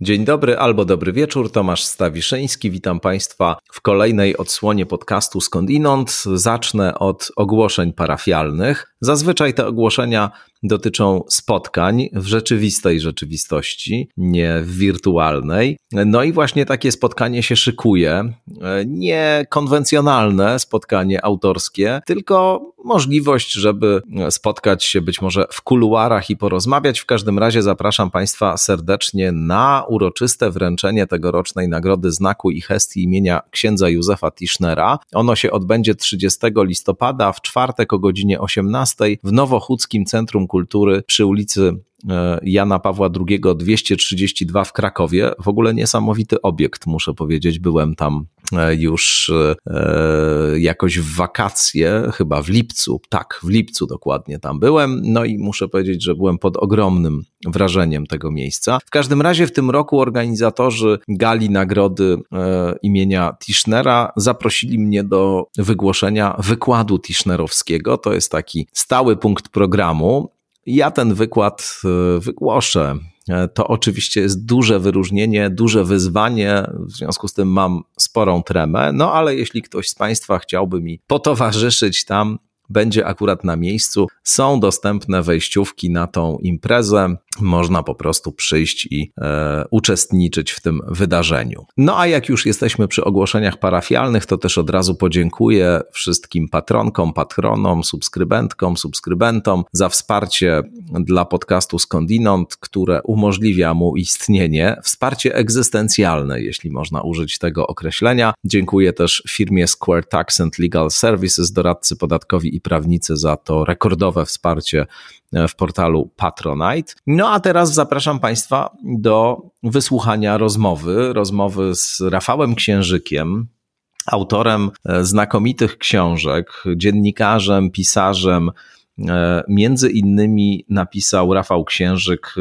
Dzień dobry albo dobry wieczór, Tomasz Stawiszyński, witam Państwa w kolejnej odsłonie podcastu Skądinąd. Zacznę od ogłoszeń parafialnych. Zazwyczaj te ogłoszenia dotyczą spotkań w rzeczywistej rzeczywistości, nie w wirtualnej. No i właśnie takie spotkanie się szykuje. Nie konwencjonalne spotkanie autorskie, tylko możliwość, żeby spotkać się być może w kuluarach i porozmawiać. W każdym razie zapraszam Państwa serdecznie na uroczyste wręczenie tegorocznej Nagrody Znaku i Gestii imienia księdza Józefa Tischnera. Ono się odbędzie 30 listopada w czwartek o godzinie 18 w Nowochódzkim Centrum Kultury przy ulicy Jana Pawła II 232 w Krakowie. W ogóle niesamowity obiekt, muszę powiedzieć. Byłem tam już jakoś w wakacje, chyba w lipcu. Tak, w lipcu dokładnie tam byłem. No i muszę powiedzieć, że byłem pod ogromnym wrażeniem tego miejsca. W każdym razie w tym roku organizatorzy gali nagrody imienia Tischnera zaprosili mnie do wygłoszenia wykładu tischnerowskiego. To jest taki stały punkt programu. Ja ten wykład wygłoszę. To oczywiście jest duże wyróżnienie, duże wyzwanie, w związku z tym mam sporą tremę, no ale jeśli ktoś z Państwa chciałby mi potowarzyszyć tam, będzie akurat na miejscu. Są dostępne wejściówki na tą imprezę. Można po prostu przyjść i uczestniczyć w tym wydarzeniu. No a jak już jesteśmy przy ogłoszeniach parafialnych, to też od razu podziękuję wszystkim patronkom, patronom, subskrybentkom, subskrybentom za wsparcie dla podcastu Skądinąd, które umożliwia mu istnienie. Wsparcie egzystencjalne, jeśli można użyć tego określenia. Dziękuję też firmie Square Tax and Legal Services, doradcy podatkowi i prawnicy za to rekordowe wsparcie w portalu Patronite. No a teraz zapraszam Państwa do wysłuchania rozmowy z Rafałem Księżykiem, autorem znakomitych książek, dziennikarzem, pisarzem. Między innymi napisał Rafał Księżyk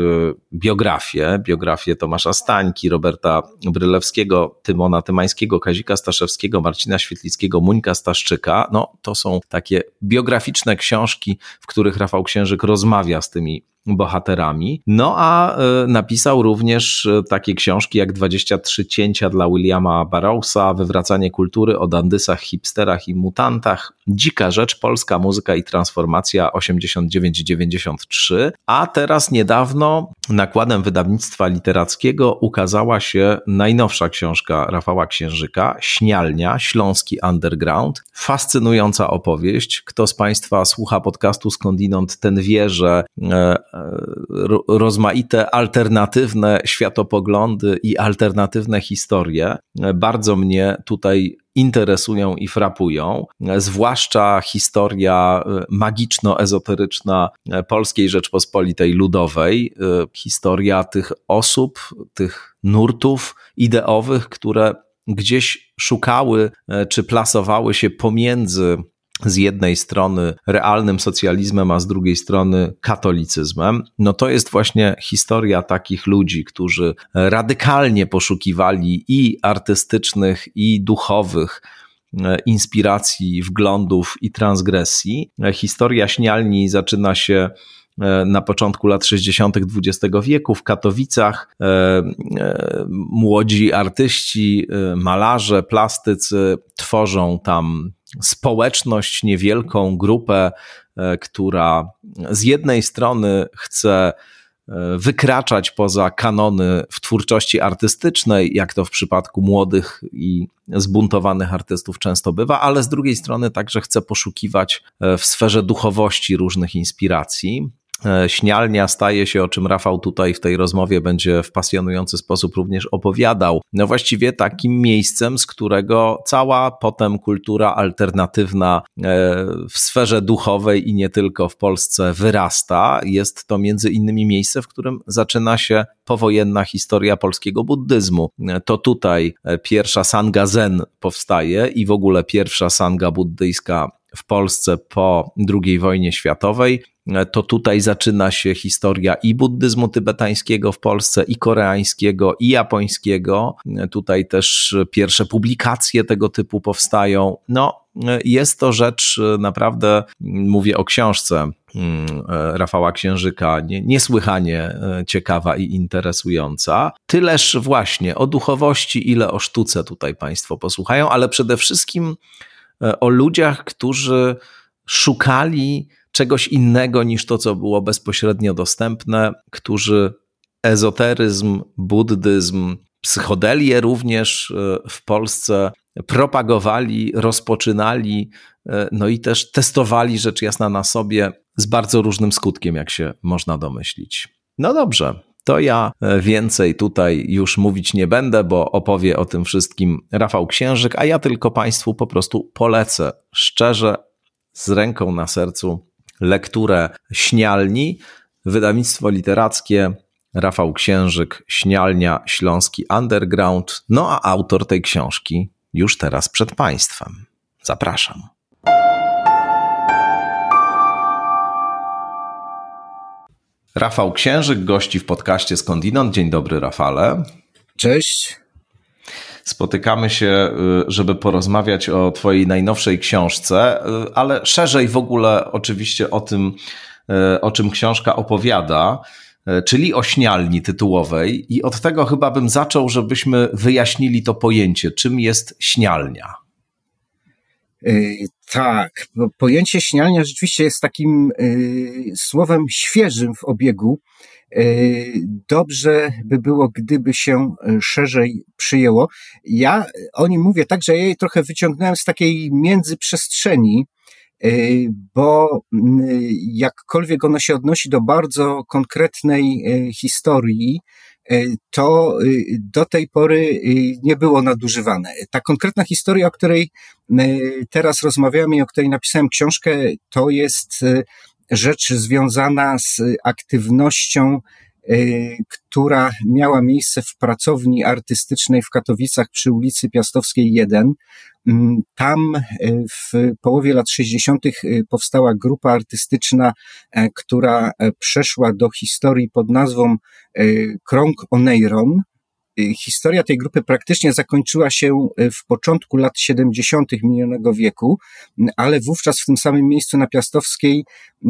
biografię Tomasza Stańki, Roberta Brylewskiego, Tymona Tymańskiego, Kazika Staszewskiego, Marcina Świetlickiego, Muńka Staszczyka. No, to są takie biograficzne książki, w których Rafał Księżyk rozmawia z tymi bohaterami. No a napisał również takie książki jak 23 cięcia dla Williama Burroughsa, Wywracanie kultury o dandysach, hipsterach i mutantach, Dzika rzecz, polska muzyka i transformacja 89-93, a teraz niedawno nakładem wydawnictwa literackiego ukazała się najnowsza książka Rafała Księżyka, Śnialnia, Śląski Underground. Fascynująca opowieść. Kto z Państwa słucha podcastu Skądinąd, ten wie, że rozmaite alternatywne światopoglądy i alternatywne historie bardzo mnie tutaj interesują i frapują, zwłaszcza historia magiczno-ezoteryczna Polskiej Rzeczpospolitej Ludowej, historia tych osób, tych nurtów ideowych, które gdzieś szukały czy plasowały się pomiędzy z jednej strony realnym socjalizmem, a z drugiej strony katolicyzmem. No to jest właśnie historia takich ludzi, którzy radykalnie poszukiwali i artystycznych, i duchowych inspiracji, wglądów i transgresji. Historia Śnialni zaczyna się na początku lat 60. XX wieku w Katowicach. Młodzi artyści, malarze, plastycy tworzą tam społeczność, niewielką grupę, która z jednej strony chce wykraczać poza kanony w twórczości artystycznej, jak to w przypadku młodych i zbuntowanych artystów często bywa, ale z drugiej strony także chce poszukiwać w sferze duchowości różnych inspiracji. Śnialnia staje się, o czym Rafał tutaj w tej rozmowie będzie w pasjonujący sposób również opowiadał, no właściwie takim miejscem, z którego cała potem kultura alternatywna w sferze duchowej i nie tylko w Polsce wyrasta. Jest to między innymi miejsce, w którym zaczyna się powojenna historia polskiego buddyzmu. To tutaj pierwsza sanga Zen powstaje i w ogóle pierwsza sanga buddyjska w Polsce po II wojnie światowej. to tutaj zaczyna się historia i buddyzmu tybetańskiego w Polsce, i koreańskiego, i japońskiego. Tutaj też pierwsze publikacje tego typu powstają. No, jest to rzecz naprawdę, mówię o książce Rafała Księżyka, niesłychanie ciekawa i interesująca. Tyleż właśnie o duchowości, ile o sztuce tutaj Państwo posłuchają, ale przede wszystkim o ludziach, którzy szukali czegoś innego niż to, co było bezpośrednio dostępne, którzy ezoteryzm, buddyzm, psychodelię również w Polsce propagowali, rozpoczynali, no i też testowali rzecz jasna na sobie z bardzo różnym skutkiem, jak się można domyślić. No dobrze, to ja więcej tutaj już mówić nie będę, bo opowie o tym wszystkim Rafał Księżyk, a ja tylko Państwu po prostu polecę szczerze, z ręką na sercu, lekturę Śnialni, wydawnictwo literackie Rafał Księżyk, Śnialnia, Śląski Underground, no a autor tej książki już teraz przed Państwem. Zapraszam. Rafał Księżyk gości w podcaście Skądinąd. Dzień dobry, Rafale. Cześć. Spotykamy się, żeby porozmawiać o Twojej najnowszej książce, ale szerzej w ogóle oczywiście o tym, o czym książka opowiada, czyli o śnialni tytułowej. I od tego chyba bym zaczął, żebyśmy wyjaśnili to pojęcie. Czym jest śnialnia? Tak, pojęcie śnialnia rzeczywiście jest takim słowem świeżym w obiegu. Dobrze by było, gdyby się szerzej przyjęło. Ja o nim mówię tak, że ja je trochę wyciągnąłem z takiej międzyprzestrzeni, bo jakkolwiek ono się odnosi do bardzo konkretnej historii, to do tej pory nie było nadużywane. Ta konkretna historia, o której teraz rozmawiamy i o której napisałem książkę, to jest rzecz związana z aktywnością, która miała miejsce w pracowni artystycznej w Katowicach przy ulicy Piastowskiej 1. Tam w połowie lat 60. powstała grupa artystyczna, która przeszła do historii pod nazwą Krąg Oneiron. Historia tej grupy praktycznie zakończyła się w początku lat 70. minionego wieku, ale wówczas w tym samym miejscu na Piastowskiej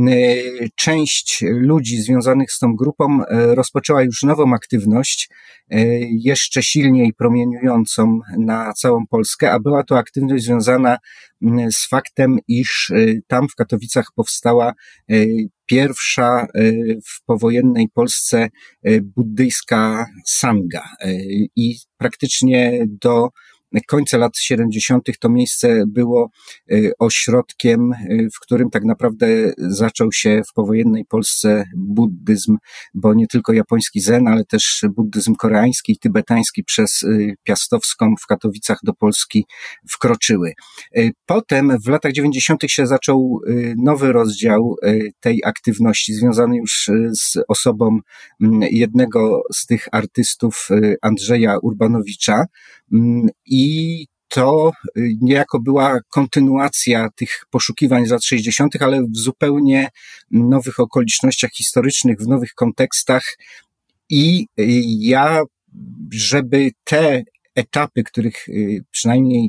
część ludzi związanych z tą grupą rozpoczęła już nową aktywność, jeszcze silniej promieniującą na całą Polskę, a była to aktywność związana z faktem, iż tam w Katowicach powstała pierwsza w powojennej Polsce buddyjska sanga i praktycznie do końca lat 70. to miejsce było ośrodkiem, w którym tak naprawdę zaczął się w powojennej Polsce buddyzm, bo nie tylko japoński zen, ale też buddyzm koreański i tybetański przez Piastowską w Katowicach do Polski wkroczyły. Potem w latach 90. się zaczął nowy rozdział tej aktywności związany już z osobą jednego z tych artystów, Andrzeja Urbanowicza, i to niejako była kontynuacja tych poszukiwań z lat 60., ale w zupełnie nowych okolicznościach historycznych, w nowych kontekstach. I ja, żeby te etapy, których przynajmniej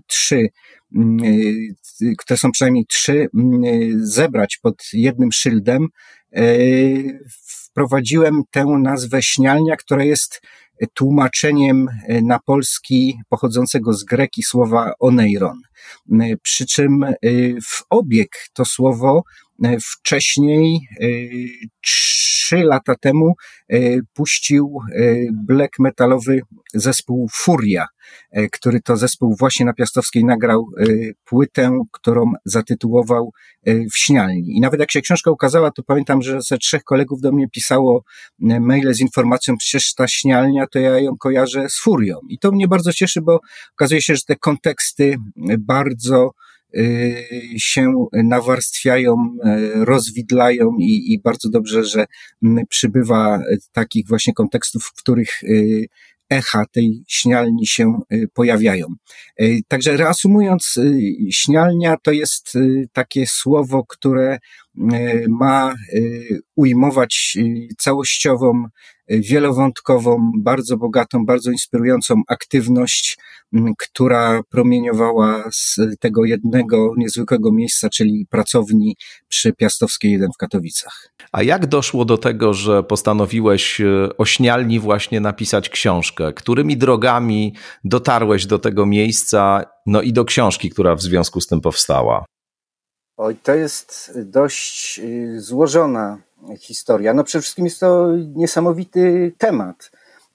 które są przynajmniej trzy, zebrać pod jednym szyldem, wprowadziłem tę nazwę śnialnia, która jest tłumaczeniem na polski pochodzącego z greki słowa oneiron. Przy czym w obieg to słowo wcześniej, 3 lata temu, puścił black metalowy zespół Furia, który to zespół właśnie na Piastowskiej nagrał płytę, którą zatytułował W śnialni. I nawet jak się książka ukazała, to pamiętam, że ze 3 kolegów do mnie pisało maile z informacją, przecież ta śnialnia, to ja ją kojarzę z Furią. I to mnie bardzo cieszy, bo okazuje się, że te konteksty bardzo się nawarstwiają, rozwidlają i bardzo dobrze, że przybywa takich właśnie kontekstów, w których echa tej śnialni się pojawiają. Także reasumując, śnialnia to jest takie słowo, które ma ujmować całościową, wielowątkową, bardzo bogatą, bardzo inspirującą aktywność, która promieniowała z tego jednego niezwykłego miejsca, czyli pracowni przy Piastowskiej 1 w Katowicach. A jak doszło do tego, że postanowiłeś o Śnialni właśnie napisać książkę? Którymi drogami dotarłeś do tego miejsca, no i do książki, która w związku z tym powstała? Oj, to jest dość złożona historia. No przede wszystkim jest to niesamowity temat.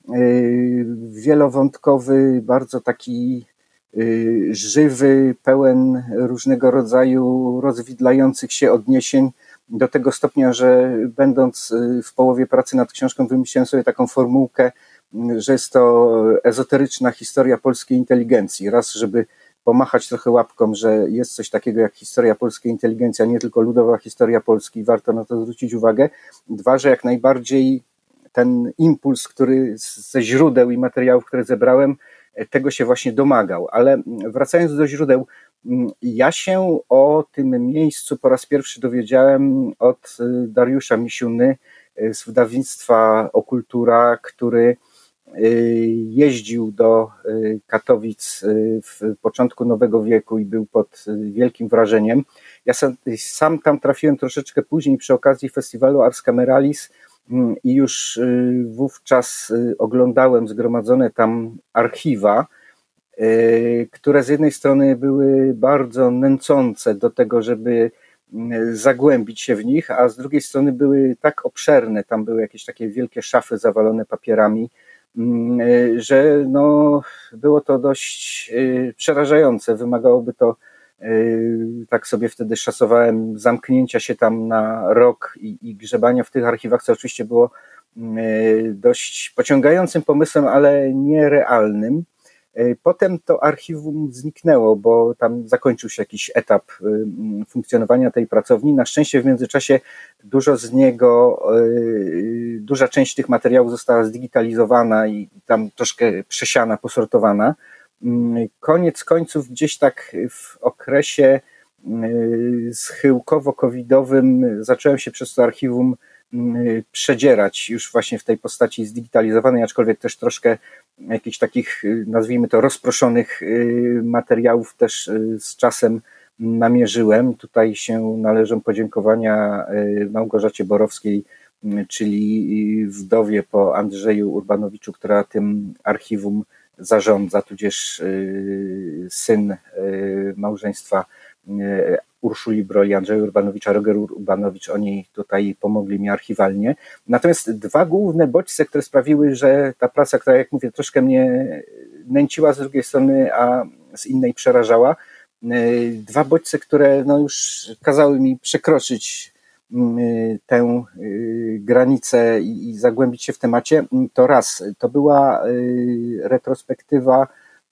Wielowątkowy, bardzo taki żywy, pełen różnego rodzaju rozwidlających się odniesień, do tego stopnia, że będąc w połowie pracy nad książką wymyśliłem sobie taką formułkę, że jest to ezoteryczna historia polskiej inteligencji. Raz, żeby pomachać trochę łapką, że jest coś takiego jak historia polskiej inteligencji, a nie tylko ludowa historia Polski, warto na to zwrócić uwagę. Dwa, że jak najbardziej ten impuls, który ze źródeł i materiałów, które zebrałem, tego się właśnie domagał. Ale wracając do źródeł, ja się o tym miejscu po raz pierwszy dowiedziałem od Dariusza Misiuny z wydawnictwa Okultura, który jeździł do Katowic w początku nowego wieku i był pod wielkim wrażeniem. Ja sam tam trafiłem troszeczkę później przy okazji festiwalu Ars Cameralis i już wówczas oglądałem zgromadzone tam archiwa, które z jednej strony były bardzo nęcące do tego, żeby zagłębić się w nich, a z drugiej strony były tak obszerne, tam były jakieś takie wielkie szafy zawalone papierami, że no, było to dość przerażające. Wymagałoby to, tak sobie wtedy szacowałem, zamknięcia się tam na rok i grzebania w tych archiwach, co oczywiście było dość pociągającym pomysłem, ale nierealnym. Potem to archiwum zniknęło, bo tam zakończył się jakiś etap funkcjonowania tej pracowni. Na szczęście w międzyczasie duża część tych materiałów została zdigitalizowana i tam troszkę przesiana, posortowana. Koniec końców gdzieś tak w okresie schyłkowo-covidowym zacząłem się przez to archiwum przedzierać już właśnie w tej postaci zdigitalizowanej, aczkolwiek też troszkę jakichś takich, nazwijmy to, rozproszonych materiałów też z czasem namierzyłem. Tutaj się należą podziękowania Małgorzacie Borowskiej, czyli wdowie po Andrzeju Urbanowiczu, która tym archiwum zarządza, tudzież syn małżeństwa Urszuli Brol i Andrzeja Urbanowicza, Roger Urbanowicz, oni tutaj pomogli mi archiwalnie. Natomiast dwa główne bodźce, które sprawiły, że ta praca, która, jak mówię, troszkę mnie nęciła z drugiej strony, a z innej przerażała, dwa bodźce, które no już kazały mi przekroczyć tę granicę i zagłębić się w temacie, to raz, to była retrospektywa,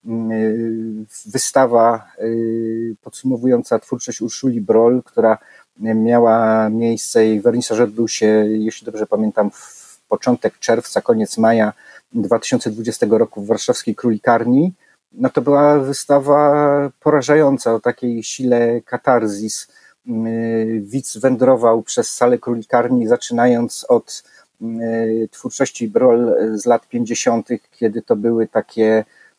wystawa podsumowująca twórczość Urszuli Brol, która miała miejsce, jej wernisaż odbył się, jeśli dobrze pamiętam, w początek czerwca, koniec maja 2020 roku w warszawskiej Królikarni. No to była wystawa porażająca o takiej sile katarzis. Widz wędrował przez salę Królikarni, zaczynając od twórczości Brol z lat 50., kiedy to były takie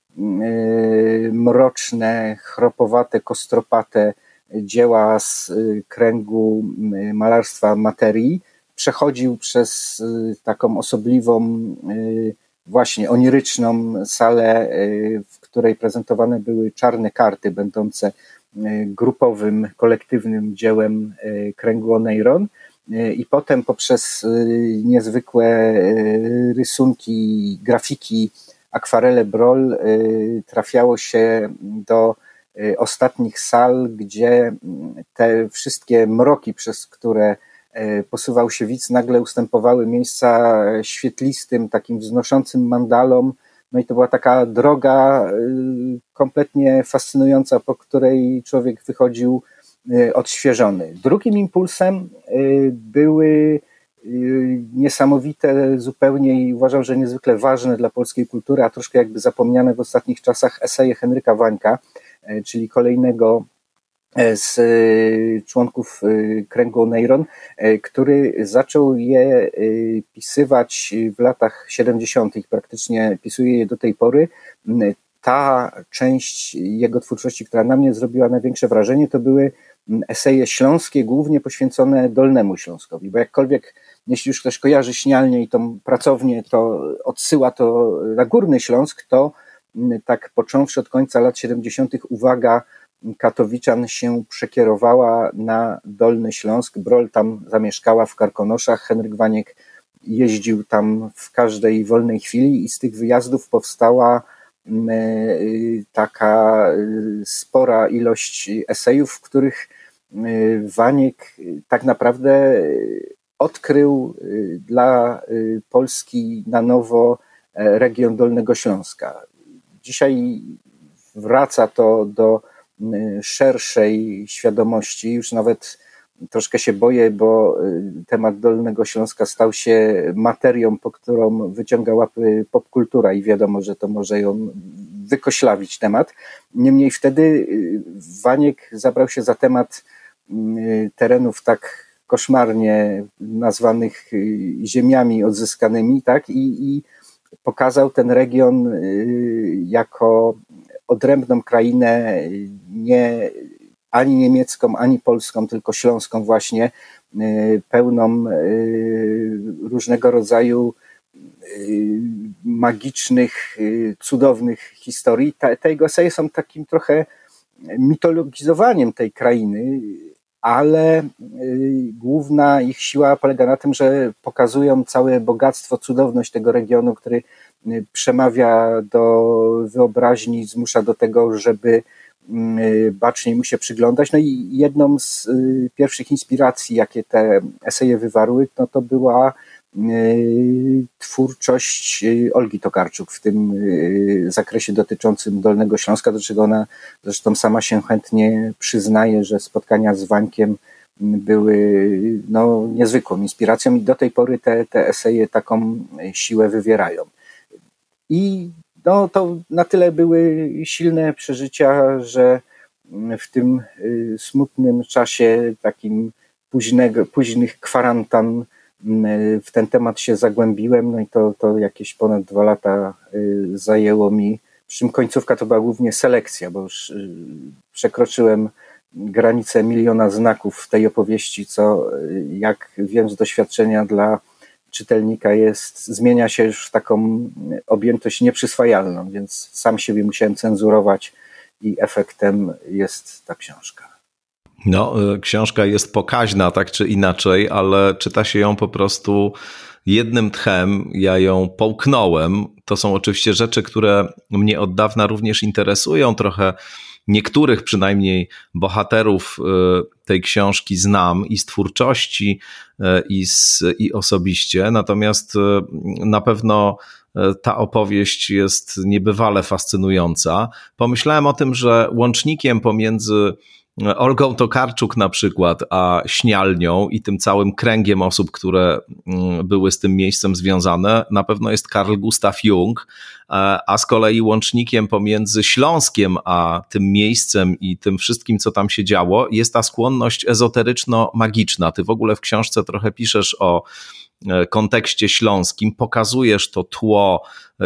mroczne, chropowate, kostropate dzieła z kręgu malarstwa materii. Przechodził przez taką osobliwą, właśnie oniryczną salę, w której prezentowane były czarne karty, będące grupowym, kolektywnym dziełem kręgu Oneiron. I potem poprzez niezwykłe rysunki, grafiki, akwarele Brol trafiało się do ostatnich sal, gdzie te wszystkie mroki, przez które posuwał się widz, nagle ustępowały miejsca świetlistym, takim wznoszącym mandalom. No i to była taka droga kompletnie fascynująca, po której człowiek wychodził odświeżony. Drugim impulsem były niesamowite zupełnie i uważam, że niezwykle ważne dla polskiej kultury, a troszkę jakby zapomniane w ostatnich czasach eseje Henryka Wańka, czyli kolejnego z członków kręgu Oneiron, który zaczął je pisywać w latach 70., praktycznie pisuje je do tej pory. Ta część jego twórczości, która na mnie zrobiła największe wrażenie, to były eseje śląskie, głównie poświęcone Dolnemu Śląskowi, bo jakkolwiek, jeśli już ktoś kojarzy Śnialnię i tą pracownię, to odsyła to na Górny Śląsk, to tak począwszy od końca lat 70. uwaga katowiczan się przekierowała na Dolny Śląsk. Broll tam zamieszkała w Karkonoszach, Henryk Waniek jeździł tam w każdej wolnej chwili i z tych wyjazdów powstała taka spora ilość esejów, w których Waniek tak naprawdę odkrył dla Polski na nowo region Dolnego Śląska. Dzisiaj wraca to do szerszej świadomości, już nawet troszkę się boję, bo temat Dolnego Śląska stał się materią, po którą wyciąga łapy popkultura i wiadomo, że to może ją wykoślawić temat. Niemniej wtedy Waniek zabrał się za temat terenów tak koszmarnie nazwanych ziemiami odzyskanymi, tak? I pokazał ten region jako odrębną krainę, nie ani niemiecką, ani polską, tylko śląską właśnie, pełną różnego rodzaju magicznych, cudownych historii. Te jego eseje są takim trochę mitologizowaniem tej krainy, ale główna ich siła polega na tym, że pokazują całe bogactwo, cudowność tego regionu, który przemawia do wyobraźni, zmusza do tego, żeby baczniej mu się przyglądać. No i jedną z pierwszych inspiracji, jakie te eseje wywarły, no to była twórczość Olgi Tokarczuk w tym zakresie dotyczącym Dolnego Śląska, do czego ona zresztą sama się chętnie przyznaje, że spotkania z Wańkiem były no, niezwykłą inspiracją i do tej pory te eseje taką siłę wywierają. I no, to na tyle były silne przeżycia, że w tym smutnym czasie takim późnych kwarantan w ten temat się zagłębiłem, no i to jakieś ponad 2 lata zajęło mi, przy czym końcówka to była głównie selekcja, bo już przekroczyłem granicę 1 000 000 znaków w tej opowieści, co jak wiem z doświadczenia dla czytelnika zmienia się już w taką objętość nieprzyswajalną, więc sam siebie musiałem cenzurować i efektem jest ta książka. No, książka jest pokaźna, tak czy inaczej, ale czyta się ją po prostu jednym tchem. Ja ją połknąłem. To są oczywiście rzeczy, które mnie od dawna również interesują. Trochę niektórych przynajmniej bohaterów tej książki znam i z twórczości, i osobiście. Natomiast na pewno ta opowieść jest niebywale fascynująca. Pomyślałem o tym, że łącznikiem pomiędzy Olgą Tokarczuk na przykład, a Śnialnią i tym całym kręgiem osób, które były z tym miejscem związane, na pewno jest Carl Gustav Jung, a z kolei łącznikiem pomiędzy Śląskiem a tym miejscem i tym wszystkim, co tam się działo, jest ta skłonność ezoteryczno-magiczna. Ty w ogóle w książce trochę piszesz o kontekście śląskim, pokazujesz to tło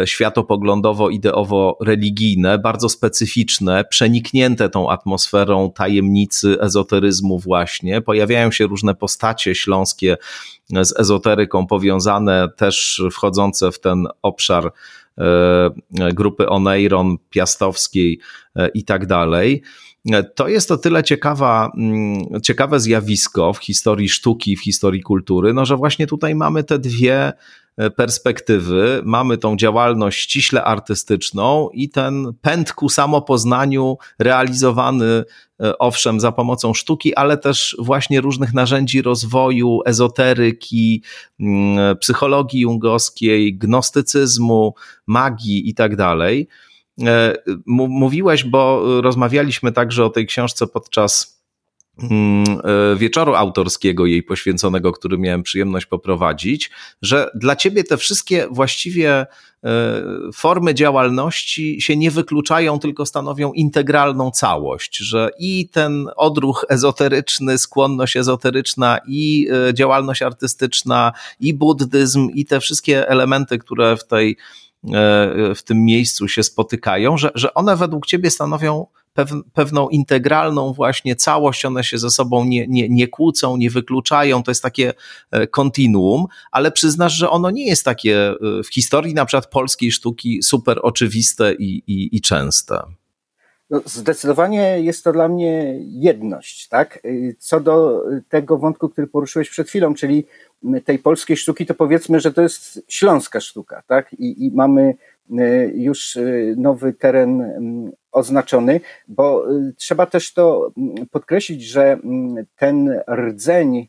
światopoglądowo-ideowo-religijne, bardzo specyficzne, przeniknięte tą atmosferą tajemnicy, ezoteryzmu właśnie. Pojawiają się różne postacie śląskie z ezoteryką powiązane, też wchodzące w ten obszar grupy Oneiron, Piastowskiej i tak dalej. To jest o tyle ciekawe zjawisko w historii sztuki, w historii kultury, no, że właśnie tutaj mamy te dwie perspektywy. Mamy tą działalność ściśle artystyczną i ten pęd ku samopoznaniu realizowany owszem za pomocą sztuki, ale też właśnie różnych narzędzi rozwoju, ezoteryki, psychologii jungowskiej, gnostycyzmu, magii i tak dalej. Mówiłeś, bo rozmawialiśmy także o tej książce podczas wieczoru autorskiego jej poświęconego, który miałem przyjemność poprowadzić, że dla ciebie te wszystkie właściwie formy działalności się nie wykluczają, tylko stanowią integralną całość, że i ten odruch ezoteryczny, skłonność ezoteryczna, i działalność artystyczna, i buddyzm, i te wszystkie elementy, które w tym miejscu się spotykają, że one według ciebie stanowią pewną integralną właśnie całość, one się ze sobą nie kłócą, nie wykluczają, to jest takie kontinuum, ale przyznasz, że ono nie jest takie w historii na przykład polskiej sztuki super oczywiste i częste. No, zdecydowanie jest to dla mnie jedność, tak? Co do tego wątku, który poruszyłeś przed chwilą, czyli tej polskiej sztuki, to powiedzmy, że to jest śląska sztuka, tak? I mamy już nowy teren oznaczony, bo trzeba też to podkreślić, że ten rdzeń,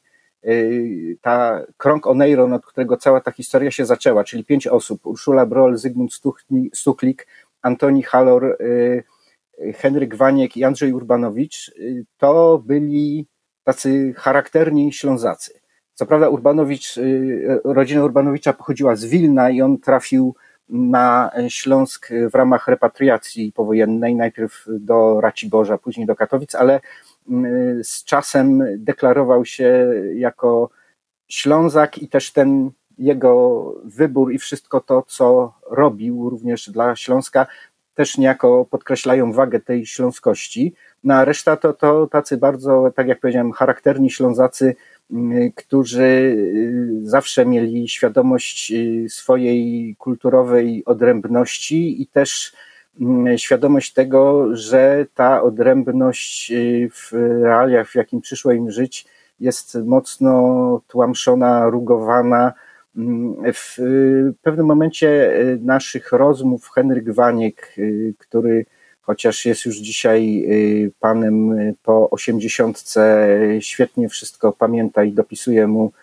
krąg Oneiron, od którego cała ta historia się zaczęła, czyli 5 osób, Urszula Broll, Zygmunt Stuchlik, Antoni Halor, Henryk Waniek i Andrzej Urbanowicz, to byli tacy charakterni Ślązacy. Co prawda rodzina Urbanowicza pochodziła z Wilna i on trafił na Śląsk w ramach repatriacji powojennej, najpierw do Raciborza, później do Katowic, ale z czasem deklarował się jako Ślązak i też ten jego wybór i wszystko to, co robił również dla Śląska, też niejako podkreślają wagę tej śląskości. No a reszta to tacy bardzo, tak jak powiedziałem, charakterni Ślązacy, którzy zawsze mieli świadomość swojej kulturowej odrębności i też świadomość tego, że ta odrębność w realiach, w jakim przyszło im żyć, jest mocno tłamszona, rugowana. W pewnym momencie naszych rozmów Henryk Waniek, który chociaż jest już dzisiaj panem po 80, świetnie wszystko pamięta i dopisuje mu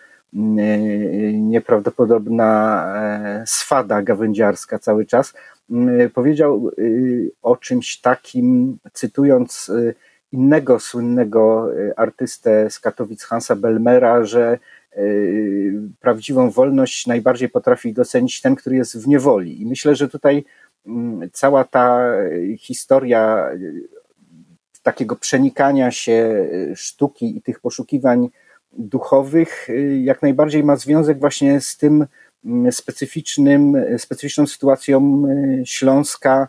nieprawdopodobna swada gawędziarska cały czas, powiedział o czymś takim, cytując innego słynnego artystę z Katowic, Hansa Bellmera, że prawdziwą wolność najbardziej potrafi docenić ten, który jest w niewoli. I myślę, że tutaj cała ta historia takiego przenikania się sztuki i tych poszukiwań duchowych jak najbardziej ma związek właśnie z tym specyficzną sytuacją Śląska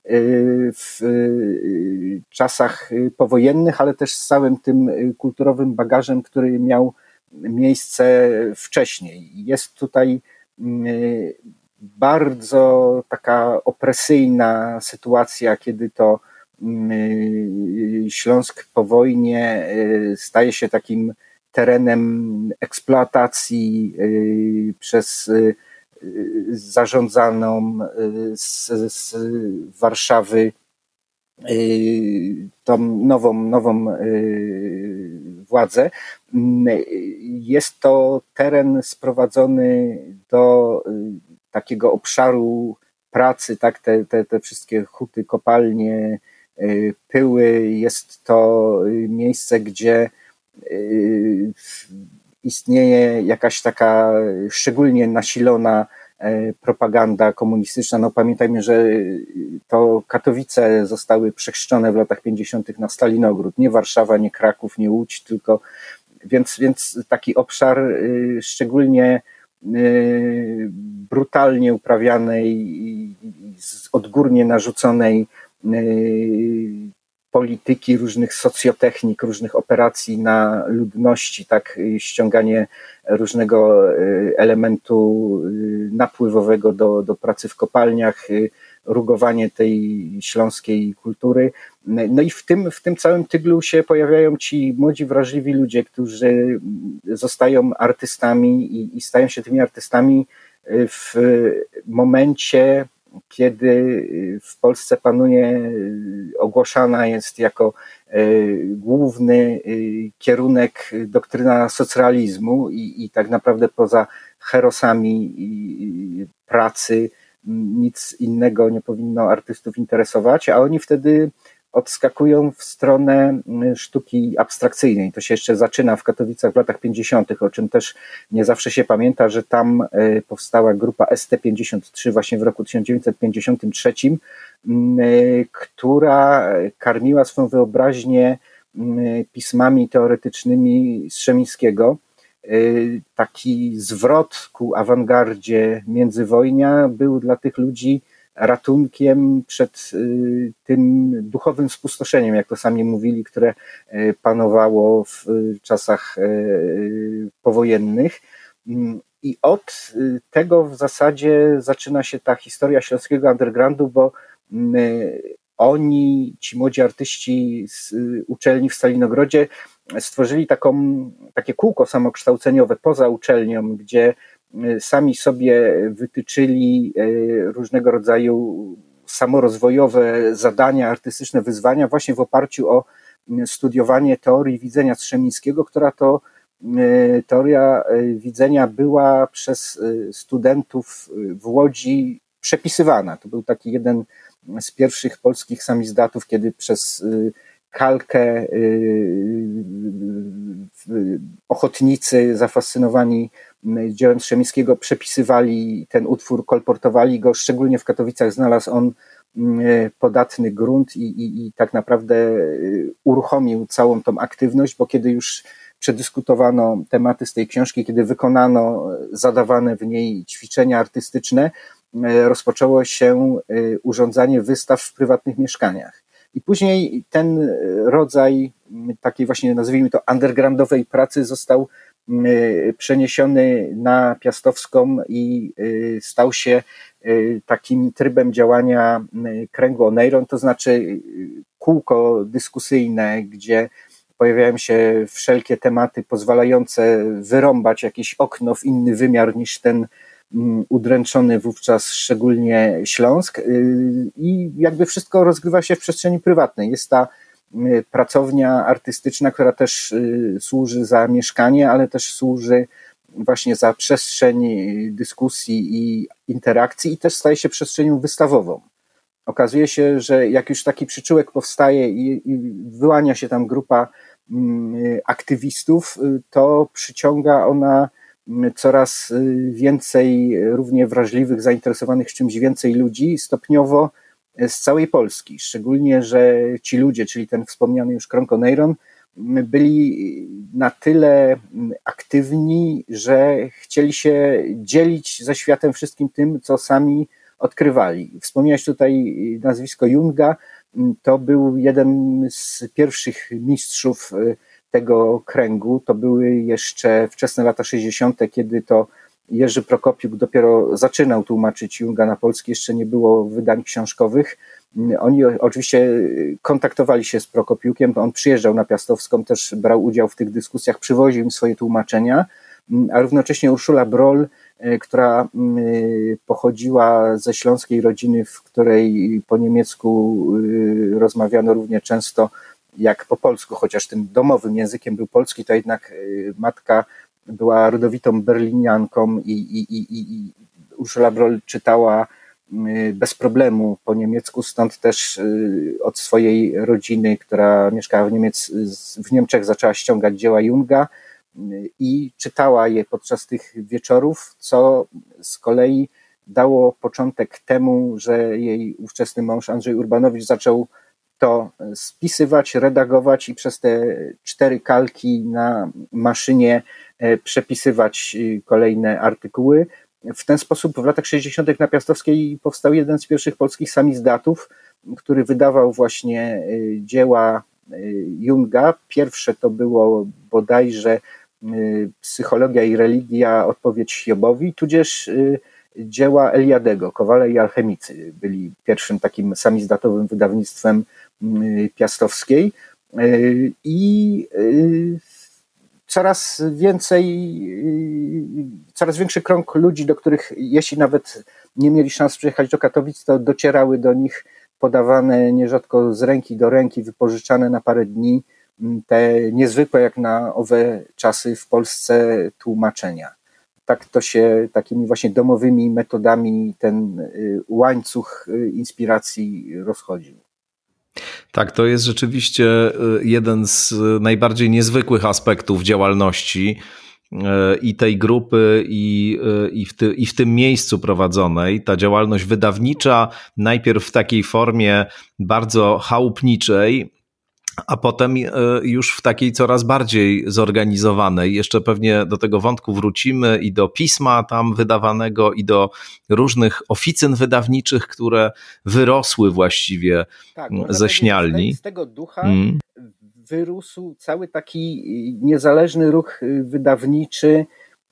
w czasach powojennych, ale też z całym tym kulturowym bagażem, który miał miejsce wcześniej. Jest tutaj bardzo taka opresyjna sytuacja, kiedy to Śląsk po wojnie staje się takim terenem eksploatacji przez zarządzaną z Warszawy tą nową władzę. Jest to teren sprowadzony do takiego obszaru pracy, tak, te wszystkie huty, kopalnie, pyły. Jest to miejsce, gdzie istnieje jakaś taka szczególnie nasilona propaganda komunistyczna. No pamiętajmy, że to Katowice zostały przechrzczone w latach 50. na Stalinogród, nie Warszawa, nie Kraków, nie Łódź, tylko więc taki obszar szczególnie brutalnie uprawianej i odgórnie narzuconej polityki, różnych socjotechnik, różnych operacji na ludności, tak, ściąganie różnego elementu napływowego do pracy w kopalniach, rugowanie tej śląskiej kultury. No i w tym całym tyglu się pojawiają ci młodzi, wrażliwi ludzie, którzy zostają artystami i stają się tymi artystami w momencie, kiedy w Polsce ogłaszana jest jako główny kierunek doktryna socrealizmu i tak naprawdę poza herosami pracy nic innego nie powinno artystów interesować, a oni wtedy odskakują w stronę sztuki abstrakcyjnej. To się jeszcze zaczyna w Katowicach w latach 50., o czym też nie zawsze się pamięta, że tam powstała grupa ST53 właśnie w roku 1953, która karmiła swoją wyobraźnię pismami teoretycznymi Strzemińskiego. Taki zwrot ku awangardzie międzywojnia był dla tych ludzi ratunkiem przed tym duchowym spustoszeniem, jak to sami mówili, które panowało w czasach powojennych. I od tego w zasadzie zaczyna się ta historia śląskiego undergroundu, bo oni, ci młodzi artyści z uczelni w Stalinogrodzie, stworzyli takie kółko samokształceniowe poza uczelnią, gdzie sami sobie wytyczyli różnego rodzaju samorozwojowe zadania, artystyczne wyzwania właśnie w oparciu o studiowanie teorii widzenia Strzemińskiego, która to teoria widzenia była przez studentów w Łodzi przepisywana. To był taki jeden z pierwszych polskich samizdatów, kiedy przez kalkę ochotnicy zafascynowani dziełem Strzemińskiego przepisywali ten utwór, kolportowali go. Szczególnie w Katowicach znalazł on podatny grunt i tak naprawdę uruchomił całą tą aktywność, bo kiedy już przedyskutowano tematy z tej książki, kiedy wykonano zadawane w niej ćwiczenia artystyczne, rozpoczęło się urządzanie wystaw w prywatnych mieszkaniach. I później ten rodzaj takiej właśnie, nazwijmy to, undergroundowej pracy został przeniesiony na Piastowską i stał się takim trybem działania kręgu Oneiron, to znaczy kółko dyskusyjne, gdzie pojawiają się wszelkie tematy pozwalające wyrąbać jakieś okno w inny wymiar niż ten udręczony wówczas szczególnie Śląsk, i jakby wszystko rozgrywa się w przestrzeni prywatnej. Jest ta pracownia artystyczna, która też służy za mieszkanie, ale też służy właśnie za przestrzeń dyskusji i interakcji i też staje się przestrzenią wystawową. Okazuje się, że jak już taki przyczółek powstaje i wyłania się tam grupa aktywistów, to przyciąga ona coraz więcej równie wrażliwych, zainteresowanych czymś więcej ludzi, stopniowo z całej Polski. Szczególnie, że ci ludzie, czyli ten wspomniany już krąg Oneiron, byli na tyle aktywni, że chcieli się dzielić ze światem wszystkim tym, co sami odkrywali. Wspomniałeś tutaj nazwisko Junga. To był jeden z pierwszych mistrzów tego kręgu. To były jeszcze wczesne lata 60., kiedy to Jerzy Prokopiuk dopiero zaczynał tłumaczyć Junga na polski, jeszcze nie było wydań książkowych. Oni oczywiście kontaktowali się z Prokopiukiem, on przyjeżdżał na Piastowską, też brał udział w tych dyskusjach, przywoził im swoje tłumaczenia, a równocześnie Urszula Broll, która pochodziła ze śląskiej rodziny, w której po niemiecku rozmawiano równie często jak po polsku, chociaż tym domowym językiem był polski, to jednak matka była rodowitą berlinianką i Urszula Broll czytała bez problemu po niemiecku, stąd też od swojej rodziny, która mieszkała w Niemczech, zaczęła ściągać dzieła Junga i czytała je podczas tych wieczorów, co z kolei dało początek temu, że jej ówczesny mąż Andrzej Urbanowicz zaczął to spisywać, redagować i przez te 4 kalki na maszynie przepisywać kolejne artykuły. W ten sposób w latach 60. na Piastowskiej powstał jeden z pierwszych polskich samizdatów, który wydawał właśnie dzieła Junga. Pierwsze to było bodajże Psychologia i religia, odpowiedź Jobowi, tudzież dzieła Eliadego, Kowale i alchemicy byli pierwszym takim samizdatowym wydawnictwem Piastowskiej i coraz większy krąg ludzi, do których jeśli nawet nie mieli szans przyjechać do Katowic, to docierały do nich podawane nierzadko z ręki do ręki, wypożyczane na parę dni, te niezwykłe jak na owe czasy w Polsce tłumaczenia. Tak to się takimi właśnie domowymi metodami ten łańcuch inspiracji rozchodził. Tak, to jest rzeczywiście jeden z najbardziej niezwykłych aspektów działalności i tej grupy, i w tym miejscu prowadzonej. Ta działalność wydawnicza najpierw w takiej formie bardzo chałupniczej, a potem już w takiej coraz bardziej zorganizowanej. Jeszcze pewnie do tego wątku wrócimy i do pisma tam wydawanego, i do różnych oficyn wydawniczych, które wyrosły właściwie ze śnialni. Z tego ducha wyrósł cały taki niezależny ruch wydawniczy,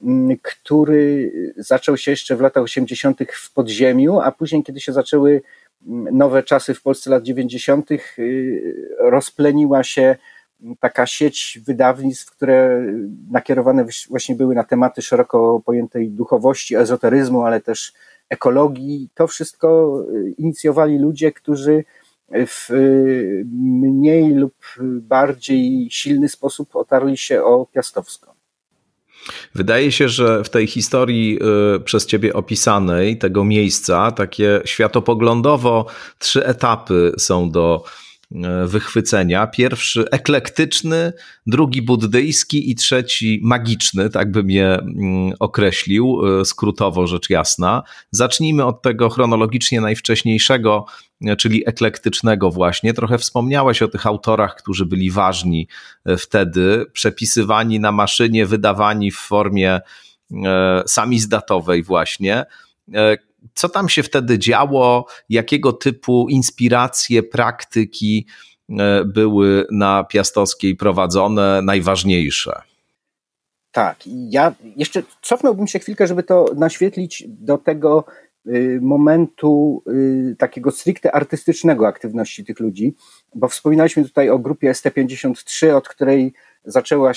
który zaczął się jeszcze w latach 80. w podziemiu, a później, kiedy się zaczęły nowe czasy w Polsce lat 90., rozpleniła się taka sieć wydawnictw, które nakierowane właśnie były na tematy szeroko pojętej duchowości, ezoteryzmu, ale też ekologii. To wszystko inicjowali ludzie, którzy w mniej lub bardziej silny sposób otarli się o Piastowską. Wydaje się, że w tej historii przez ciebie opisanej tego miejsca takie światopoglądowo 3 etapy są do wychwycenia. Pierwszy eklektyczny, drugi buddyjski i trzeci magiczny, tak bym je określił, skrótowo rzecz jasna. Zacznijmy od tego chronologicznie najwcześniejszego, czyli eklektycznego właśnie. Trochę wspomniałeś o tych autorach, którzy byli ważni wtedy, przepisywani na maszynie, wydawani w formie samizdatowej właśnie. Co tam się wtedy działo? Jakiego typu inspiracje, praktyki były na Piastowskiej prowadzone, najważniejsze? Tak, ja jeszcze cofnąłbym się chwilkę, żeby to naświetlić do tego momentu takiego stricte artystycznego aktywności tych ludzi, bo wspominaliśmy tutaj o grupie ST53, od której zaczęło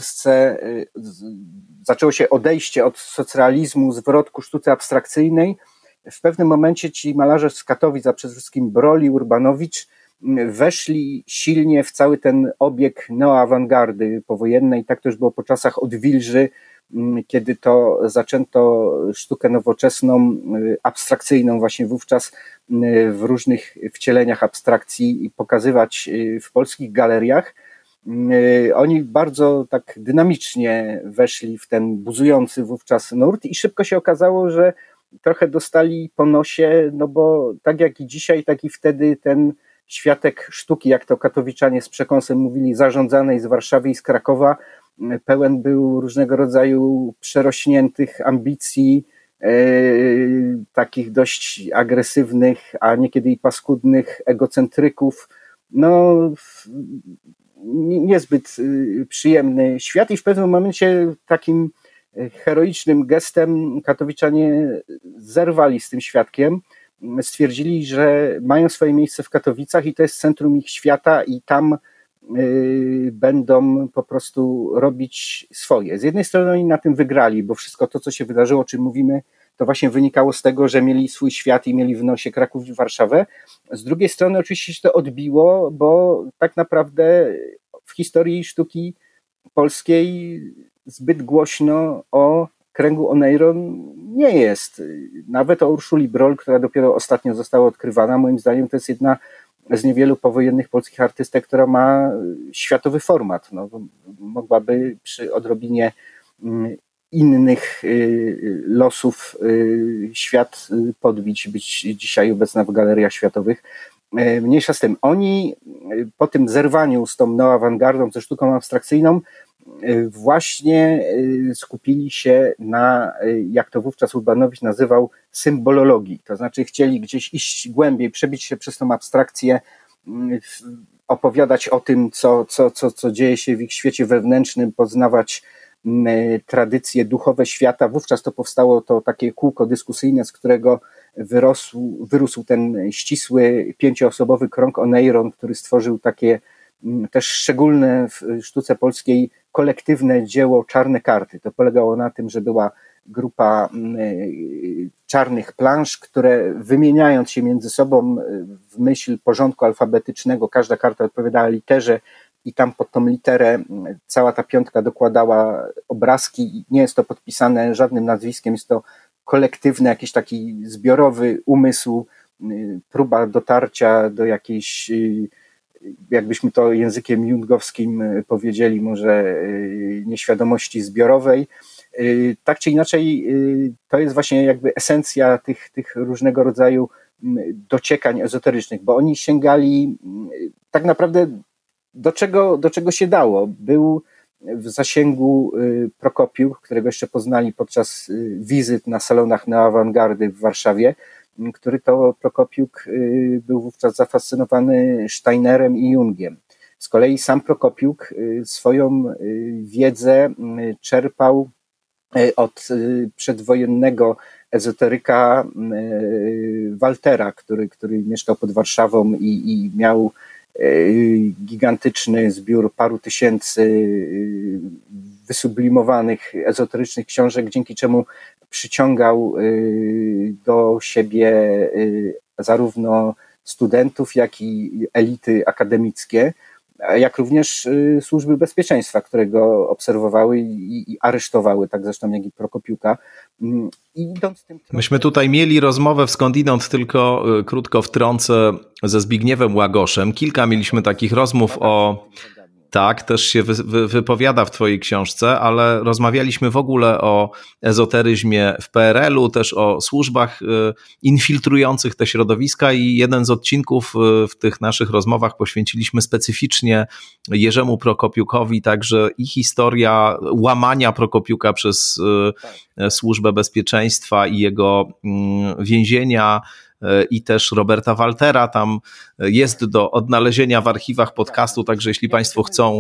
się odejście od socrealizmu, zwrot ku sztuce abstrakcyjnej. W pewnym momencie ci malarze z Katowic, a przede wszystkim Brol i Urbanowicz, weszli silnie w cały ten obieg neoawangardy powojennej. Tak to już było po czasach Odwilży, kiedy to zaczęto sztukę nowoczesną, abstrakcyjną właśnie wówczas w różnych wcieleniach abstrakcji pokazywać w polskich galeriach. Oni bardzo tak dynamicznie weszli w ten buzujący wówczas nurt i szybko się okazało, że trochę dostali po nosie, no bo tak jak i dzisiaj, tak i wtedy ten światek sztuki, jak to katowiczanie z przekąsem mówili, zarządzanej z Warszawy i z Krakowa, pełen był różnego rodzaju przerośniętych ambicji, takich dość agresywnych, a niekiedy i paskudnych egocentryków. No, niezbyt przyjemny świat i w pewnym momencie takim heroicznym gestem katowiczanie zerwali z tym świadkiem. Stwierdzili, że mają swoje miejsce w Katowicach i to jest centrum ich świata i tam będą po prostu robić swoje. Z jednej strony oni na tym wygrali, bo wszystko to, co się wydarzyło, o czym mówimy, to właśnie wynikało z tego, że mieli swój świat i mieli w nosie Kraków i Warszawę. Z drugiej strony oczywiście się to odbiło, bo tak naprawdę w historii sztuki polskiej zbyt głośno o kręgu Oneiron nie jest. Nawet o Urszuli Brol, która dopiero ostatnio została odkrywana, moim zdaniem to jest jedna z niewielu powojennych polskich artystek, która ma światowy format. No, mogłaby przy odrobinie innych losów świat podbić, być dzisiaj obecna w galeriach światowych. Mniejsza z tym. Oni po tym zerwaniu z tą neoawangardą, ze sztuką abstrakcyjną, właśnie skupili się na, jak to wówczas Urbanowicz nazywał, symbolologii. To znaczy chcieli gdzieś iść głębiej, przebić się przez tą abstrakcję, opowiadać o tym, co dzieje się w ich świecie wewnętrznym, poznawać tradycje duchowe świata. Wówczas powstało takie kółko dyskusyjne, z którego wyrósł ten ścisły, 5-osobowy krąg Oneiron, który stworzył takie też szczególne w sztuce polskiej kolektywne dzieło Czarne Karty. To polegało na tym, że była grupa czarnych plansz, które wymieniając się między sobą w myśl porządku alfabetycznego, każda karta odpowiadała literze i tam pod tą literę cała ta piątka dokładała obrazki. Nie jest to podpisane żadnym nazwiskiem, jest to kolektywny, jakiś taki zbiorowy umysł próba dotarcia do jakiejś, jakbyśmy to językiem jungowskim powiedzieli, może nieświadomości zbiorowej. Tak czy inaczej, to jest właśnie jakby esencja tych różnego rodzaju dociekań ezoterycznych, bo oni sięgali tak naprawdę do czego się dało. Był w zasięgu Prokopiuch, którego jeszcze poznali podczas wizyt na salonach neoawangardy w Warszawie, który to Prokopiuk był wówczas zafascynowany Steinerem i Jungiem. Z kolei sam Prokopiuk swoją wiedzę czerpał od przedwojennego ezoteryka Waltera, który mieszkał pod Warszawą i miał gigantyczny zbiór paru tysięcy wysublimowanych ezoterycznych książek, dzięki czemu przyciągał do siebie zarówno studentów, jak i elity akademickie, jak również służby bezpieczeństwa, które go obserwowały i aresztowały, tak zresztą jak i Prokopiuka. Myśmy tutaj mieli rozmowę w Skądinąd, tylko krótko wtrącę, ze Zbigniewem Łagoszem. Kilka mieliśmy takich rozmów Tak, też się wypowiada w twojej książce, ale rozmawialiśmy w ogóle o ezoteryzmie w PRL-u, też o służbach infiltrujących te środowiska i jeden z odcinków w tych naszych rozmowach poświęciliśmy specyficznie Jerzemu Prokopiukowi, także i historia łamania Prokopiuka przez Służbę Bezpieczeństwa i jego więzienia, i też Roberta Waltera, tam jest do odnalezienia w archiwach podcastu, także jeśli Państwo chcą...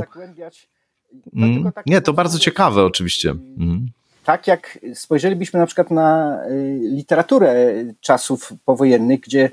Nie, to bardzo ciekawe oczywiście. Tak jak spojrzelibyśmy na przykład na literaturę czasów powojennych, gdzie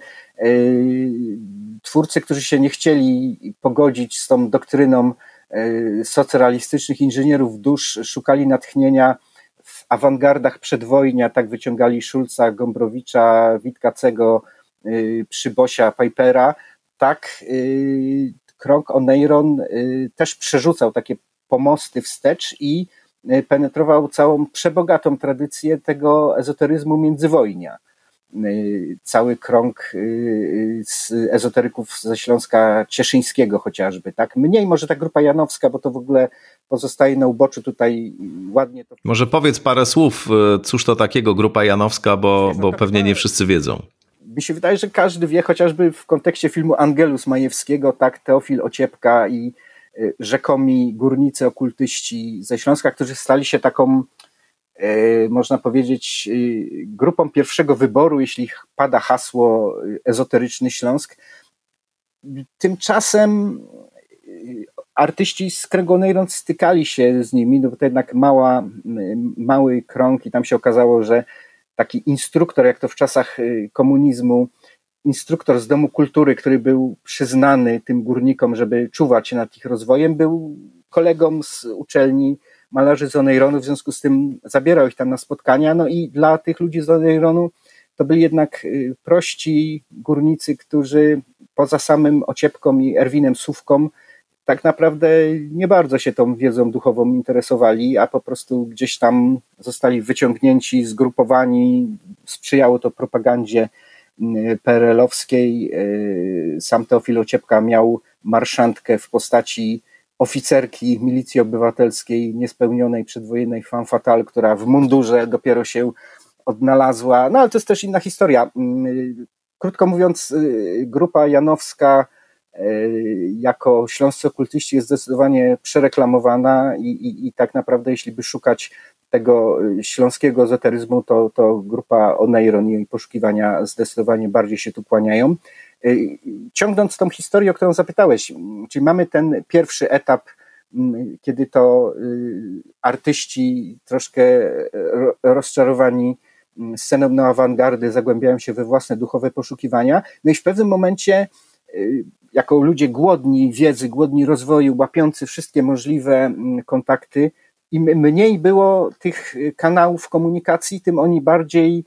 twórcy, którzy się nie chcieli pogodzić z tą doktryną socrealistycznych inżynierów dusz, szukali natchnienia w awangardach przedwojnia, tak wyciągali Schulza, Gombrowicza, Witkacego, Przybosia, Pipera, tak krąg Oneiron też przerzucał takie pomosty wstecz i penetrował całą przebogatą tradycję tego ezoteryzmu międzywojnia. Cały krąg ezoteryków ze Śląska Cieszyńskiego chociażby, tak? Mniej może ta grupa janowska, bo to w ogóle pozostaje na uboczu tutaj ładnie. To... Może powiedz parę słów, cóż to takiego grupa janowska, bo pewnie nie wszyscy wiedzą. Mi się wydaje, że każdy wie, chociażby w kontekście filmu Angelus Majewskiego, tak, Teofil Ociepka i rzekomi górnicy okultyści ze Śląska, którzy stali się taką, można powiedzieć, grupą pierwszego wyboru, jeśli pada hasło ezoteryczny Śląsk. Tymczasem artyści z kręgu Oneiron stykali się z nimi, no bo to jednak mały krąg i tam się okazało, że taki instruktor, jak to w czasach komunizmu, instruktor z Domu Kultury, który był przyznany tym górnikom, żeby czuwać nad ich rozwojem, był kolegą z uczelni malarzy z Oneironu, w związku z tym zabierał ich tam na spotkania, no i dla tych ludzi z Oneironu to byli jednak prości górnicy, którzy poza samym Ociepką i Erwinem Sówką tak naprawdę nie bardzo się tą wiedzą duchową interesowali, a po prostu gdzieś tam zostali wyciągnięci, zgrupowani, sprzyjało to propagandzie PRL-owskiej. Sam Teofil Ociepka miał marszantkę w postaci oficerki milicji obywatelskiej niespełnionej przedwojennej femme fatale, która w mundurze dopiero się odnalazła. No ale to jest też inna historia. Krótko mówiąc, grupa janowska jako śląscy okultyści jest zdecydowanie przereklamowana i tak naprawdę jeśli by szukać tego śląskiego ezoteryzmu, to grupa Oneiron i jej poszukiwania zdecydowanie bardziej się tu kłaniają. Ciągnąc tą historię, o którą zapytałeś, czyli mamy ten pierwszy etap, kiedy to artyści troszkę rozczarowani sceną neoawangardy zagłębiają się we własne duchowe poszukiwania, no i w pewnym momencie jako ludzie głodni wiedzy, głodni rozwoju, łapiący wszystkie możliwe kontakty, im mniej było tych kanałów komunikacji, tym oni bardziej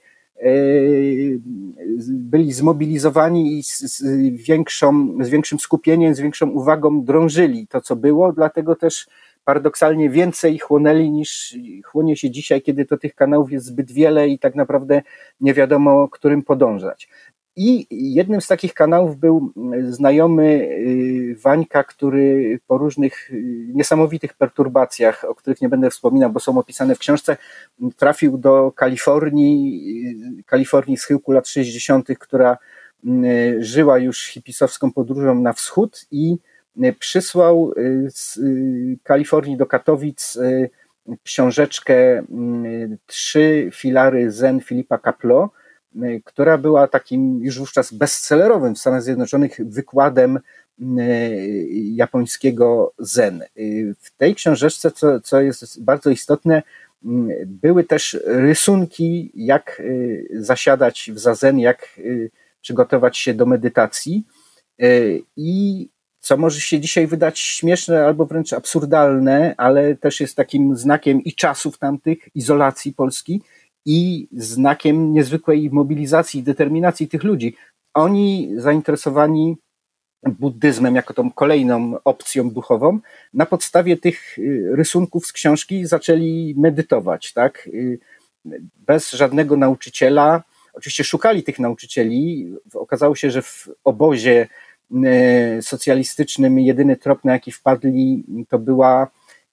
byli zmobilizowani i z większym skupieniem, z większą uwagą drążyli to, co było, dlatego też paradoksalnie więcej chłonęli niż chłonie się dzisiaj, kiedy to tych kanałów jest zbyt wiele i tak naprawdę nie wiadomo, którym podążać. I jednym z takich kanałów był znajomy Wańka, który po różnych niesamowitych perturbacjach, o których nie będę wspominał, bo są opisane w książce, trafił do Kalifornii schyłku lat 60., która żyła już hipisowską podróżą na wschód i przysłał z Kalifornii do Katowic książeczkę 3 filary Zen Philippa Kapleau, która była takim już wówczas bestsellerowym w Stanach Zjednoczonych wykładem japońskiego Zen. W tej książeczce, co jest bardzo istotne, były też rysunki, jak zasiadać w zazen, jak przygotować się do medytacji. I co może się dzisiaj wydać śmieszne albo wręcz absurdalne, ale też jest takim znakiem i czasów tamtych, izolacji Polski, i znakiem niezwykłej mobilizacji i determinacji tych ludzi. Oni zainteresowani buddyzmem jako tą kolejną opcją duchową, na podstawie tych rysunków z książki zaczęli medytować, tak? Bez żadnego nauczyciela. Oczywiście szukali tych nauczycieli. Okazało się, że w obozie socjalistycznym jedyny trop, na jaki wpadli, to była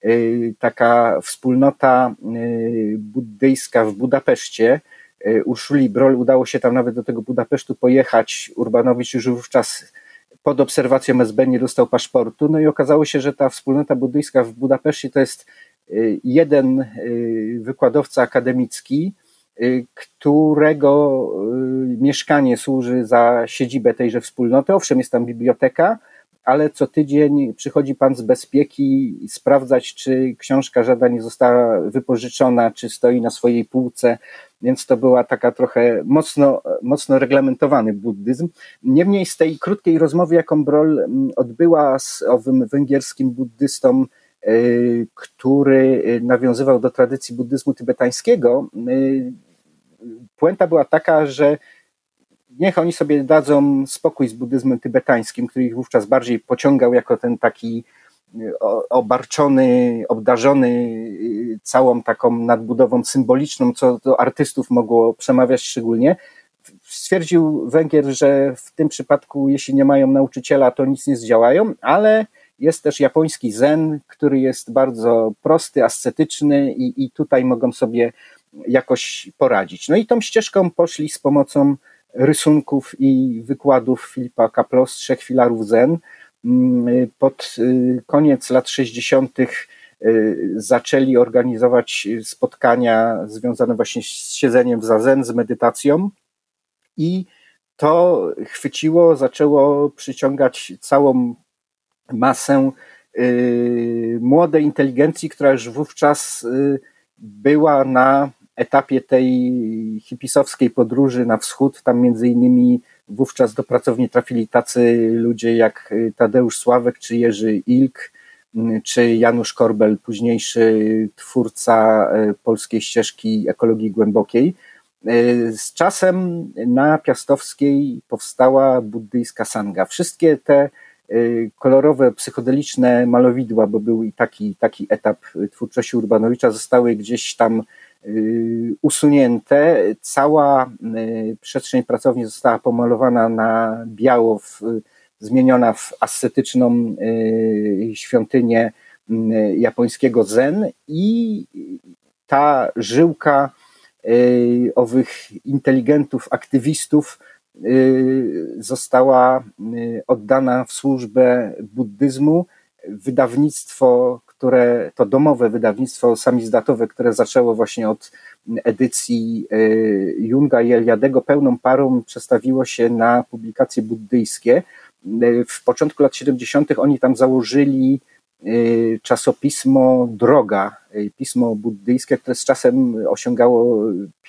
taka wspólnota buddyjska w Budapeszcie. Urszuli Broll udało się tam nawet do tego Budapesztu pojechać. Urbanowicz już wówczas pod obserwacją SB nie dostał paszportu. No i okazało się, że ta wspólnota buddyjska w Budapeszcie to jest jeden wykładowca akademicki, którego mieszkanie służy za siedzibę tejże wspólnoty. Owszem, jest tam biblioteka, ale co tydzień przychodzi pan z bezpieki sprawdzać, czy książka żadna nie została wypożyczona, czy stoi na swojej półce, więc to była taka trochę mocno reglamentowany buddyzm. Niemniej z tej krótkiej rozmowy, jaką Broll odbyła z owym węgierskim buddystą, który nawiązywał do tradycji buddyzmu tybetańskiego, puenta była taka, że niech oni sobie dadzą spokój z buddyzmem tybetańskim, który ich wówczas bardziej pociągał jako ten taki obarczony, obdarzony całą taką nadbudową symboliczną, co do artystów mogło przemawiać szczególnie. Stwierdził Węgier, że w tym przypadku, jeśli nie mają nauczyciela, to nic nie zdziałają, ale jest też japoński zen, który jest bardzo prosty, ascetyczny i tutaj mogą sobie jakoś poradzić. No i tą ścieżką poszli z pomocą rysunków i wykładów Philippa Kapleau z 3 filarów Zen. Pod koniec lat 60. zaczęli organizować spotkania związane właśnie z siedzeniem w zazen, z medytacją, i to chwyciło, zaczęło przyciągać całą masę młodej inteligencji, która już wówczas była na etapie tej hipisowskiej podróży na wschód. Tam między innymi wówczas do pracowni trafili tacy ludzie jak Tadeusz Sławek, czy Jerzy Ilk, czy Janusz Korbel, późniejszy twórca polskiej ścieżki ekologii głębokiej. Z czasem na Piastowskiej powstała buddyjska sanga. Wszystkie te kolorowe, psychodeliczne malowidła, bo był i taki etap twórczości Urbanowicza, zostały gdzieś tam usunięte. Cała przestrzeń pracowni została pomalowana na biało, zmieniona w ascetyczną świątynię japońskiego zen, i ta żyłka owych inteligentów, aktywistów została oddana w służbę buddyzmu. Wydawnictwo, to domowe wydawnictwo samizdatowe, które zaczęło właśnie od edycji Junga i Eliadego, pełną parą przestawiło się na publikacje buddyjskie. W początku lat 70. oni tam założyli czasopismo Droga, pismo buddyjskie, które z czasem osiągało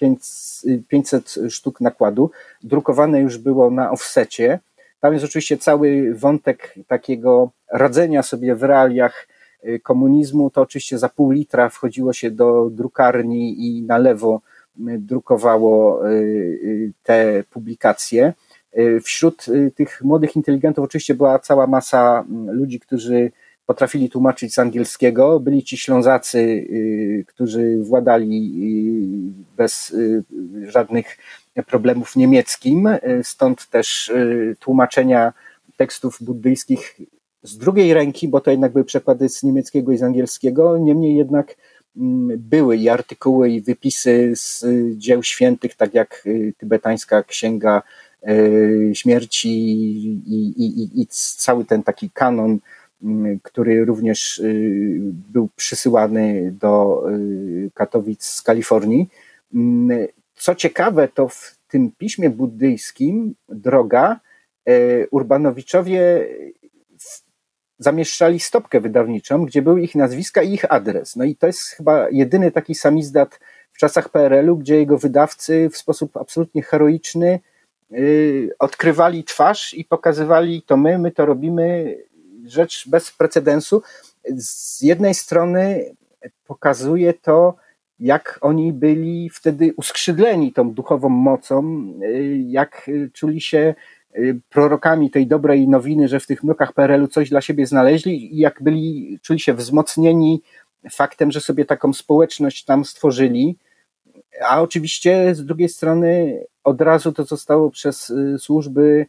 500 sztuk nakładu. Drukowane już było na offsecie. Tam jest oczywiście cały wątek takiego radzenia sobie w realiach komunizmu. To oczywiście za pół litra wchodziło się do drukarni i na lewo drukowało te publikacje. Wśród tych młodych inteligentów oczywiście była cała masa ludzi, którzy potrafili tłumaczyć z angielskiego. Byli ci Ślązacy, którzy władali bez żadnych problemów niemieckim, stąd też tłumaczenia tekstów buddyjskich z drugiej ręki, bo to jednak były przekłady z niemieckiego i z angielskiego, niemniej jednak były i artykuły, i wypisy z dzieł świętych, tak jak tybetańska księga śmierci i cały ten taki kanon, który również był przysyłany do Katowic z Kalifornii. Co ciekawe, to w tym piśmie buddyjskim Droga Urbanowiczowie zamieszczali stopkę wydawniczą, gdzie były ich nazwiska i ich adres. No i to jest chyba jedyny taki samizdat w czasach PRL-u, gdzie jego wydawcy w sposób absolutnie heroiczny odkrywali twarz i pokazywali to my to robimy, rzecz bez precedensu. Z jednej strony pokazuje to, jak oni byli wtedy uskrzydleni tą duchową mocą, jak czuli się prorokami tej dobrej nowiny, że w tych mrokach PRL-u coś dla siebie znaleźli i jak czuli się wzmocnieni faktem, że sobie taką społeczność tam stworzyli. A oczywiście z drugiej strony od razu to zostało przez służby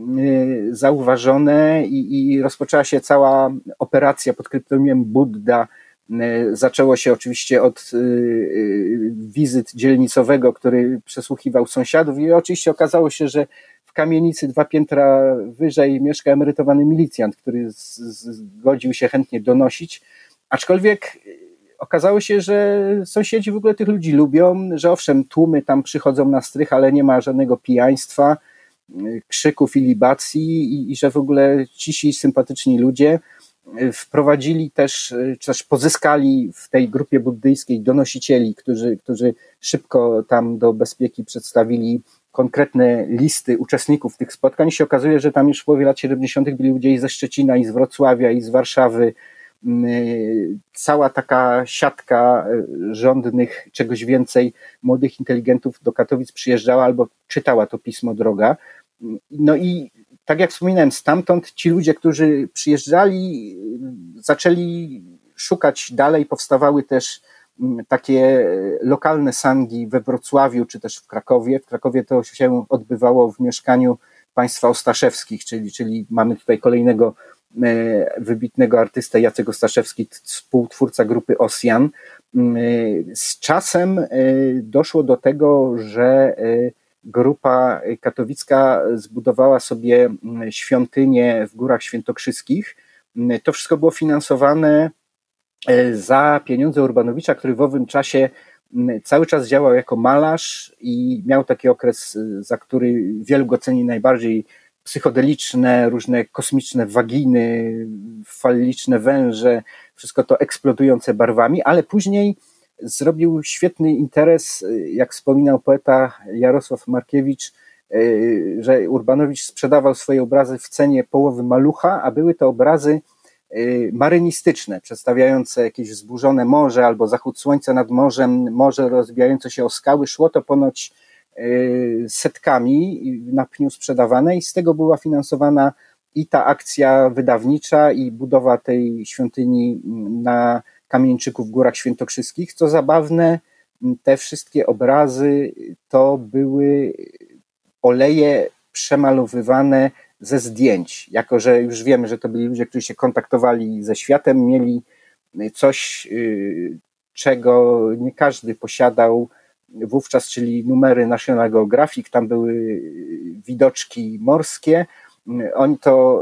zauważone i rozpoczęła się cała operacja pod kryptonimem Budda. Zaczęło się oczywiście od wizyt dzielnicowego, który przesłuchiwał sąsiadów i oczywiście okazało się, że w kamienicy 2 piętra wyżej mieszka emerytowany milicjant, który zgodził się chętnie donosić, aczkolwiek okazało się, że sąsiedzi w ogóle tych ludzi lubią, że owszem, tłumy tam przychodzą na strych, ale nie ma żadnego pijaństwa, krzyków i libacji i że w ogóle cisi, sympatyczni ludzie wprowadzili też, czy też pozyskali w tej grupie buddyjskiej donosicieli, którzy szybko tam do bezpieki przedstawili konkretne listy uczestników tych spotkań i się okazuje, że tam już w połowie lat 70. byli ludzie i ze Szczecina, i z Wrocławia, i z Warszawy. Cała taka siatka żądnych czegoś więcej młodych inteligentów do Katowic przyjeżdżała albo czytała to pismo Droga. No i tak jak wspominałem, stamtąd ci ludzie, którzy przyjeżdżali, zaczęli szukać dalej, powstawały też takie lokalne sangi we Wrocławiu, czy też w Krakowie. W Krakowie to się odbywało w mieszkaniu państwa Ostaszewskich, czyli mamy tutaj kolejnego wybitnego artystę, Jacek Ostaszewski, współtwórca grupy Osjan. Z czasem doszło do tego, że grupa katowicka zbudowała sobie świątynię w Górach Świętokrzyskich. To wszystko było finansowane za pieniądze Urbanowicza, który w owym czasie cały czas działał jako malarz i miał taki okres, za który wielu go ceni najbardziej, psychodeliczne, różne kosmiczne waginy, faliczne węże, wszystko to eksplodujące barwami, ale później zrobił świetny interes, jak wspominał poeta Jarosław Markiewicz, że Urbanowicz sprzedawał swoje obrazy w cenie połowy malucha, a były to obrazy marynistyczne, przedstawiające jakieś wzburzone morze albo zachód słońca nad morzem, morze rozbijające się o skały. Szło to ponoć setkami na pniu sprzedawane i z tego była finansowana i ta akcja wydawnicza i budowa tej świątyni na Kamieńczyku w Górach Świętokrzyskich. Co zabawne, te wszystkie obrazy to były oleje przemalowywane ze zdjęć, jako że już wiemy, że to byli ludzie, którzy się kontaktowali ze światem, mieli coś, czego nie każdy posiadał wówczas, czyli numery National Geographic, tam były widoczki morskie, oni to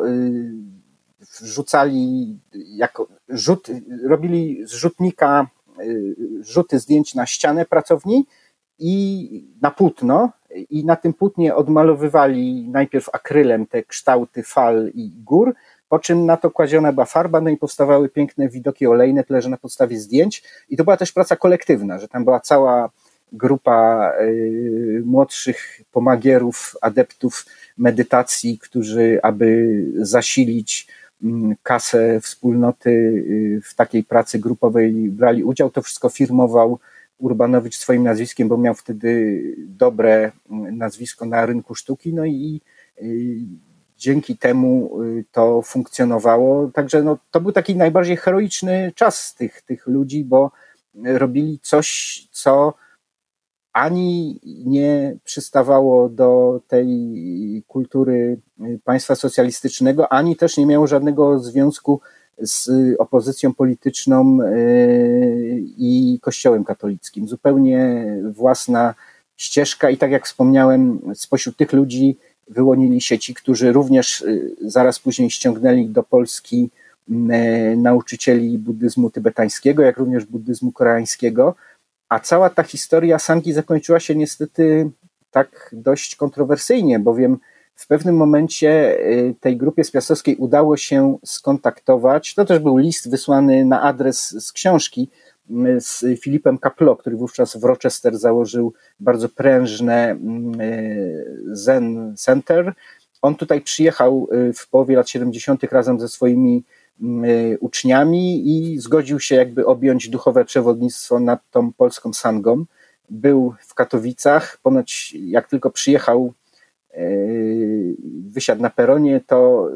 wrzucali jako robili z rzutnika rzuty zdjęć na ścianę pracowni i na płótno i na tym płótnie odmalowywali najpierw akrylem te kształty fal i gór, po czym na to kładziona była farba, no i powstawały piękne widoki olejne, tyle że na podstawie zdjęć i to była też praca kolektywna, że tam była cała grupa młodszych pomagierów, adeptów medytacji, którzy, aby zasilić kasę wspólnoty w takiej pracy grupowej brali udział. To wszystko firmował Urbanowicz swoim nazwiskiem, bo miał wtedy dobre nazwisko na rynku sztuki, no i dzięki temu to funkcjonowało. Także no, to był taki najbardziej heroiczny czas tych ludzi, bo robili coś, co ani nie przystawało do tej kultury państwa socjalistycznego, ani też nie miało żadnego związku z opozycją polityczną i Kościołem katolickim. Zupełnie własna ścieżka i tak jak wspomniałem, spośród tych ludzi wyłonili się ci, którzy również zaraz później ściągnęli do Polski nauczycieli buddyzmu tybetańskiego, jak również buddyzmu koreańskiego, a cała ta historia sangi zakończyła się niestety tak dość kontrowersyjnie, bowiem w pewnym momencie tej grupie spiastowskiej udało się skontaktować, to też był list wysłany na adres z książki, z Philippem Kapleau, który wówczas w Rochester założył bardzo prężne Zen Center. On tutaj przyjechał w połowie lat 70. razem ze swoimi uczniami i zgodził się jakby objąć duchowe przewodnictwo nad tą polską sangą. Był w Katowicach, ponoć jak tylko przyjechał, wysiadł na peronie, to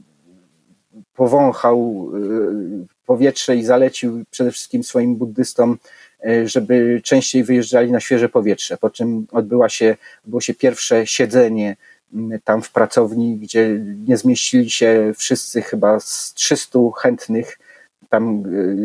powąchał powietrze i zalecił przede wszystkim swoim buddystom, żeby częściej wyjeżdżali na świeże powietrze, po czym odbyło się pierwsze siedzenie tam w pracowni, gdzie nie zmieścili się wszyscy, chyba z 300 chętnych, tam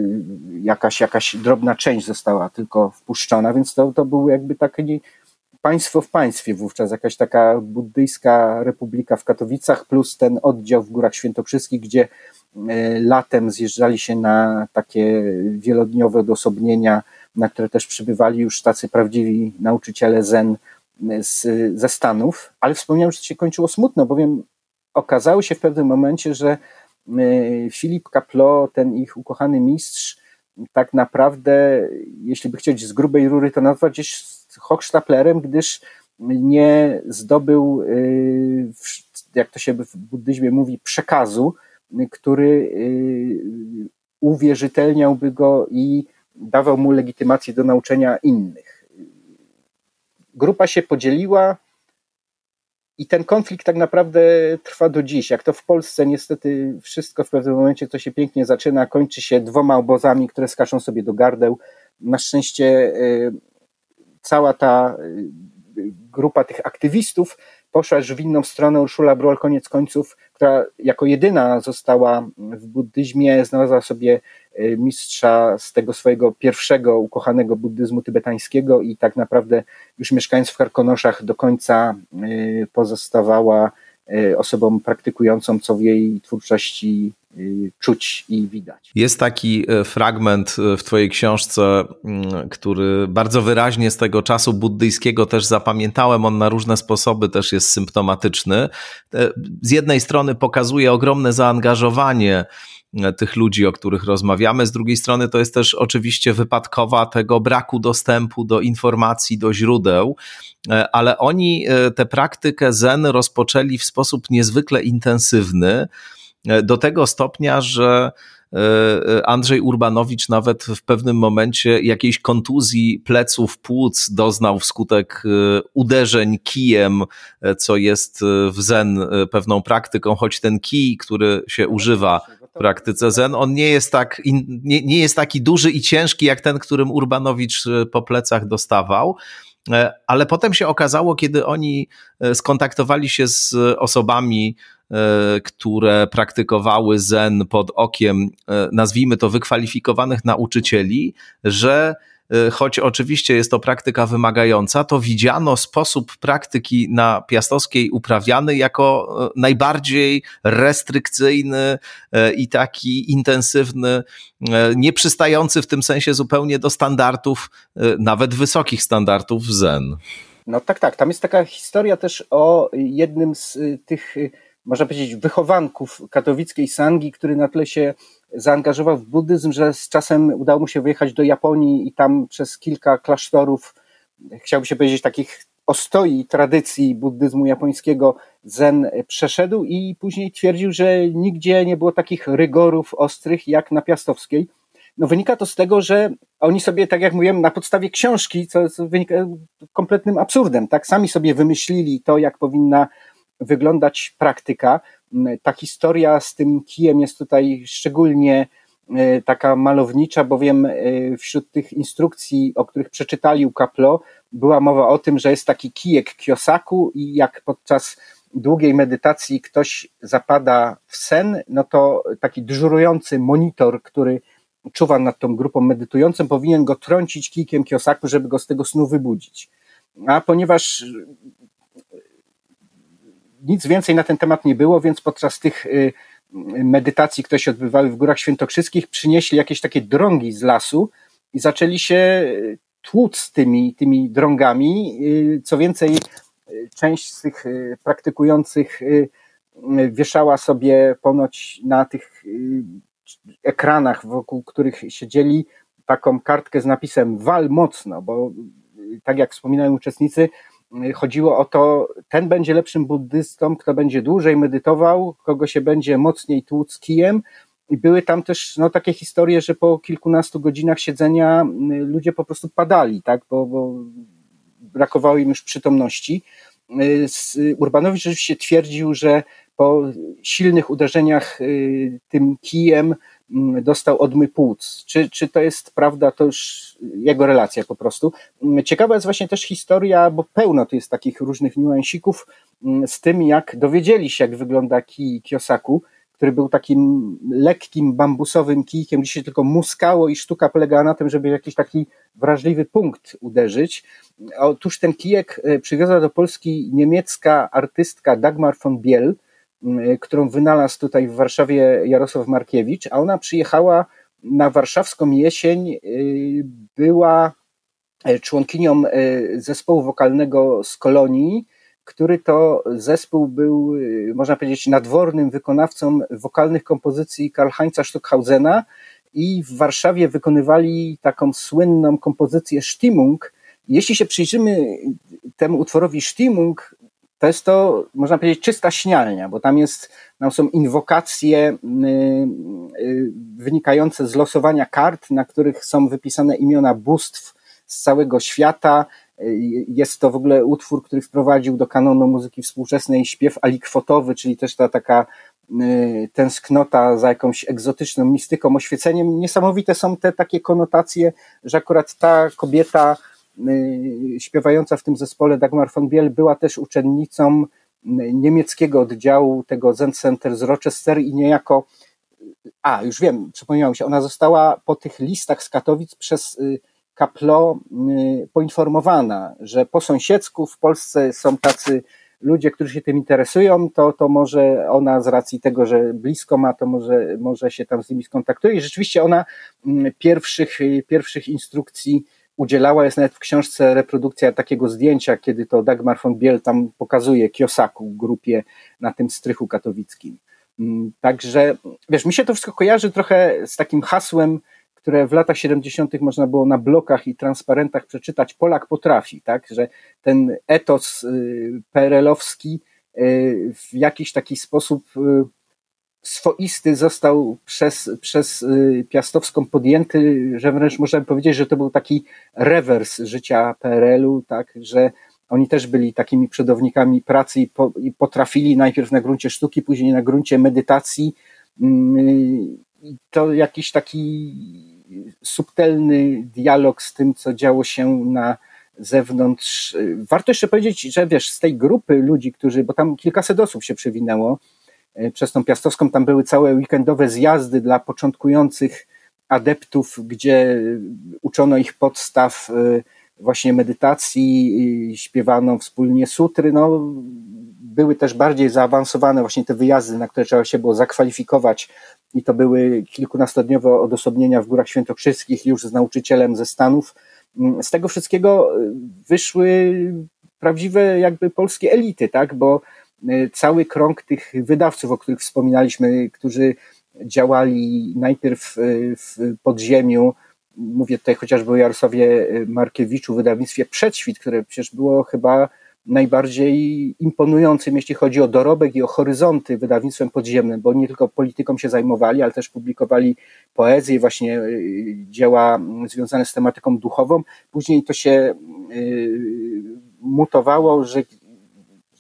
jakaś drobna część została tylko wpuszczona, więc to był jakby takie państwo w państwie wówczas, jakaś taka buddyjska republika w Katowicach, plus ten oddział w Górach Świętokrzyskich, gdzie latem zjeżdżali się na takie wielodniowe odosobnienia, na które też przybywali już tacy prawdziwi nauczyciele zen ze Stanów, ale wspomniałem, że to się kończyło smutno, bowiem okazało się w pewnym momencie, że Philippe Kapleau, ten ich ukochany mistrz, tak naprawdę, jeśli by chcieć z grubej rury to nazwać, gdzieś hochsztaplerem, gdyż nie zdobył, jak to się w buddyzmie mówi, przekazu, który uwierzytelniałby go i dawał mu legitymację do nauczenia innych. Grupa się podzieliła i ten konflikt tak naprawdę trwa do dziś. Jak to w Polsce niestety wszystko w pewnym momencie, co się pięknie zaczyna, kończy się 2 obozami, które skaczą sobie do gardeł. Na szczęście cała ta grupa tych aktywistów poszła już w inną stronę. Urszula Brual koniec końców, która jako jedyna została w buddyzmie, znalazła sobie mistrza z tego swojego pierwszego ukochanego buddyzmu tybetańskiego i tak naprawdę już mieszkając w Karkonoszach do końca pozostawała osobą praktykującą, co w jej twórczości czuć i widać. Jest taki fragment w twojej książce, który bardzo wyraźnie z tego czasu buddyjskiego też zapamiętałem. On na różne sposoby też jest symptomatyczny. Z jednej strony pokazuje ogromne zaangażowanie tych ludzi, o których rozmawiamy. Z drugiej strony to jest też oczywiście wypadkowa tego braku dostępu do informacji, do źródeł, ale oni tę praktykę zen rozpoczęli w sposób niezwykle intensywny, do tego stopnia, że Andrzej Urbanowicz nawet w pewnym momencie jakiejś kontuzji pleców, płuc doznał wskutek uderzeń kijem, co jest w zen pewną praktyką, choć ten kij, który się używa w praktyce zen, on nie jest taki duży i ciężki jak ten, którym Urbanowicz po plecach dostawał. Ale potem się okazało, kiedy oni skontaktowali się z osobami, które praktykowały zen pod okiem, nazwijmy to, wykwalifikowanych nauczycieli, że choć oczywiście jest to praktyka wymagająca, to widziano sposób praktyki na Piastowskiej uprawiany jako najbardziej restrykcyjny i taki intensywny, nie przystający w tym sensie zupełnie do standardów, nawet wysokich standardów zen. No tak. Tam jest taka historia też o jednym z tych, można powiedzieć, wychowanków katowickiej sangi, który na tyle się zaangażował w buddyzm, że z czasem udało mu się wyjechać do Japonii i tam przez kilka klasztorów, chciałby się powiedzieć, takich ostoi tradycji buddyzmu japońskiego zen przeszedł i później twierdził, że nigdzie nie było takich rygorów ostrych jak na Piastowskiej. No wynika to z tego, że oni sobie, tak jak mówiłem, na podstawie książki, co wynika kompletnym absurdem, tak, sami sobie wymyślili to, jak powinna wyglądać praktyka. Ta historia z tym kijem jest tutaj szczególnie taka malownicza, bowiem wśród tych instrukcji, o których przeczytali u Kaplo, była mowa o tym, że jest taki kijek Kiosaku i jak podczas długiej medytacji ktoś zapada w sen, no to taki dyżurujący monitor, który czuwa nad tą grupą medytującą, powinien go trącić kijkiem Kiosaku, żeby go z tego snu wybudzić. A ponieważ nic więcej na ten temat nie było, więc podczas tych medytacji, które się odbywały w Górach Świętokrzyskich, przynieśli jakieś takie drągi z lasu i zaczęli się tłuc tymi drągami. Co więcej, część z tych praktykujących wieszała sobie ponoć na tych ekranach, wokół których siedzieli, taką kartkę z napisem "wal mocno", bo tak jak wspominają uczestnicy, chodziło o to, ten będzie lepszym buddystą, kto będzie dłużej medytował, kogo się będzie mocniej tłuc kijem. I były tam też takie historie, że po kilkunastu godzinach siedzenia ludzie po prostu padali, tak, bo brakowało im już przytomności. Urbanowicz rzeczywiście twierdził, że po silnych uderzeniach tym kijem dostał odmy płuc. Czy to jest prawda, to już jego relacja po prostu. Ciekawa jest właśnie też historia, bo pełno tu jest takich różnych niuansików z tym, jak dowiedzieli się, jak wygląda kij Kiosaku, który był takim lekkim, bambusowym kijkiem, gdzie się tylko muskało i sztuka polegała na tym, żeby jakiś taki wrażliwy punkt uderzyć. Otóż ten kijek przywiozła do Polski niemiecka artystka Dagmar von Biel, którą wynalazł tutaj w Warszawie Jarosław Markiewicz, a ona przyjechała na warszawską jesień, była członkinią zespołu wokalnego z Kolonii, który to zespół był, można powiedzieć, nadwornym wykonawcą wokalnych kompozycji Karl-Heinza Stockhausena i w Warszawie wykonywali taką słynną kompozycję Stimmung. Jeśli się przyjrzymy temu utworowi Stimmung, to jest to, można powiedzieć, czysta śnialnia, bo tam są inwokacje wynikające z losowania kart, na których są wypisane imiona bóstw z całego świata. Jest to w ogóle utwór, który wprowadził do kanonu muzyki współczesnej śpiew alikwotowy, czyli też ta taka tęsknota za jakąś egzotyczną mistyką, oświeceniem. Niesamowite są te takie konotacje, że akurat ta kobieta śpiewająca w tym zespole, Dagmar von Biel, była też uczennicą niemieckiego oddziału tego Zen Center z Rochester i niejako, już wiem, przypomniało mi się, ona została po tych listach z Katowic przez Kaplo poinformowana, że po sąsiedzku w Polsce są tacy ludzie, którzy się tym interesują, to może ona z racji tego, że blisko ma, to może się tam z nimi skontaktuje. I rzeczywiście ona pierwszych instrukcji udzielała. Jest nawet w książce reprodukcja takiego zdjęcia, kiedy to Dagmar von Biel tam pokazuje Kiosaku grupie na tym strychu katowickim. Także, wiesz, mi się to wszystko kojarzy trochę z takim hasłem, które w latach 70. można było na blokach i transparentach przeczytać: Polak potrafi, tak, że ten etos PRL-owski w jakiś taki sposób swoisty został przez Piastowską podjęty, że wręcz można by powiedzieć, że to był taki rewers życia PRL-u, tak, że oni też byli takimi przodownikami pracy i potrafili najpierw na gruncie sztuki, później na gruncie medytacji. To jakiś taki subtelny dialog z tym, co działo się na zewnątrz. Warto jeszcze powiedzieć, że wiesz, z tej grupy ludzi, bo tam kilkaset osób się przewinęło przez tą Piastowską, tam były całe weekendowe zjazdy dla początkujących adeptów, gdzie uczono ich podstaw właśnie medytacji, śpiewano wspólnie sutry. Były też bardziej zaawansowane właśnie te wyjazdy, na które trzeba się było zakwalifikować, i to były kilkunastodniowe odosobnienia w Górach Świętokrzyskich już z nauczycielem ze Stanów. Z tego wszystkiego wyszły prawdziwe jakby polskie elity, tak, bo cały krąg tych wydawców, o których wspominaliśmy, którzy działali najpierw w podziemiu, mówię tutaj chociażby o Jarosławie Markiewiczu, wydawnictwie Przedświt, które przecież było chyba najbardziej imponującym, jeśli chodzi o dorobek i o horyzonty, wydawnictwem podziemnym, bo nie tylko polityką się zajmowali, ale też publikowali poezję, właśnie dzieła związane z tematyką duchową. Później to się mutowało, że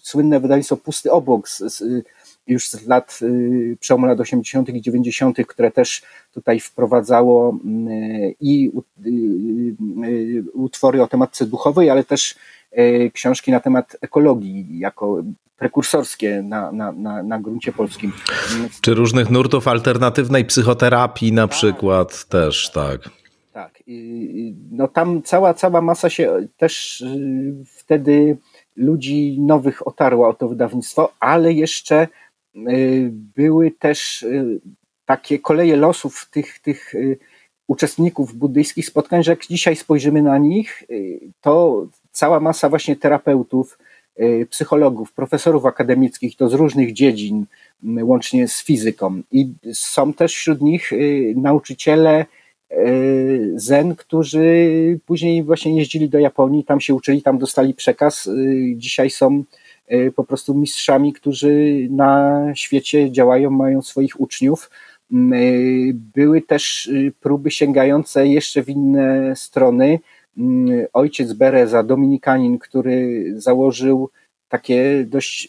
słynne wydawnictwo Pusty Obłok już z lat, przełomu lat 80. i 90., które też tutaj wprowadzało i utwory o tematyce duchowej, ale też książki na temat ekologii jako prekursorskie na gruncie polskim. Czy różnych nurtów alternatywnej psychoterapii na przykład też, tak. Tak. No tam cała masa się też wtedy ludzi nowych otarła o to wydawnictwo, ale jeszcze były też takie koleje losów tych uczestników buddyjskich spotkań, że jak dzisiaj spojrzymy na nich, to cała masa właśnie terapeutów, psychologów, profesorów akademickich, to z różnych dziedzin, łącznie z fizyką. I są też wśród nich nauczyciele zen, którzy później właśnie jeździli do Japonii, tam się uczyli, tam dostali przekaz. Dzisiaj są po prostu mistrzami, którzy na świecie działają, mają swoich uczniów. Były też próby sięgające jeszcze w inne strony. Ojciec Bereza, dominikanin, który założył takie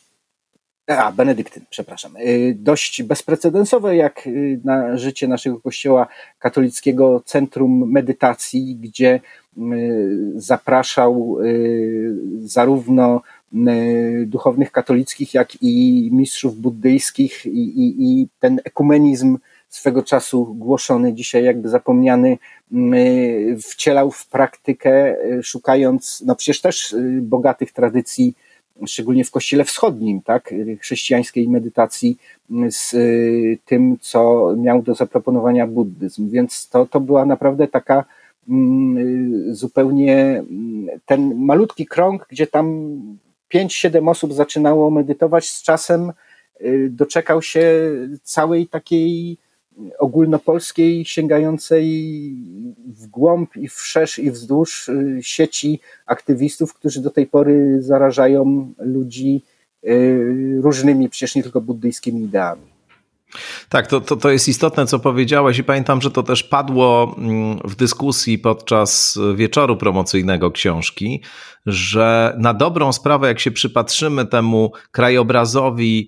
dość bezprecedensowe jak na życie naszego kościoła katolickiego centrum medytacji, gdzie zapraszał zarówno duchownych katolickich, jak i mistrzów buddyjskich i ten ekumenizm swego czasu głoszony, dzisiaj jakby zapomniany, wcielał w praktykę, szukając, no przecież też bogatych tradycji, szczególnie w Kościele Wschodnim, tak, chrześcijańskiej medytacji z tym, co miał do zaproponowania buddyzm. Więc to była naprawdę taka zupełnie ten malutki krąg, gdzie tam 5-7 osób zaczynało medytować, z czasem doczekał się całej takiej ogólnopolskiej, sięgającej w głąb i wszerz i wzdłuż sieci aktywistów, którzy do tej pory zarażają ludzi różnymi, przecież nie tylko buddyjskimi ideami. Tak, to jest istotne, co powiedziałeś i pamiętam, że to też padło w dyskusji podczas wieczoru promocyjnego książki, że na dobrą sprawę, jak się przypatrzymy temu krajobrazowi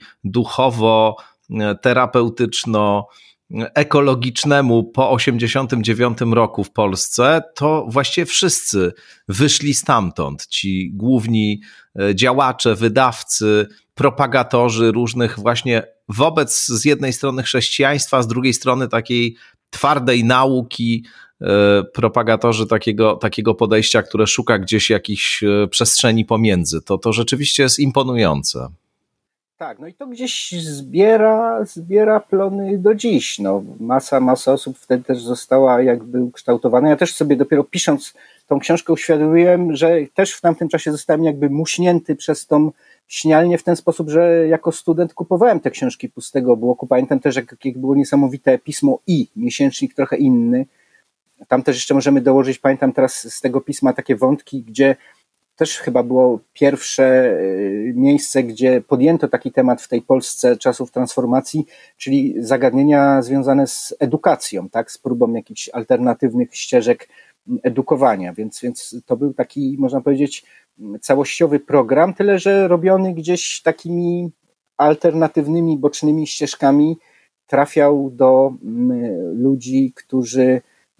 duchowo-terapeutyczno ekologicznemu po 89 roku w Polsce, to właściwie wszyscy wyszli stamtąd. Ci główni działacze, wydawcy, propagatorzy różnych właśnie wobec z jednej strony chrześcijaństwa, z drugiej strony takiej twardej nauki, propagatorzy takiego podejścia, które szuka gdzieś jakichś przestrzeni pomiędzy. To rzeczywiście jest imponujące. Tak, no i to gdzieś zbiera plony do dziś. No, masa osób wtedy też została jakby ukształtowana. Ja też sobie dopiero pisząc tą książkę uświadomiłem, że też w tamtym czasie zostałem jakby muśnięty przez tą śnialnię w ten sposób, że jako student kupowałem te książki Pustego Obłoku. Pamiętam też, jak było niesamowite pismo i miesięcznik trochę inny. Tam też jeszcze możemy dołożyć, pamiętam teraz z tego pisma takie wątki, gdzie też chyba było pierwsze miejsce, gdzie podjęto taki temat w tej Polsce czasów transformacji, czyli zagadnienia związane z edukacją, tak, z próbą jakichś alternatywnych ścieżek edukowania, więc to był taki, można powiedzieć, całościowy program, tyle że robiony gdzieś takimi alternatywnymi, bocznymi ścieżkami, trafiał do ludzi, którzy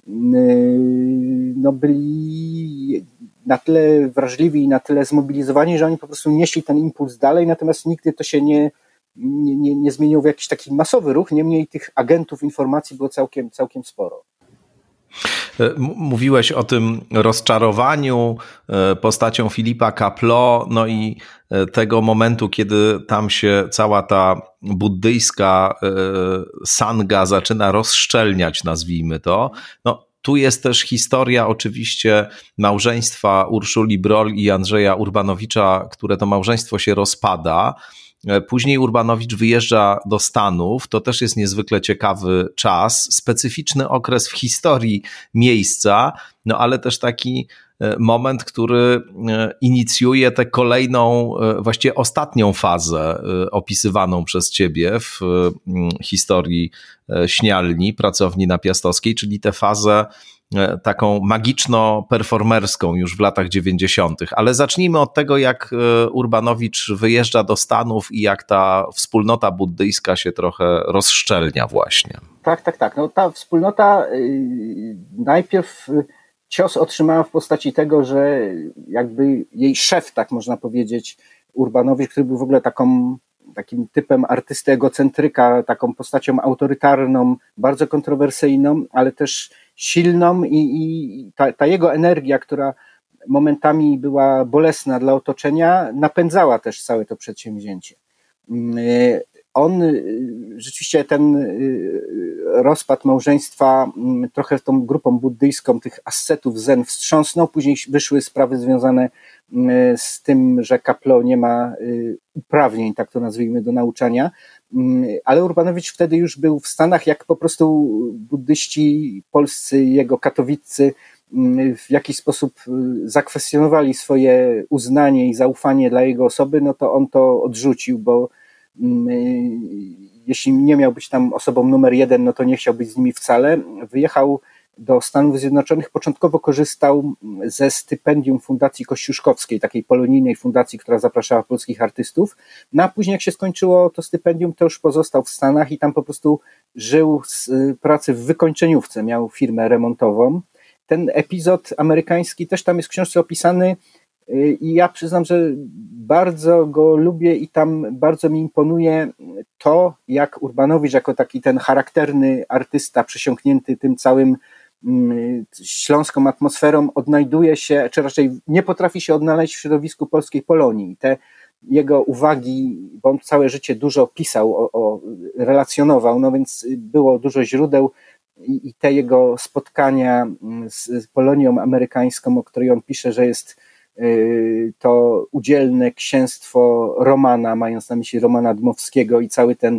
no, byli na tyle wrażliwi i na tyle zmobilizowani, że oni po prostu nieśli ten impuls dalej, natomiast nigdy to się nie zmieniło w jakiś taki masowy ruch, niemniej tych agentów informacji było całkiem sporo. Mówiłeś o tym rozczarowaniu postacią Filipa Kapleau, no i tego momentu, kiedy tam się cała ta buddyjska sanga zaczyna rozszczelniać, nazwijmy to. No, tu jest też historia oczywiście małżeństwa Urszuli Broll i Andrzeja Urbanowicza, które to małżeństwo się rozpada. Później Urbanowicz wyjeżdża do Stanów, to też jest niezwykle ciekawy czas, specyficzny okres w historii miejsca, no ale też taki moment, który inicjuje tę kolejną, właściwie ostatnią fazę opisywaną przez ciebie w historii Śnialni, pracowni na Piastowskiej, czyli tę fazę taką magiczno-performerską już w latach 90. Ale zacznijmy od tego, jak Urbanowicz wyjeżdża do Stanów i jak ta wspólnota buddyjska się trochę rozszczelnia właśnie. Tak. No, ta wspólnota najpierw cios otrzymała w postaci tego, że jakby jej szef, tak można powiedzieć, Urbanowicz, który był w ogóle takim typem artysty egocentryka, taką postacią autorytarną, bardzo kontrowersyjną, ale też silną i ta jego energia, która momentami była bolesna dla otoczenia, napędzała też całe to przedsięwzięcie. On rzeczywiście ten rozpad małżeństwa trochę tą grupą buddyjską tych ascetów zen wstrząsnął, później wyszły sprawy związane z tym, że Kapleau nie ma uprawnień, tak to nazwijmy, do nauczania, ale Urbanowicz wtedy już był w Stanach, jak po prostu buddyści polscy, jego katowiccy w jakiś sposób zakwestionowali swoje uznanie i zaufanie dla jego osoby, no to on to odrzucił, bo jeśli nie miał być tam osobą numer jeden, no to nie chciał być z nimi wcale. Wyjechał do Stanów Zjednoczonych, początkowo korzystał ze stypendium Fundacji Kościuszkowskiej, takiej polonijnej fundacji, która zapraszała polskich artystów, no a później jak się skończyło to stypendium, to już pozostał w Stanach i tam po prostu żył z pracy w wykończeniówce, miał firmę remontową. Ten epizod amerykański też tam jest w książce opisany i ja przyznam, że bardzo go lubię i tam bardzo mi imponuje to, jak Urbanowicz jako taki ten charakterny artysta przesiąknięty tym całym śląską atmosferą odnajduje się, czy raczej nie potrafi się odnaleźć w środowisku polskiej Polonii. Te jego uwagi, bo on całe życie dużo pisał, relacjonował, no więc było dużo źródeł i te jego spotkania z Polonią amerykańską, o której on pisze, że jest to udzielne księstwo Romana, mając na myśli Romana Dmowskiego i cały ten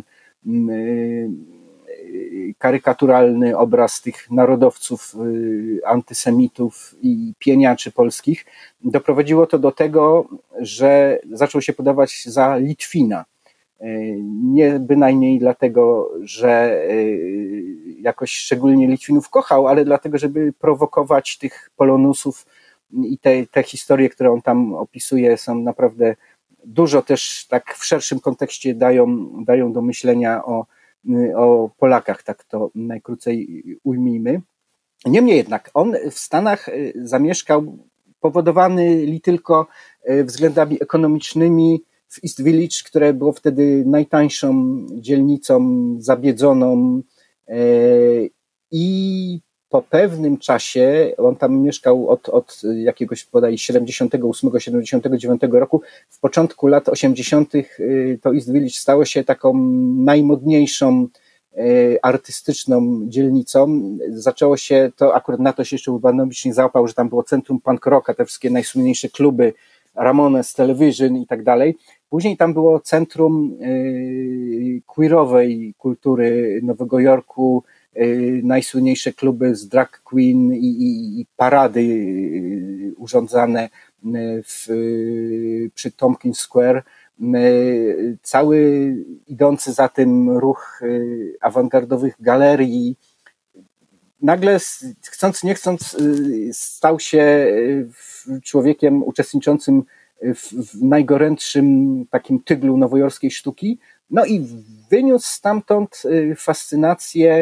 karykaturalny obraz tych narodowców, antysemitów i pieniaczy polskich, doprowadziło to do tego, że zaczął się podawać za Litwina. Nie bynajmniej dlatego, że jakoś szczególnie Litwinów kochał, ale dlatego, żeby prowokować tych polonusów i te historie, które on tam opisuje, są naprawdę dużo też tak w szerszym kontekście dają do myślenia o Polakach, tak to najkrócej ujmijmy. Niemniej jednak on w Stanach zamieszkał powodowany li tylko względami ekonomicznymi w East Village, które było wtedy najtańszą dzielnicą zabiedzoną i po pewnym czasie, on tam mieszkał od jakiegoś bodaj 78-79 roku, w początku lat 80. to East Village stało się taką najmodniejszą artystyczną dzielnicą. Zaczęło się to, akurat na to się jeszcze Urbanowicz nie załapał, że tam było centrum punk rocka, te wszystkie najsłynniejsze kluby, Ramones, Television i tak dalej. Później tam było centrum queerowej kultury Nowego Jorku, najsłynniejsze kluby z drag queen i parady urządzane przy Tompkins Square. Cały idący za tym ruch awangardowych galerii nagle, chcąc nie chcąc, stał się człowiekiem uczestniczącym w najgorętszym takim tyglu nowojorskiej sztuki. No i wyniósł stamtąd fascynację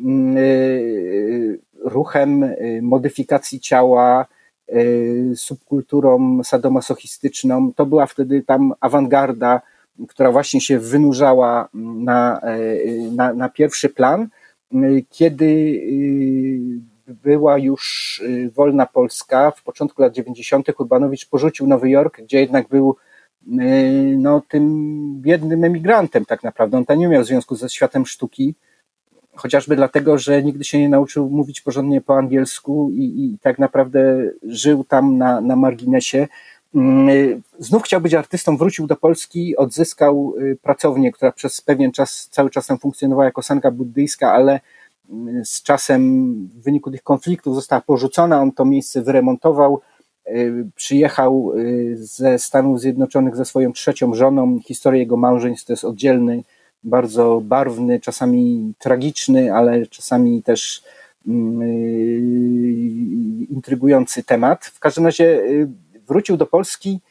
ruchem modyfikacji ciała, subkulturą sadomasochistyczną. To była wtedy tam awangarda, która właśnie się wynurzała na pierwszy plan. Kiedy była już wolna Polska, w początku lat 90. Urbanowicz porzucił Nowy Jork, gdzie jednak był tym biednym emigrantem tak naprawdę. On tam nie miał związku ze światem sztuki, chociażby dlatego, że nigdy się nie nauczył mówić porządnie po angielsku i tak naprawdę żył tam na marginesie. Znów chciał być artystą, wrócił do Polski, odzyskał pracownię, która przez pewien czas cały czas tam funkcjonowała jako sanka buddyjska, ale z czasem w wyniku tych konfliktów została porzucona, on to miejsce wyremontował, przyjechał ze Stanów Zjednoczonych ze swoją trzecią żoną. Historia jego małżeństw to jest oddzielny, bardzo barwny, czasami tragiczny, ale czasami też intrygujący temat. W każdym razie wrócił do Polski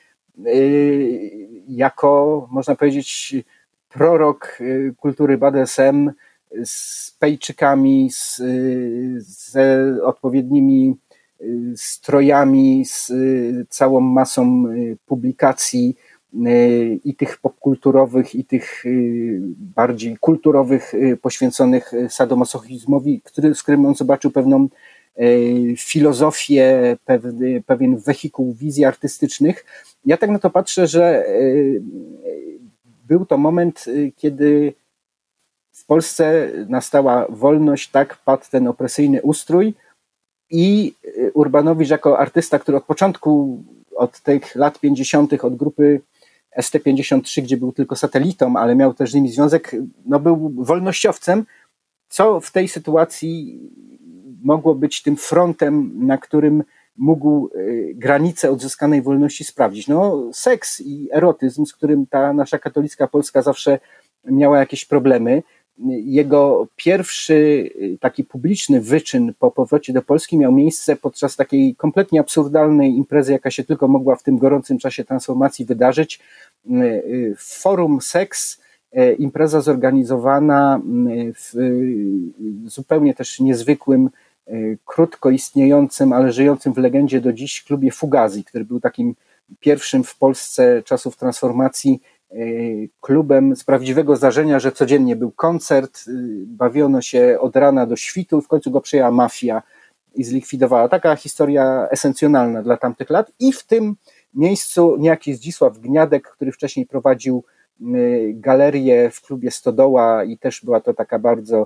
jako, można powiedzieć, prorok kultury BDSM, z pejczykami, z odpowiednimi strojami, z całą masą publikacji i tych popkulturowych, i tych bardziej kulturowych, poświęconych sadomasochizmowi, z którym on zobaczył pewną filozofię, pewien wehikuł wizji artystycznych. Ja tak na to patrzę, że był to moment, kiedy w Polsce nastała wolność, tak, padł ten opresyjny ustrój i Urbanowicz jako artysta, który od początku, od tych lat 50., od grupy ST53, gdzie był tylko satelitą, ale miał też z nimi związek, no był wolnościowcem, co w tej sytuacji mogło być tym frontem, na którym mógł granice odzyskanej wolności sprawdzić. No, seks i erotyzm, z którym ta nasza katolicka Polska zawsze miała jakieś problemy. Jego pierwszy taki publiczny wyczyn po powrocie do Polski miał miejsce podczas takiej kompletnie absurdalnej imprezy, jaka się tylko mogła w tym gorącym czasie transformacji wydarzyć. Forum Seks, impreza zorganizowana w zupełnie też niezwykłym, krótko istniejącym, ale żyjącym w legendzie do dziś klubie Fugazi, który był takim pierwszym w Polsce czasów transformacji klubem z prawdziwego zdarzenia, że codziennie był koncert, bawiono się od rana do świtu, w końcu go przejęła mafia i zlikwidowała. Taka historia esencjonalna dla tamtych lat. I w tym miejscu niejaki Zdzisław Gniadek, który wcześniej prowadził galerię w klubie Stodoła i też była to taka bardzo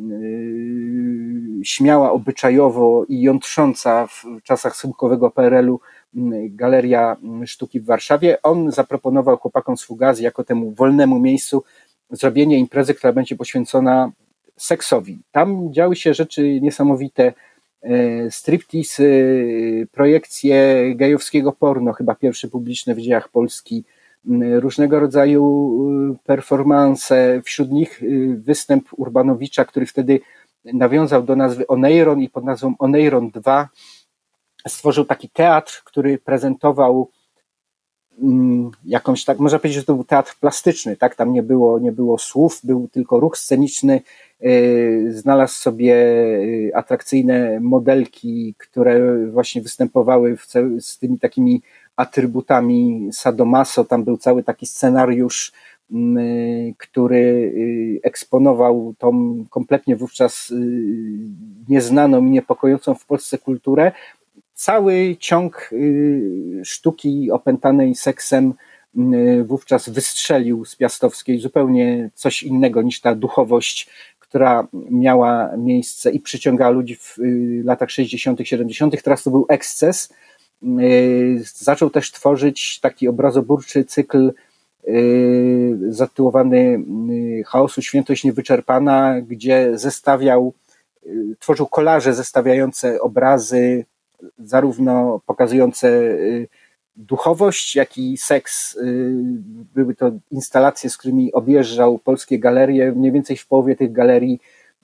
śmiała obyczajowo i jątrząca w czasach schyłkowego PRL-u Galeria Sztuki w Warszawie. On zaproponował chłopakom z Fugazi jako temu wolnemu miejscu zrobienie imprezy, która będzie poświęcona seksowi. Tam działy się rzeczy niesamowite, striptease, projekcje gejowskiego porno, chyba pierwszy publiczny w dziejach Polski, różnego rodzaju performanse, wśród nich występ Urbanowicza, który wtedy nawiązał do nazwy Oneiron i pod nazwą Oneiron 2 stworzył taki teatr, który prezentował jakąś, tak można powiedzieć, że to był teatr plastyczny, tak? Tam nie było słów, był tylko ruch sceniczny. Znalazł sobie atrakcyjne modelki, które właśnie występowały z tymi takimi atrybutami sadomaso. Tam był cały taki scenariusz, który eksponował tą kompletnie wówczas nieznaną i niepokojącą w Polsce kulturę. Cały ciąg sztuki opętanej seksem wówczas wystrzelił z Piastowskiej zupełnie coś innego niż ta duchowość, która miała miejsce i przyciągała ludzi w latach 60., 70. Teraz to był eksces. Zaczął też tworzyć taki obrazoburczy cykl zatytułowany Chaosu Świętość Niewyczerpana, gdzie tworzył kolaże zestawiające obrazy zarówno pokazujące duchowość, jak i seks. Były to instalacje, z którymi objeżdżał polskie galerie. Mniej więcej w połowie tych galerii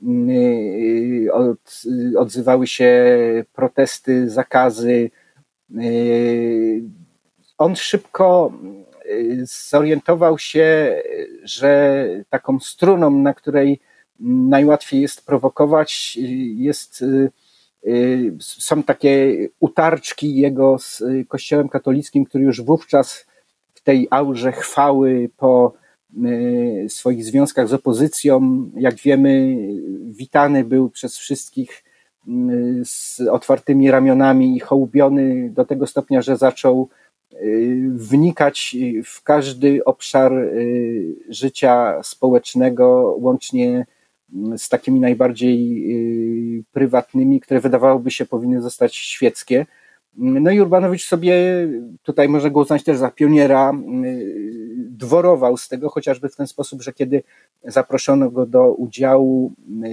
odzywały się protesty, zakazy. On szybko zorientował się, że taką struną, na której najłatwiej jest prowokować, są takie utarczki jego z Kościołem katolickim, który już wówczas w tej aurze chwały po swoich związkach z opozycją, jak wiemy, witany był przez wszystkich z otwartymi ramionami i hołubiony do tego stopnia, że zaczął wnikać w każdy obszar życia społecznego, łącznie z takimi najbardziej prywatnymi, które wydawałoby się powinny zostać świeckie. No i Urbanowicz sobie, tutaj można go uznać też za pioniera, dworował z tego, chociażby w ten sposób, że kiedy zaproszono go do udziału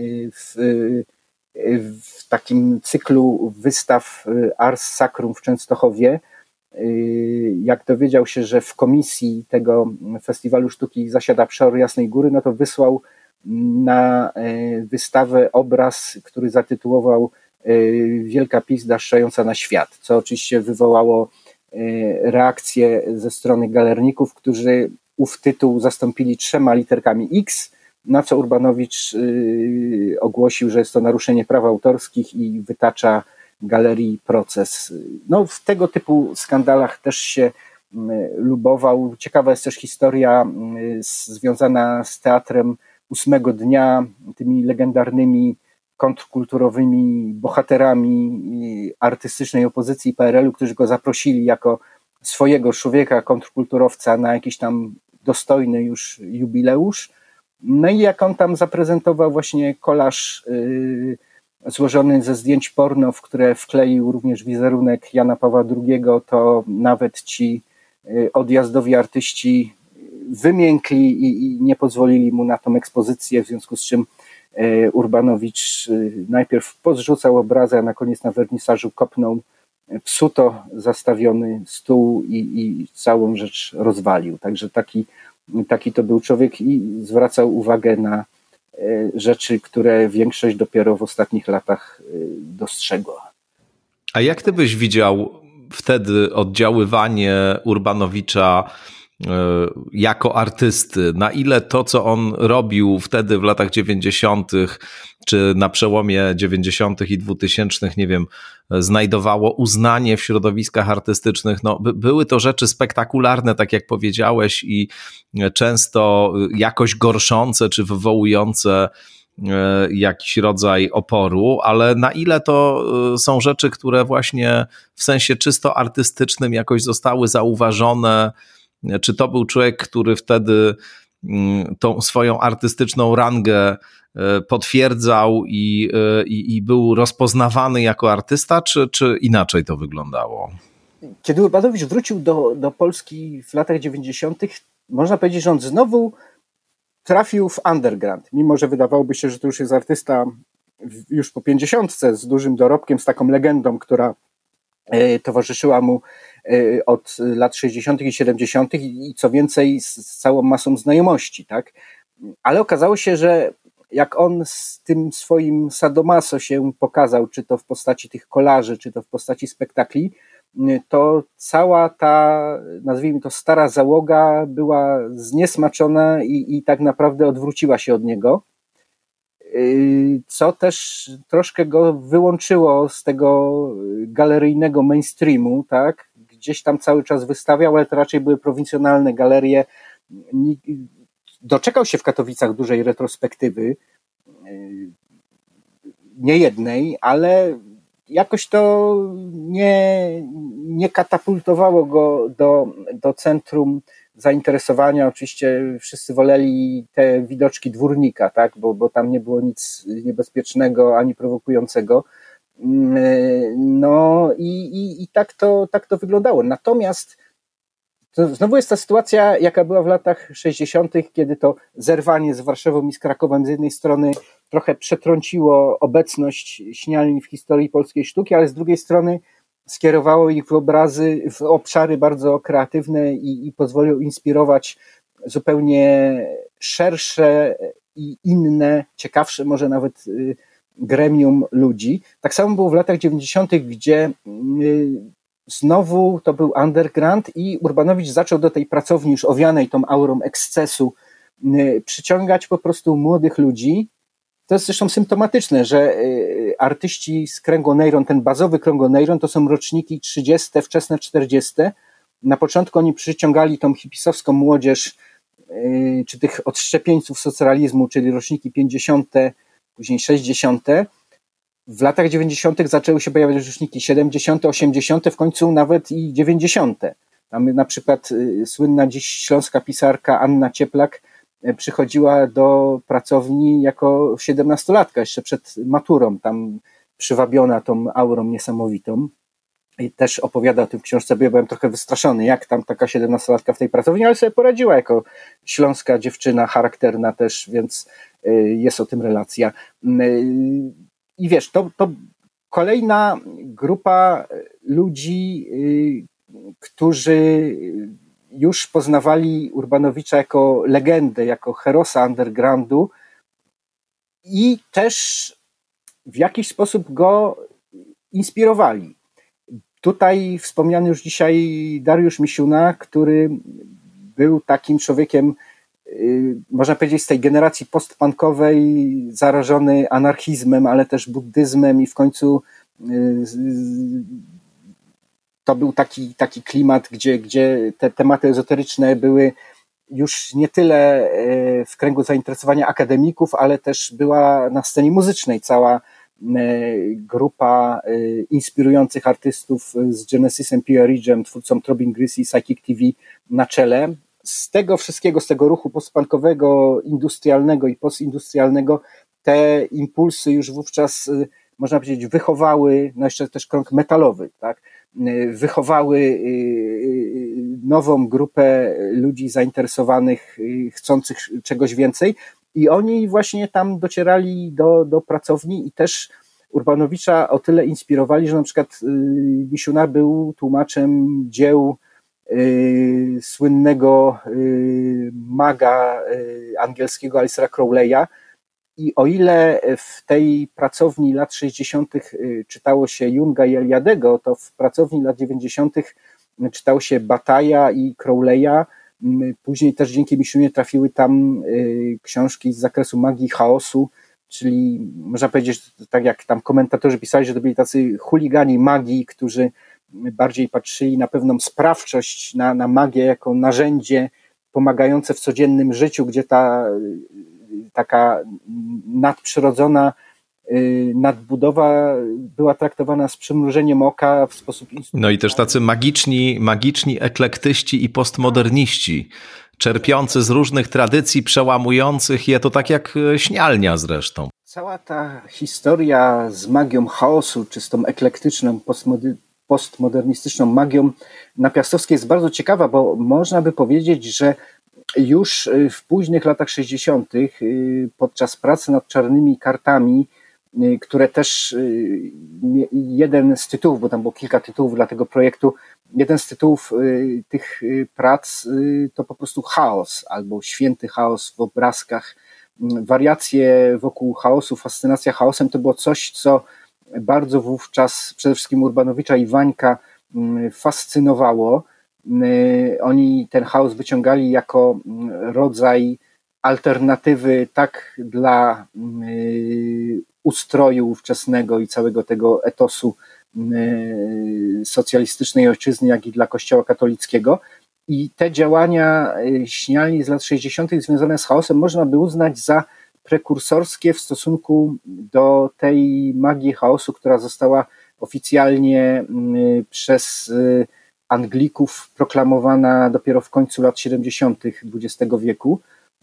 w takim cyklu wystaw Ars Sacrum w Częstochowie, jak dowiedział się, że w komisji tego Festiwalu Sztuki zasiada Przeor Jasnej Góry, no to wysłał na wystawę obraz, który zatytułował Wielka pizda szczająca na świat, co oczywiście wywołało reakcję ze strony galerników, którzy ów tytuł zastąpili 3 literkami X, na co Urbanowicz ogłosił, że jest to naruszenie praw autorskich i wytacza galerii proces. No, w tego typu skandalach też się lubował. Ciekawa jest też historia związana z teatrem 8 dnia, tymi legendarnymi kontrkulturowymi bohaterami artystycznej opozycji PRL-u, którzy go zaprosili jako swojego człowieka, kontrkulturowca na jakiś tam dostojny już jubileusz. No i jak on tam zaprezentował właśnie kolaż złożony ze zdjęć porno, w które wkleił również wizerunek Jana Pawła II, to nawet ci odjazdowi artyści wymiękli i nie pozwolili mu na tą ekspozycję, w związku z czym Urbanowicz najpierw pozrzucał obrazy, a na koniec na wernisażu kopnął w suto zastawiony stół i całą rzecz rozwalił. Także taki to był człowiek i zwracał uwagę na rzeczy, które większość dopiero w ostatnich latach dostrzegła. A jak ty byś widział wtedy oddziaływanie Urbanowicza jako artysty? Na ile to, co on robił wtedy w latach 90., czy na przełomie 90. i 2000, nie wiem, znajdowało uznanie w środowiskach artystycznych? No, były to rzeczy spektakularne, tak jak powiedziałeś, i często jakoś gorszące, czy wywołujące jakiś rodzaj oporu, ale na ile to są rzeczy, które właśnie w sensie czysto artystycznym jakoś zostały zauważone? Czy to był człowiek, który wtedy tą swoją artystyczną rangę potwierdzał i był rozpoznawany jako artysta, czy inaczej to wyglądało? Kiedy Urbanowicz wrócił do Polski w latach 90., można powiedzieć, że on znowu trafił w underground, mimo że wydawałoby się, że to już jest artysta już po 50 z dużym dorobkiem, z taką legendą, która towarzyszyła mu od lat 60. i 70. i co więcej z całą masą znajomości, tak? Ale okazało się, że jak on z tym swoim sadomaso się pokazał, czy to w postaci tych kolaży, czy to w postaci spektakli, to cała ta, nazwijmy to, stara załoga była zniesmaczona i tak naprawdę odwróciła się od niego, co też troszkę go wyłączyło z tego galeryjnego mainstreamu, tak? Gdzieś tam cały czas wystawiał, ale to raczej były prowincjonalne galerie. Doczekał się w Katowicach dużej retrospektywy, nie jednej, ale jakoś to nie katapultowało go do centrum zainteresowania. Oczywiście wszyscy woleli te widoczki dwórnika, tak? Bo tam nie było nic niebezpiecznego ani prowokującego. No i tak to wyglądało. Natomiast to znowu jest ta sytuacja, jaka była w latach 60., kiedy to zerwanie z Warszawą i z Krakowem z jednej strony trochę przetrąciło obecność śnialni w historii polskiej sztuki, ale z drugiej strony skierowało ich w obszary bardzo kreatywne i pozwoliło inspirować zupełnie szersze i inne, ciekawsze może nawet gremium ludzi. Tak samo było w latach 90., gdzie znowu to był underground i Urbanowicz zaczął do tej pracowni już owianej tą aurą ekscesu przyciągać po prostu młodych ludzi. To jest zresztą symptomatyczne, że artyści z Kręgu-Neyron, ten bazowy Kręgu-Neyron, to są roczniki 30., wczesne 40. Na początku oni przyciągali tą hipisowską młodzież, czy tych odszczepieńców socjalizmu, czyli roczniki 50., później 60. W latach 90. zaczęły się pojawiać roczniki 70., 80., w końcu nawet i 90. Mamy na przykład słynna dziś śląska pisarka Anna Cieplak przychodziła do pracowni jako 17-latka, jeszcze przed maturą, tam przywabiona tą aurą niesamowitą. I też opowiada o tym w książce, bo ja byłem trochę wystraszony, jak tam taka 17-latka w tej pracowni, ale sobie poradziła jako śląska dziewczyna, charakterna też, więc jest o tym relacja. I wiesz, to kolejna grupa ludzi, którzy już poznawali Urbanowicza jako legendę, jako herosa undergroundu i też w jakiś sposób go inspirowali. Tutaj wspomniany już dzisiaj Dariusz Misiuna, który był takim człowiekiem, można powiedzieć, z tej generacji postpunkowej, zarażony anarchizmem, ale też buddyzmem i w końcu to był taki klimat, gdzie te tematy ezoteryczne były już nie tyle w kręgu zainteresowania akademików, ale też była na scenie muzycznej cała grupa inspirujących artystów z Genesisem P.R. Ridge'em, twórcą Throbbing Gristle i Psychic TV na czele. Z tego wszystkiego, z tego ruchu postpunkowego, industrialnego i postindustrialnego, te impulsy już wówczas, można powiedzieć, wychowały, no jeszcze też krąg metalowy, tak? Wychowały nową grupę ludzi zainteresowanych, chcących czegoś więcej i oni właśnie tam docierali do pracowni i też Urbanowicza o tyle inspirowali, że na przykład Misiuna był tłumaczem dzieł słynnego maga angielskiego Aleister'a Crowley'a. I o ile w tej pracowni lat 60. czytało się Junga i Eliadego, to w pracowni lat 90. czytało się Bataja i Crowley'a. Później też dzięki Misiunie trafiły tam książki z zakresu magii chaosu, czyli można powiedzieć, tak jak tam komentatorzy pisali, że to byli tacy chuligani magii, którzy bardziej patrzyli na pewną sprawczość, na magię jako narzędzie pomagające w codziennym życiu, gdzie ta taka nadprzyrodzona nadbudowa była traktowana z przymrużeniem oka w sposób... No i też tacy magiczni eklektyści i postmoderniści, czerpiący z różnych tradycji, przełamujących je, to tak jak śnialnia zresztą. Cała ta historia z magią chaosu, czy z tą eklektyczną, postmodernistyczną magią na Piastowskiej jest bardzo ciekawa, bo można by powiedzieć, że już w późnych latach 60. podczas pracy nad czarnymi kartami, które też jeden z tytułów, bo tam było kilka tytułów dla tego projektu, jeden z tytułów tych prac to po prostu chaos albo święty chaos w obrazkach. Wariacje wokół chaosu, fascynacja chaosem to było coś, co bardzo wówczas przede wszystkim Urbanowicza i Wańka fascynowało. Oni ten chaos wyciągali jako rodzaj alternatywy tak dla ustroju ówczesnego i całego tego etosu socjalistycznej ojczyzny, jak i dla Kościoła katolickiego. I te działania śnialni z lat 60. związane z chaosem można by uznać za prekursorskie w stosunku do tej magii chaosu, która została oficjalnie przez Anglików proklamowana dopiero w końcu lat 70. XX wieku,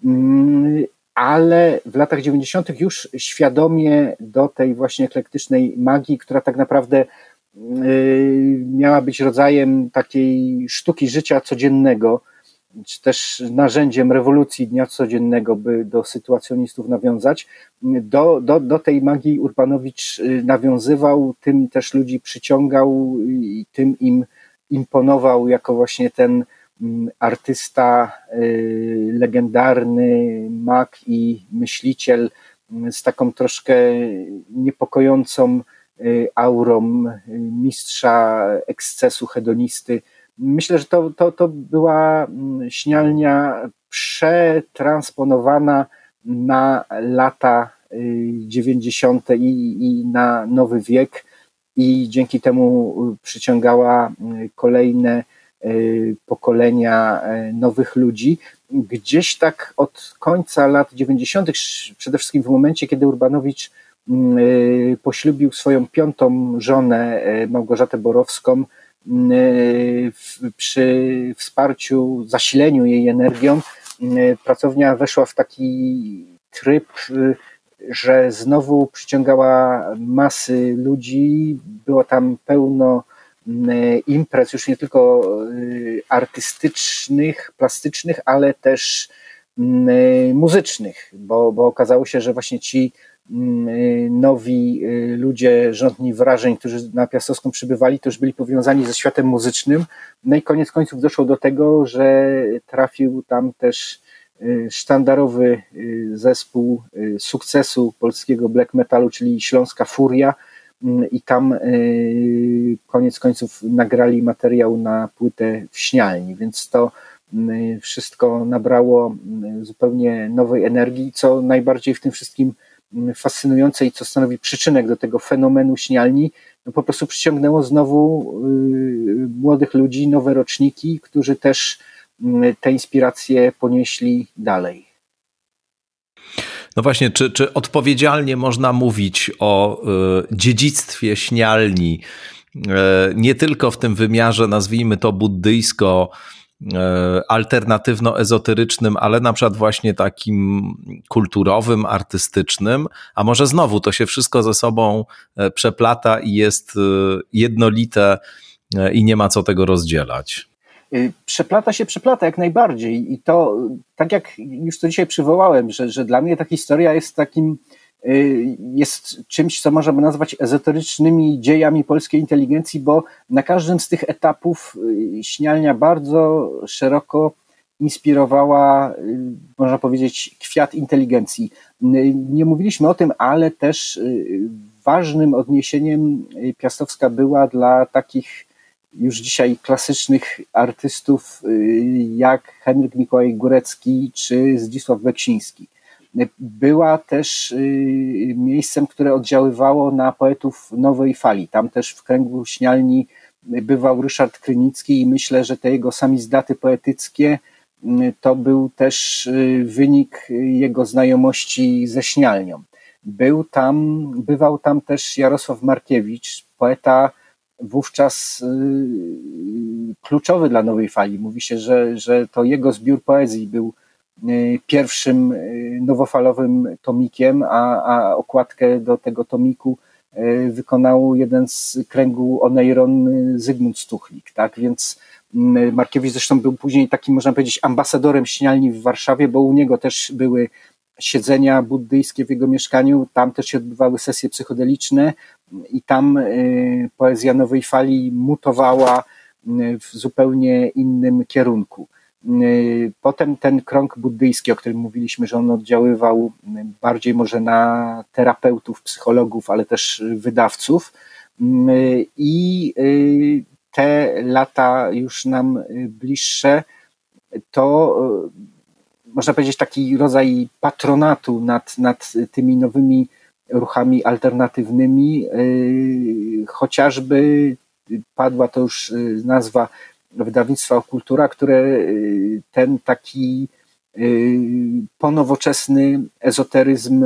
ale w latach 90. już świadomie do tej właśnie eklektycznej magii, która tak naprawdę miała być rodzajem takiej sztuki życia codziennego, czy też narzędziem rewolucji dnia codziennego, by do sytuacjonistów nawiązać. Do tej magii Urbanowicz nawiązywał, tym też ludzi przyciągał i tym im imponował jako właśnie ten artysta legendarny, mag i myśliciel z taką troszkę niepokojącą aurą mistrza ekscesu, hedonisty. Myślę, że to była śnialnia przetransponowana na lata 90. i na nowy wiek i dzięki temu przyciągała kolejne pokolenia nowych ludzi. Gdzieś tak od końca lat 90., przede wszystkim w momencie, kiedy Urbanowicz poślubił swoją piątą żonę, Małgorzatę Borowską, przy wsparciu, zasileniu jej energią, pracownia weszła w taki tryb, że znowu przyciągała masy ludzi, było tam pełno imprez, już nie tylko artystycznych, plastycznych, ale też muzycznych, bo okazało się, że właśnie ci nowi ludzie rządni wrażeń, którzy na Piastowską przybywali, to już byli powiązani ze światem muzycznym. No i koniec końców doszło do tego, że trafił tam też sztandarowy zespół sukcesu polskiego black metalu, czyli Śląska Furia, i tam koniec końców nagrali materiał na płytę w Śnialni, więc to wszystko nabrało zupełnie nowej energii, co najbardziej w tym wszystkim fascynujące i co stanowi przyczynek do tego fenomenu Śnialni, no po prostu przyciągnęło znowu młodych ludzi, nowe roczniki, którzy też te inspiracje ponieśli dalej. No właśnie, czy odpowiedzialnie można mówić o dziedzictwie Śnialni, nie tylko w tym wymiarze, nazwijmy to buddyjsko, alternatywno-ezoterycznym, ale na przykład właśnie takim kulturowym, artystycznym, a może znowu to się wszystko ze sobą przeplata i jest jednolite i nie ma co tego rozdzielać? Przeplata jak najbardziej i to, tak jak już to dzisiaj przywołałem, że dla mnie ta historia jest czymś, co można by nazwać ezoterycznymi dziejami polskiej inteligencji, bo na każdym z tych etapów Śnialnia bardzo szeroko inspirowała, można powiedzieć, kwiat inteligencji. Nie mówiliśmy o tym, ale też ważnym odniesieniem Piastowska była dla takich już dzisiaj klasycznych artystów jak Henryk Mikołaj Górecki czy Zdzisław Beksiński. Była też miejscem, które oddziaływało na poetów nowej fali. Tam też w kręgu Śnialni bywał Ryszard Krynicki i myślę, że te jego samizdaty poetyckie to był też wynik jego znajomości ze Śnialnią. Bywał tam też Jarosław Markiewicz, poeta wówczas kluczowy dla nowej fali. Mówi się, że to jego zbiór poezji był pierwszym nowofalowym tomikiem, a okładkę do tego tomiku wykonał jeden z kręgu Oneiron Zygmunt Stuchlik. Tak? Więc Markiewicz zresztą był później takim, można powiedzieć, ambasadorem Śnialni w Warszawie, bo u niego też były siedzenia buddyjskie w jego mieszkaniu, tam też się odbywały sesje psychodeliczne i tam poezja nowej fali mutowała w zupełnie innym kierunku. Potem ten krąg buddyjski, o którym mówiliśmy, że on oddziaływał bardziej może na terapeutów, psychologów, ale też wydawców, i te lata już nam bliższe to można powiedzieć taki rodzaj patronatu nad tymi nowymi ruchami alternatywnymi, chociażby padła to już nazwa wydawnictwa Kultura, które ten taki ponowoczesny ezoteryzm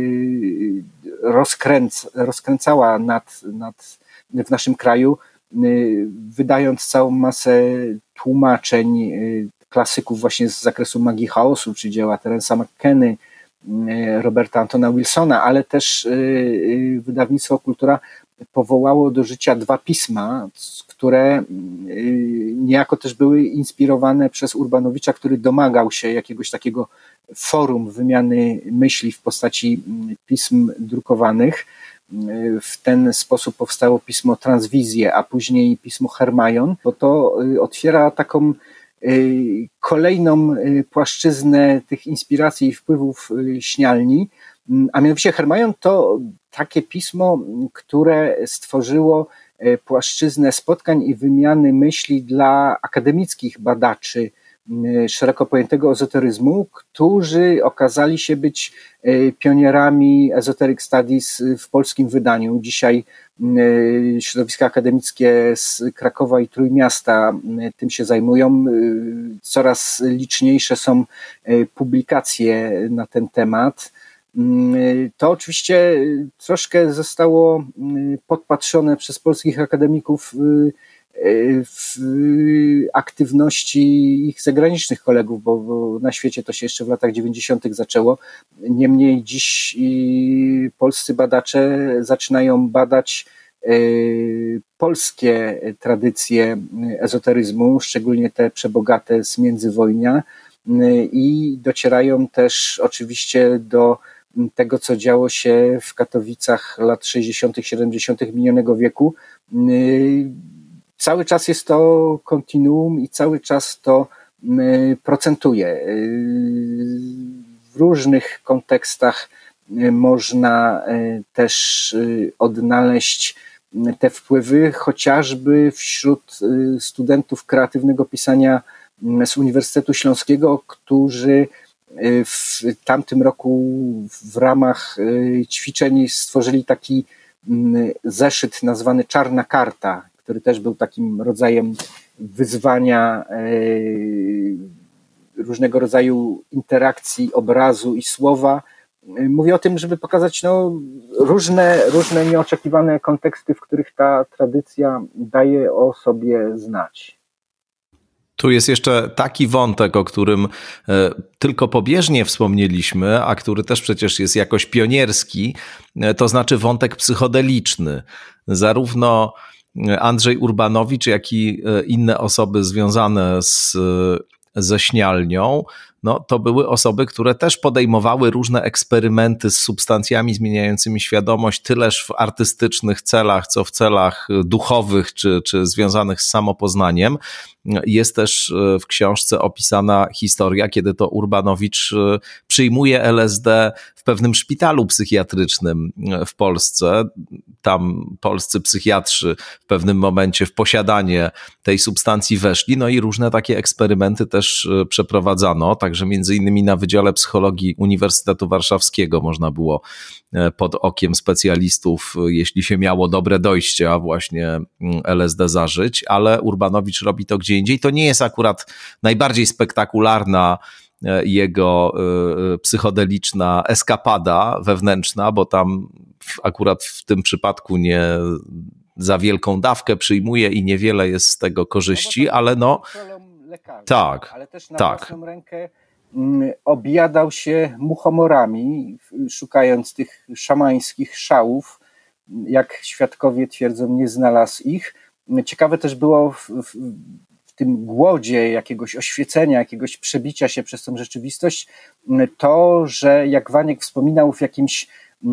rozkręcała w naszym kraju, wydając całą masę tłumaczeń klasyków właśnie z zakresu magii chaosu, czy dzieła Terensa McKenny, Roberta Antona Wilsona, ale też wydawnictwo Kultura powołało do życia 2 pisma, które niejako też były inspirowane przez Urbanowicza, który domagał się jakiegoś takiego forum wymiany myśli w postaci pism drukowanych. W ten sposób powstało pismo Transwizje, a później pismo Hermaion, bo to otwiera taką kolejną płaszczyznę tych inspiracji i wpływów Śnialni, a mianowicie Hermaion to takie pismo, które stworzyło płaszczyznę spotkań i wymiany myśli dla akademickich badaczy szeroko pojętego ezoteryzmu, którzy okazali się być pionierami Esoteric Studies w polskim wydaniu. Dzisiaj środowiska akademickie z Krakowa i Trójmiasta tym się zajmują. Coraz liczniejsze są publikacje na ten temat. To oczywiście troszkę zostało podpatrzone przez polskich akademików w aktywności ich zagranicznych kolegów, bo na świecie to się jeszcze w latach 90. zaczęło. Niemniej dziś polscy badacze zaczynają badać polskie tradycje ezoteryzmu, szczególnie te przebogate z międzywojnia, i docierają też oczywiście do tego, co działo się w Katowicach lat 60., 70. minionego wieku. Cały czas jest to kontinuum i cały czas to procentuje. W różnych kontekstach można też odnaleźć te wpływy, chociażby wśród studentów kreatywnego pisania z Uniwersytetu Śląskiego, którzy w tamtym roku w ramach ćwiczeń stworzyli taki zeszyt nazwany Czarna Karta, który też był takim rodzajem wyzwania, różnego rodzaju interakcji obrazu i słowa. Mówię o tym, żeby pokazać różne nieoczekiwane konteksty, w których ta tradycja daje o sobie znać. Tu jest jeszcze taki wątek, o którym tylko pobieżnie wspomnieliśmy, a który też przecież jest jakoś pionierski, to znaczy wątek psychodeliczny. Zarówno Andrzej Urbanowicz, jak i inne osoby związane ze śnialnią, to były osoby, które też podejmowały różne eksperymenty z substancjami zmieniającymi świadomość, tyleż w artystycznych celach, co w celach duchowych czy związanych z samopoznaniem. Jest też w książce opisana historia, kiedy to Urbanowicz przyjmuje LSD w pewnym szpitalu psychiatrycznym w Polsce. Tam polscy psychiatrzy w pewnym momencie w posiadanie tej substancji weszli, i różne takie eksperymenty też przeprowadzano, także między innymi na Wydziale Psychologii Uniwersytetu Warszawskiego można było pod okiem specjalistów, jeśli się miało dobre dojście, a właśnie LSD zażyć, ale Urbanowicz robi to gdzie indziej. To nie jest akurat najbardziej spektakularna jego psychodeliczna eskapada wewnętrzna, bo tam akurat w tym przypadku nie za wielką dawkę przyjmuje i niewiele jest z tego korzyści, ale lekarzy, tak, ale też na własną rękę objadał się muchomorami, szukając tych szamańskich szałów. Jak świadkowie twierdzą, nie znalazł ich. Ciekawe też było w tym głodzie jakiegoś oświecenia, jakiegoś przebicia się przez tą rzeczywistość, to, że jak Waniek wspominał, w jakimś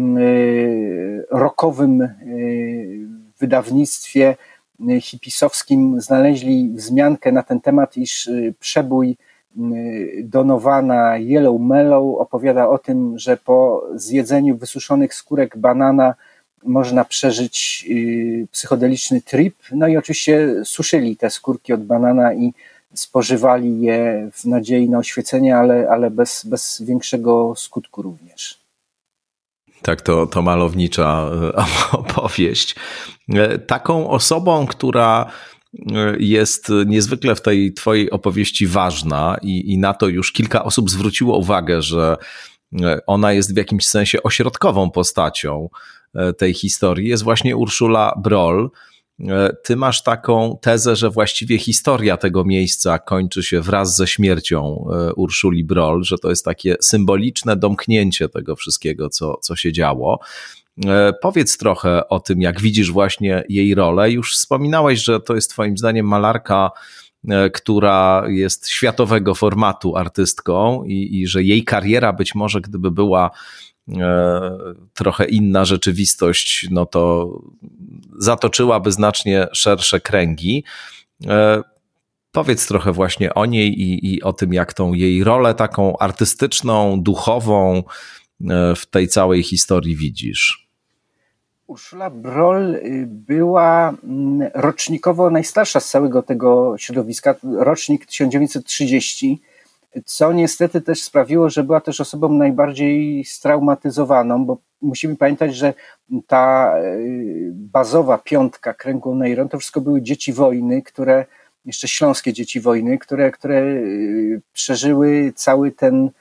rockowym wydawnictwie hipisowskim znaleźli wzmiankę na ten temat, iż przebój Donowana Yellow Mellow opowiada o tym, że po zjedzeniu wysuszonych skórek banana można przeżyć psychodeliczny trip. I oczywiście suszyli te skórki od banana i spożywali je w nadziei na oświecenie, ale bez większego skutku również. Tak, to malownicza opowieść. Taką osobą, która jest niezwykle w tej twojej opowieści ważna i na to już kilka osób zwróciło uwagę, że ona jest w jakimś sensie ośrodkową postacią tej historii, jest właśnie Urszula Broll. Ty masz taką tezę, że właściwie historia tego miejsca kończy się wraz ze śmiercią Urszuli Broll, że to jest takie symboliczne domknięcie tego wszystkiego, co się działo. Powiedz trochę o tym, jak widzisz właśnie jej rolę. Już wspominałeś, że to jest twoim zdaniem malarka, która jest światowego formatu artystką i że jej kariera być może, gdyby była trochę inna rzeczywistość, to zatoczyłaby znacznie szersze kręgi. Powiedz trochę właśnie o niej i o tym, jak tą jej rolę taką artystyczną, duchową w tej całej historii widzisz. Urszula Broll była rocznikowo najstarsza z całego tego środowiska, rocznik 1930, co niestety też sprawiło, że była też osobą najbardziej straumatyzowaną, bo musimy pamiętać, że ta bazowa piątka kręgu Neyron to wszystko były dzieci wojny, jeszcze śląskie dzieci wojny, które przeżyły cały ten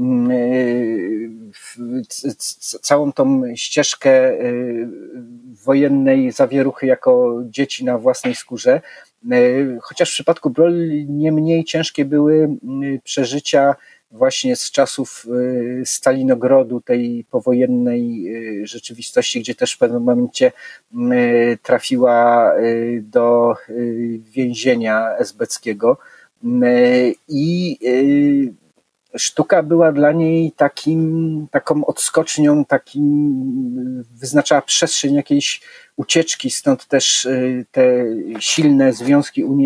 całą tą ścieżkę wojennej zawieruchy jako dzieci na własnej skórze. Chociaż w przypadku Broll nie mniej ciężkie były przeżycia właśnie z czasów Stalinogrodu, tej powojennej rzeczywistości, gdzie też w pewnym momencie trafiła do więzienia esbeckiego. I sztuka była dla niej taką odskocznią, wyznaczała przestrzeń jakiejś ucieczki, stąd też te silne związki u niej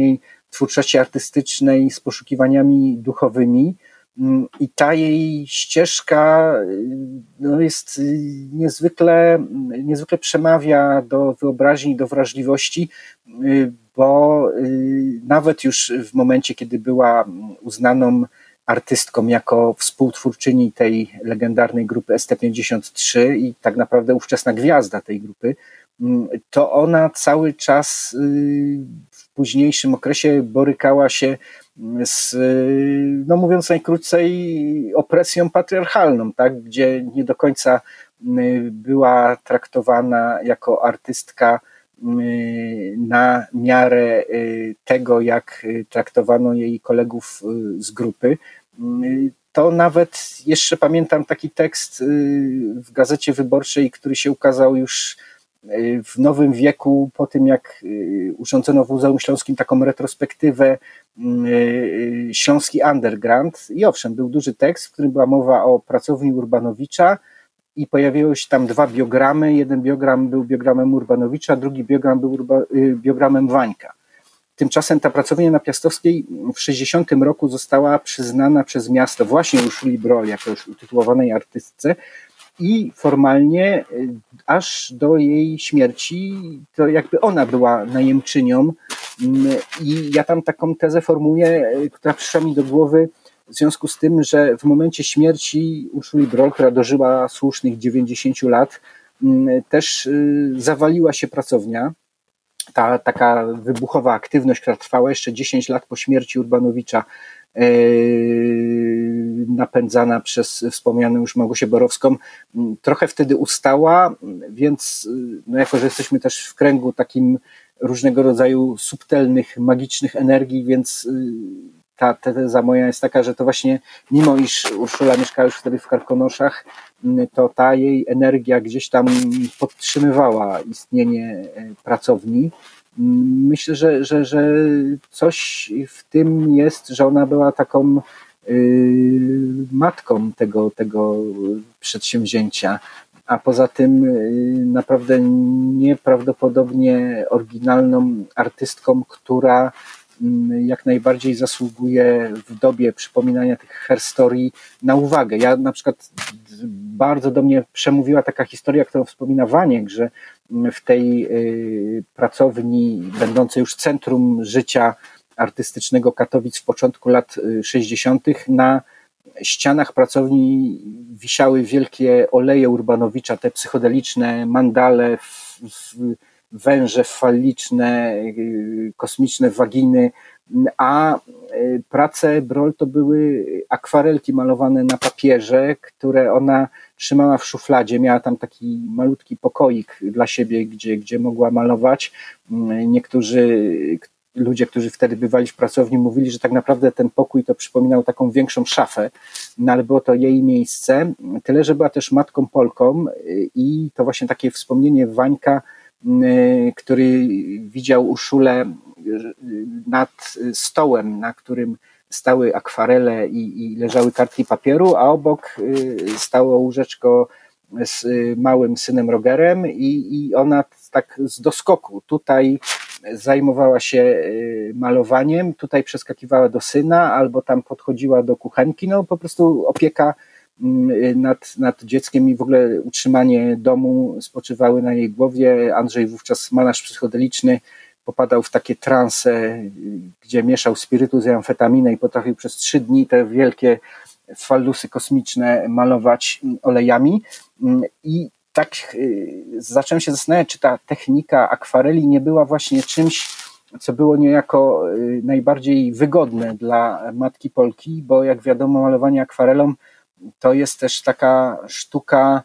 twórczości artystycznej z poszukiwaniami duchowymi. I ta jej ścieżka jest niezwykle przemawia do wyobraźni, do wrażliwości, bo nawet już w momencie, kiedy była uznaną artystką jako współtwórczyni tej legendarnej grupy ST53 i tak naprawdę ówczesna gwiazda tej grupy, to ona cały czas w późniejszym okresie borykała się z, no mówiąc najkrócej, opresją patriarchalną, tak? Gdzie nie do końca była traktowana jako artystka na miarę tego, jak traktowano jej kolegów z grupy. To nawet jeszcze pamiętam taki tekst w Gazecie Wyborczej, który się ukazał już w nowym wieku, po tym jak urządzono w Muzeum Śląskim taką retrospektywę Śląski Underground. I owszem, był duży tekst, w którym była mowa o pracowni Urbanowicza i pojawiły się tam dwa biogramy. Jeden biogram był biogramem Urbanowicza, drugi biogram był biogramem Wańka. Tymczasem ta pracownia na Piastowskiej w 60 roku została przyznana przez miasto właśnie Urszuli Broll jako już utytułowanej artystce i formalnie aż do jej śmierci to jakby ona była najemczynią. I ja tam taką tezę formułuję, która przyszła mi do głowy w związku z tym, że w momencie śmierci Urszuli Broll, która dożyła słusznych 90 lat, też zawaliła się pracownia. Ta taka wybuchowa aktywność, która trwała jeszcze 10 lat po śmierci Urbanowicza, napędzana przez wspomnianą już Małgosię Borowską, trochę wtedy ustała, więc no jako, że jesteśmy też w kręgu takim różnego rodzaju subtelnych, magicznych energii, więc ta teza moja jest taka, że to właśnie mimo iż Urszula mieszkała już wtedy w Karkonoszach, to ta jej energia gdzieś tam podtrzymywała istnienie pracowni. Myślę, że coś w tym jest, że ona była taką matką tego przedsięwzięcia, a poza tym naprawdę nieprawdopodobnie oryginalną artystką, która jak najbardziej zasługuje w dobie przypominania tych herstorii na uwagę. Ja na przykład bardzo do mnie przemówiła taka historia, którą wspomina Waniek, że w tej pracowni będącej już centrum życia artystycznego Katowic w początku lat 60. na ścianach pracowni wisiały wielkie oleje Urbanowicza, te psychodeliczne mandale, węże falliczne, kosmiczne waginy, a prace Broll to były akwarelki malowane na papierze, które ona trzymała w szufladzie. Miała tam taki malutki pokoik dla siebie, gdzie mogła malować. Niektórzy ludzie, którzy wtedy bywali w pracowni, mówili, że tak naprawdę ten pokój to przypominał taką większą szafę, no ale było to jej miejsce. Tyle, że była też matką Polką i to właśnie takie wspomnienie Wańka, który widział Urszulę nad stołem, na którym stały akwarele i leżały kartki papieru, a obok stało łóżeczko z małym synem Rogerem i ona tak z doskoku tutaj zajmowała się malowaniem, tutaj przeskakiwała do syna albo tam podchodziła do kuchenki, no po prostu opieka nad dzieckiem i w ogóle utrzymanie domu spoczywały na jej głowie. Andrzej wówczas, malarz psychodeliczny, popadał w takie transe, gdzie mieszał spirytus i amfetaminę i potrafił przez 3 dni te wielkie fallusy kosmiczne malować olejami. I tak zacząłem się zastanawiać, czy ta technika akwareli nie była właśnie czymś, co było niejako najbardziej wygodne dla matki Polki, bo jak wiadomo, malowanie akwarelą to jest też taka sztuka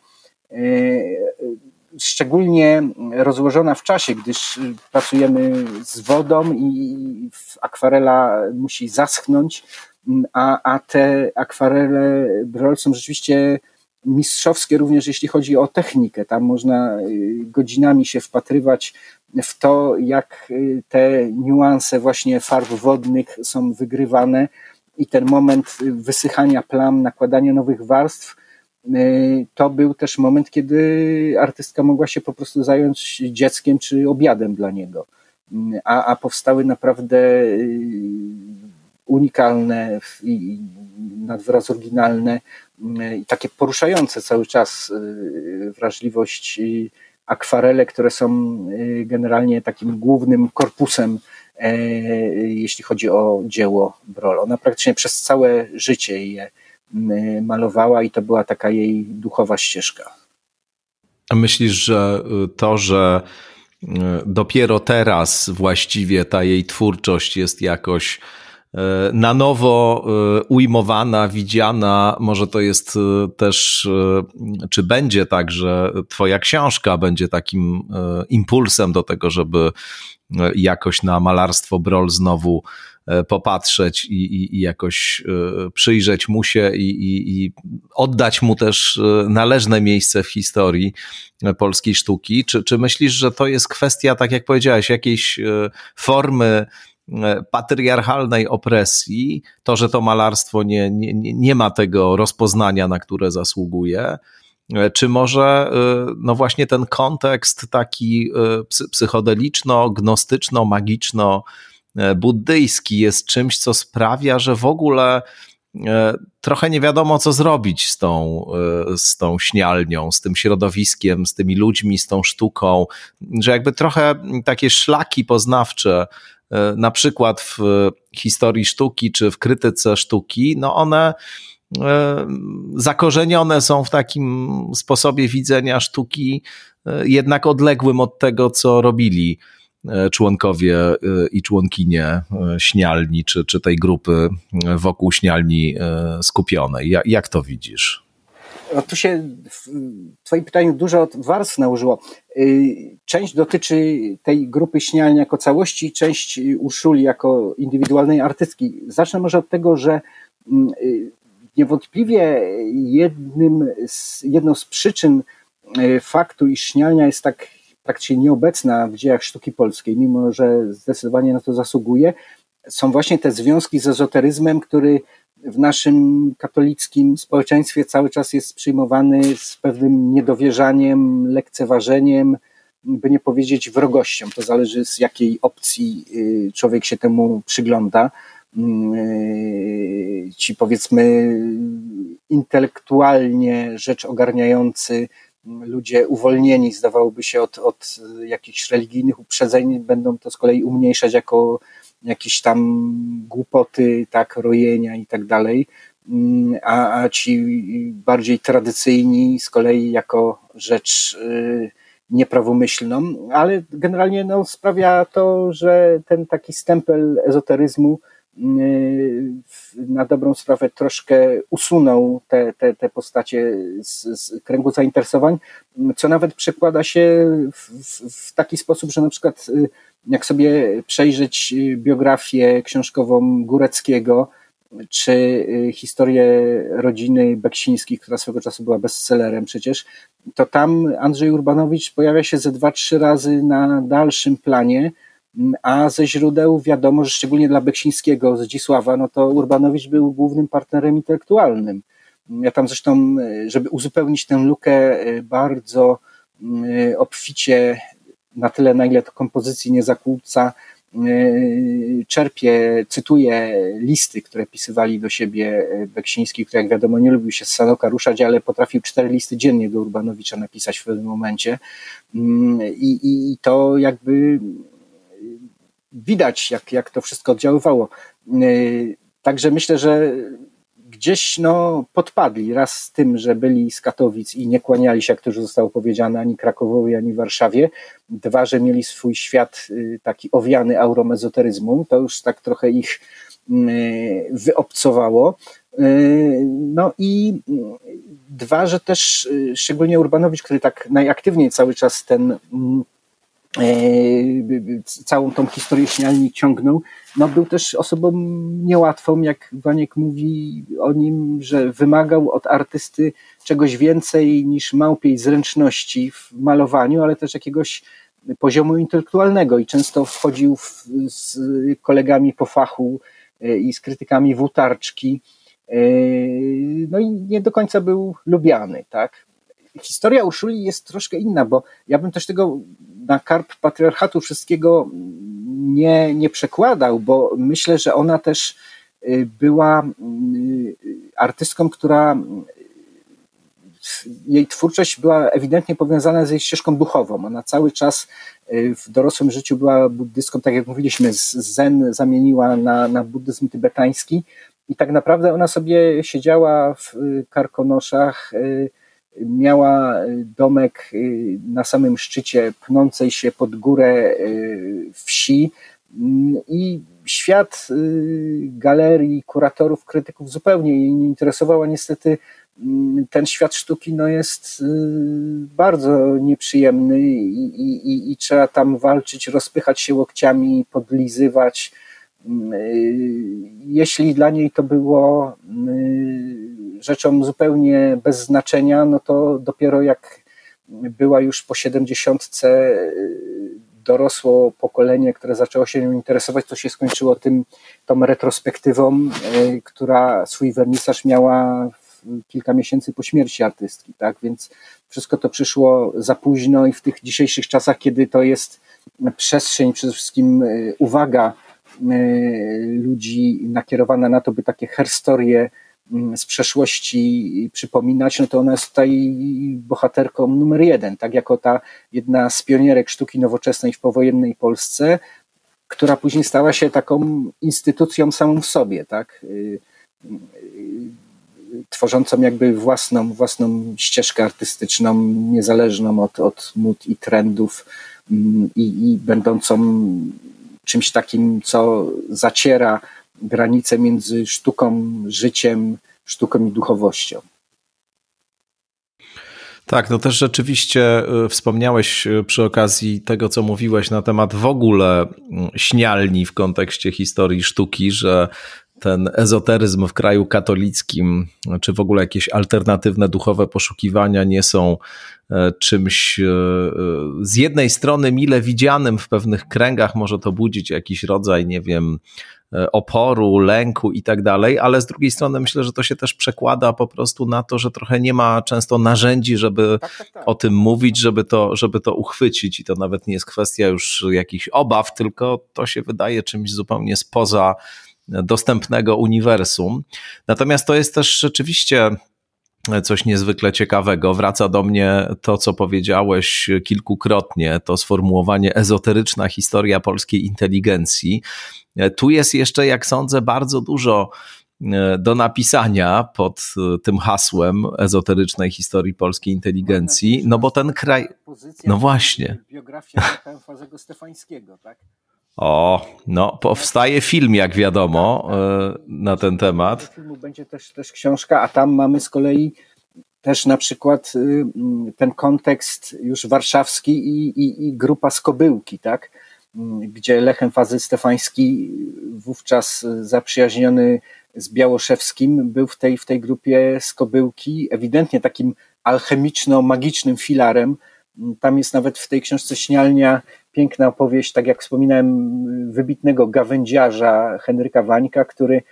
szczególnie rozłożona w czasie, gdyż pracujemy z wodą i akwarela musi zaschnąć, a te akwarele Broll są rzeczywiście mistrzowskie również jeśli chodzi o technikę. Tam można godzinami się wpatrywać w to, jak te niuanse właśnie farb wodnych są wygrywane i ten moment wysychania plam, nakładania nowych warstw, to był też moment, kiedy artystka mogła się po prostu zająć dzieckiem czy obiadem dla niego. a powstały naprawdę unikalne i nad wyraz oryginalne i takie poruszające cały czas wrażliwość akwarele, które są generalnie takim głównym korpusem, jeśli chodzi o dzieło Brol. Ona praktycznie przez całe życie je malowała i to była taka jej duchowa ścieżka. A myślisz, że to, że dopiero teraz właściwie ta jej twórczość jest jakoś na nowo ujmowana, widziana, może to jest też, czy będzie tak, że twoja książka będzie takim impulsem do tego, żeby jakoś na malarstwo Brol znowu popatrzeć i jakoś przyjrzeć mu się i oddać mu też należne miejsce w historii polskiej sztuki. Czy myślisz, że to jest kwestia, tak jak powiedziałeś, jakiejś formy patriarchalnej opresji, to, że to malarstwo nie ma tego rozpoznania, na które zasługuje, czy może no właśnie ten kontekst taki psychodeliczno-gnostyczno-magiczno-buddyjski jest czymś, co sprawia, że w ogóle trochę nie wiadomo, co zrobić z tą śnialnią, z tym środowiskiem, z tymi ludźmi, z tą sztuką, że jakby trochę takie szlaki poznawcze, na przykład w historii sztuki czy w krytyce sztuki, no one zakorzenione są w takim sposobie widzenia sztuki jednak odległym od tego, co robili członkowie i członkinie śnialni, czy tej grupy wokół śnialni skupionej. Jak to widzisz? No tu się w twoim pytaniu dużo warstw nałożyło. Część dotyczy tej grupy śnialni jako całości, część Urszuli jako indywidualnej artystki. Zacznę może od tego, że niewątpliwie jedną z przyczyn faktu, iż śnialnia jest tak praktycznie nieobecna w dziejach sztuki polskiej, mimo że zdecydowanie na to zasługuje, są właśnie te związki z ezoteryzmem, który w naszym katolickim społeczeństwie cały czas jest przyjmowany z pewnym niedowierzaniem, lekceważeniem, by nie powiedzieć wrogością. To zależy, z jakiej opcji człowiek się temu przygląda. Ci, powiedzmy, intelektualnie rzecz ogarniający ludzie uwolnieni, zdawałoby się, od jakichś religijnych uprzedzeń, będą to z kolei umniejszać jako jakieś tam głupoty, tak, rojenia i tak dalej, a ci bardziej tradycyjni z kolei jako rzecz nieprawomyślną, ale generalnie no, sprawia to, że ten taki stempel ezoteryzmu na dobrą sprawę troszkę usunął te postacie z kręgu zainteresowań, co nawet przekłada się w taki sposób, że na przykład jak sobie przejrzeć biografię książkową Góreckiego, czy historię rodziny Beksińskich, która swego czasu była bestsellerem przecież, to tam Andrzej Urbanowicz pojawia się ze 2-3 razy na dalszym planie, a ze źródeł wiadomo, że szczególnie dla Beksińskiego, Zdzisława, no to Urbanowicz był głównym partnerem intelektualnym. Ja tam zresztą, żeby uzupełnić tę lukę, bardzo obficie, na tyle na ile to kompozycji nie zakłóca, cytuję listy, które pisywali do siebie Beksiński, który jak wiadomo nie lubił się z Sanoka ruszać, ale potrafił 4 listy dziennie do Urbanowicza napisać w pewnym momencie i to jakby widać, jak to wszystko oddziaływało. Także myślę, że gdzieś no, podpadli raz z tym, że byli z Katowic i nie kłaniali się, jak to już zostało powiedziane, ani Krakowowi, ani Warszawie. 2, że mieli swój świat taki owiany aurą ezoteryzmu. To już tak trochę ich wyobcowało. No i 2, że też szczególnie Urbanowicz, który tak najaktywniej cały czas całą tą historię śnialni ciągnął, no był też osobą niełatwą, jak Waniek mówi o nim, że wymagał od artysty czegoś więcej niż małpiej zręczności w malowaniu, ale też jakiegoś poziomu intelektualnego i często wchodził z kolegami po fachu i z krytykami w utarczki, no i nie do końca był lubiany, tak? Historia Urszuli jest troszkę inna, bo ja bym też tego na karp patriarchatu wszystkiego nie przekładał, bo myślę, że ona też była artystką, która jej twórczość była ewidentnie powiązana z jej ścieżką duchową. Ona cały czas w dorosłym życiu była buddystką, tak jak mówiliśmy, zen zamieniła na buddyzm tybetański i tak naprawdę ona sobie siedziała w Karkonoszach, miała domek na samym szczycie pnącej się pod górę wsi i świat galerii, kuratorów, krytyków zupełnie jej nie interesował, a niestety ten świat sztuki jest bardzo nieprzyjemny i trzeba tam walczyć, rozpychać się łokciami, podlizywać. Jeśli dla niej to było rzeczą zupełnie bez znaczenia, to dopiero jak była już po 70, dorosło pokolenie, które zaczęło się nią interesować, to się skończyło tą retrospektywą, która swój wernisaż miała kilka miesięcy po śmierci artystki, tak? Więc wszystko to przyszło za późno i w tych dzisiejszych czasach, kiedy to jest przestrzeń, przede wszystkim uwaga ludzi nakierowana na to, by takie herstorie z przeszłości przypominać, to ona jest tutaj bohaterką numer 1, tak? Jako ta jedna z pionierek sztuki nowoczesnej w powojennej Polsce, która później stała się taką instytucją samą w sobie, tak? Tworzącą jakby własną ścieżkę artystyczną, niezależną od mód i trendów i będącą czymś takim, co zaciera granice między sztuką, życiem, sztuką i duchowością. Tak, też rzeczywiście wspomniałeś przy okazji tego, co mówiłeś na temat w ogóle śnialni w kontekście historii sztuki, że ten ezoteryzm w kraju katolickim, czy w ogóle jakieś alternatywne duchowe poszukiwania nie są czymś z jednej strony mile widzianym w pewnych kręgach, może to budzić jakiś rodzaj, nie wiem, oporu, lęku i tak dalej, ale z drugiej strony myślę, że to się też przekłada po prostu na to, że trochę nie ma często narzędzi, żeby o tym mówić, żeby to uchwycić i to nawet nie jest kwestia już jakichś obaw, tylko to się wydaje czymś zupełnie spoza dostępnego uniwersum. Natomiast to jest też rzeczywiście coś niezwykle ciekawego. Wraca do mnie to, co powiedziałeś kilkukrotnie, to sformułowanie ezoteryczna historia polskiej inteligencji. Tu jest jeszcze, jak sądzę, bardzo dużo do napisania pod tym hasłem ezoterycznej historii polskiej inteligencji, bo ten kraj... No właśnie. Biografia Lecha Emfazego Stefańskiego, tak? Powstaje film, jak wiadomo, na ten temat. Do filmu będzie też książka, a tam mamy z kolei też na przykład ten kontekst już warszawski i grupa Skobyłki, tak? Gdzie Lech Emfazy Stefański, wówczas zaprzyjaźniony z Białoszewskim, był w tej grupie Skobyłki, ewidentnie takim alchemiczno-magicznym filarem. Tam jest nawet w tej książce Śnialnia piękna opowieść, tak jak wspominałem, wybitnego gawędziarza Henryka Wańka, który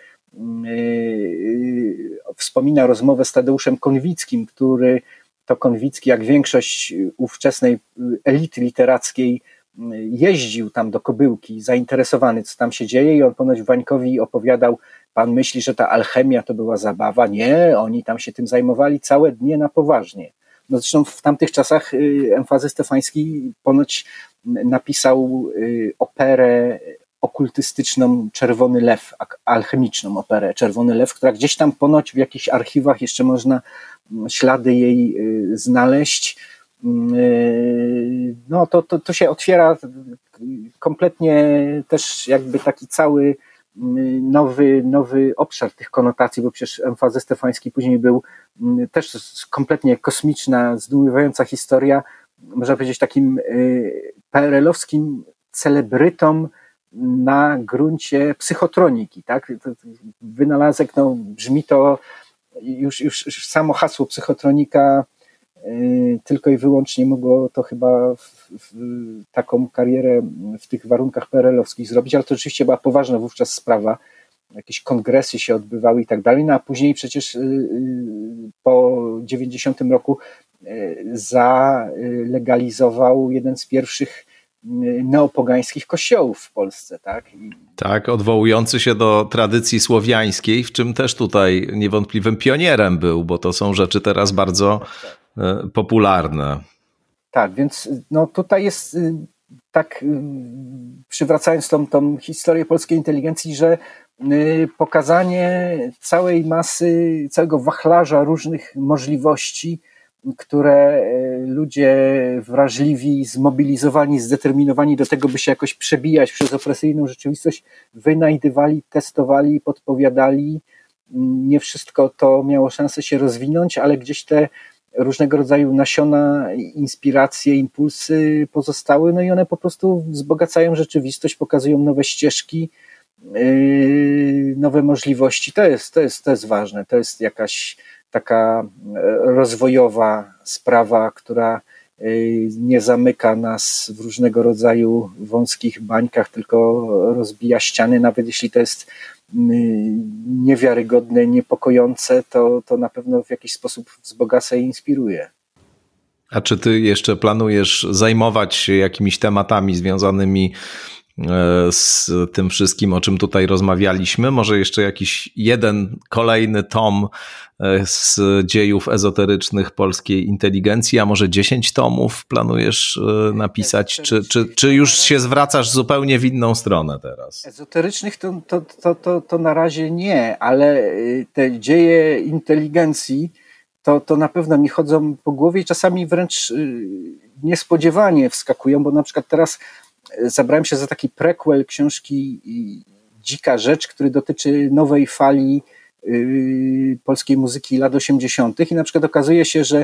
wspomina rozmowę z Tadeuszem Konwickim, który to Konwicki, jak większość ówczesnej elity literackiej, jeździł tam do Kobyłki, zainteresowany, co tam się dzieje, i on ponoć Wańkowi opowiadał: pan myśli, że ta alchemia to była zabawa? Nie, oni tam się tym zajmowali całe dnie na poważnie. Zresztą w tamtych czasach Emfazy Stefański ponoć napisał operę okultystyczną Czerwony Lew, alchemiczną operę Czerwony Lew, która gdzieś tam ponoć w jakichś archiwach jeszcze można ślady jej znaleźć. To się otwiera kompletnie też jakby taki cały nowy obszar tych konotacji, bo przecież Emfazy Stefański później był też kompletnie kosmiczna, zdumiewająca historia, można powiedzieć takim PRL-owskim celebrytą na gruncie psychotroniki, tak? Wynalazek, brzmi to już samo hasło psychotronika tylko i wyłącznie mogło to chyba taką karierę w tych warunkach PRL-owskich zrobić, ale to rzeczywiście była poważna wówczas sprawa. Jakieś kongresy się odbywały i tak dalej, a później przecież po 90 roku zalegalizował jeden z pierwszych neopogańskich kościołów w Polsce, tak? Tak, odwołujący się do tradycji słowiańskiej, w czym też tutaj niewątpliwym pionierem był, bo to są rzeczy teraz bardzo popularne. Tak, więc no tutaj jest tak, przywracając tą historię polskiej inteligencji, że pokazanie całej masy, całego wachlarza różnych możliwości, które ludzie wrażliwi, zmobilizowani, zdeterminowani do tego, by się jakoś przebijać przez opresyjną rzeczywistość, wynajdywali, testowali, podpowiadali. Nie wszystko to miało szansę się rozwinąć, ale gdzieś te różnego rodzaju nasiona, inspiracje, impulsy pozostały, no i one po prostu wzbogacają rzeczywistość, pokazują nowe ścieżki, nowe możliwości. To jest ważne, to jest jakaś taka rozwojowa sprawa, która nie zamyka nas w różnego rodzaju wąskich bańkach, tylko rozbija ściany, nawet jeśli to jest niewiarygodne, niepokojące, to na pewno w jakiś sposób wzbogaca i inspiruje. A czy ty jeszcze planujesz zajmować się jakimiś tematami związanymi z tym wszystkim, o czym tutaj rozmawialiśmy? Może jeszcze jakiś jeden kolejny tom z dziejów ezoterycznych polskiej inteligencji, a może 10 tomów planujesz napisać? Czy już się zwracasz zupełnie w inną stronę teraz? Ezoterycznych to na razie nie, ale te dzieje inteligencji to na pewno mi chodzą po głowie i czasami wręcz niespodziewanie wskakują, bo na przykład teraz zabrałem się za taki prequel książki Dzika Rzecz, który dotyczy nowej fali polskiej muzyki lat 80. I na przykład okazuje się, że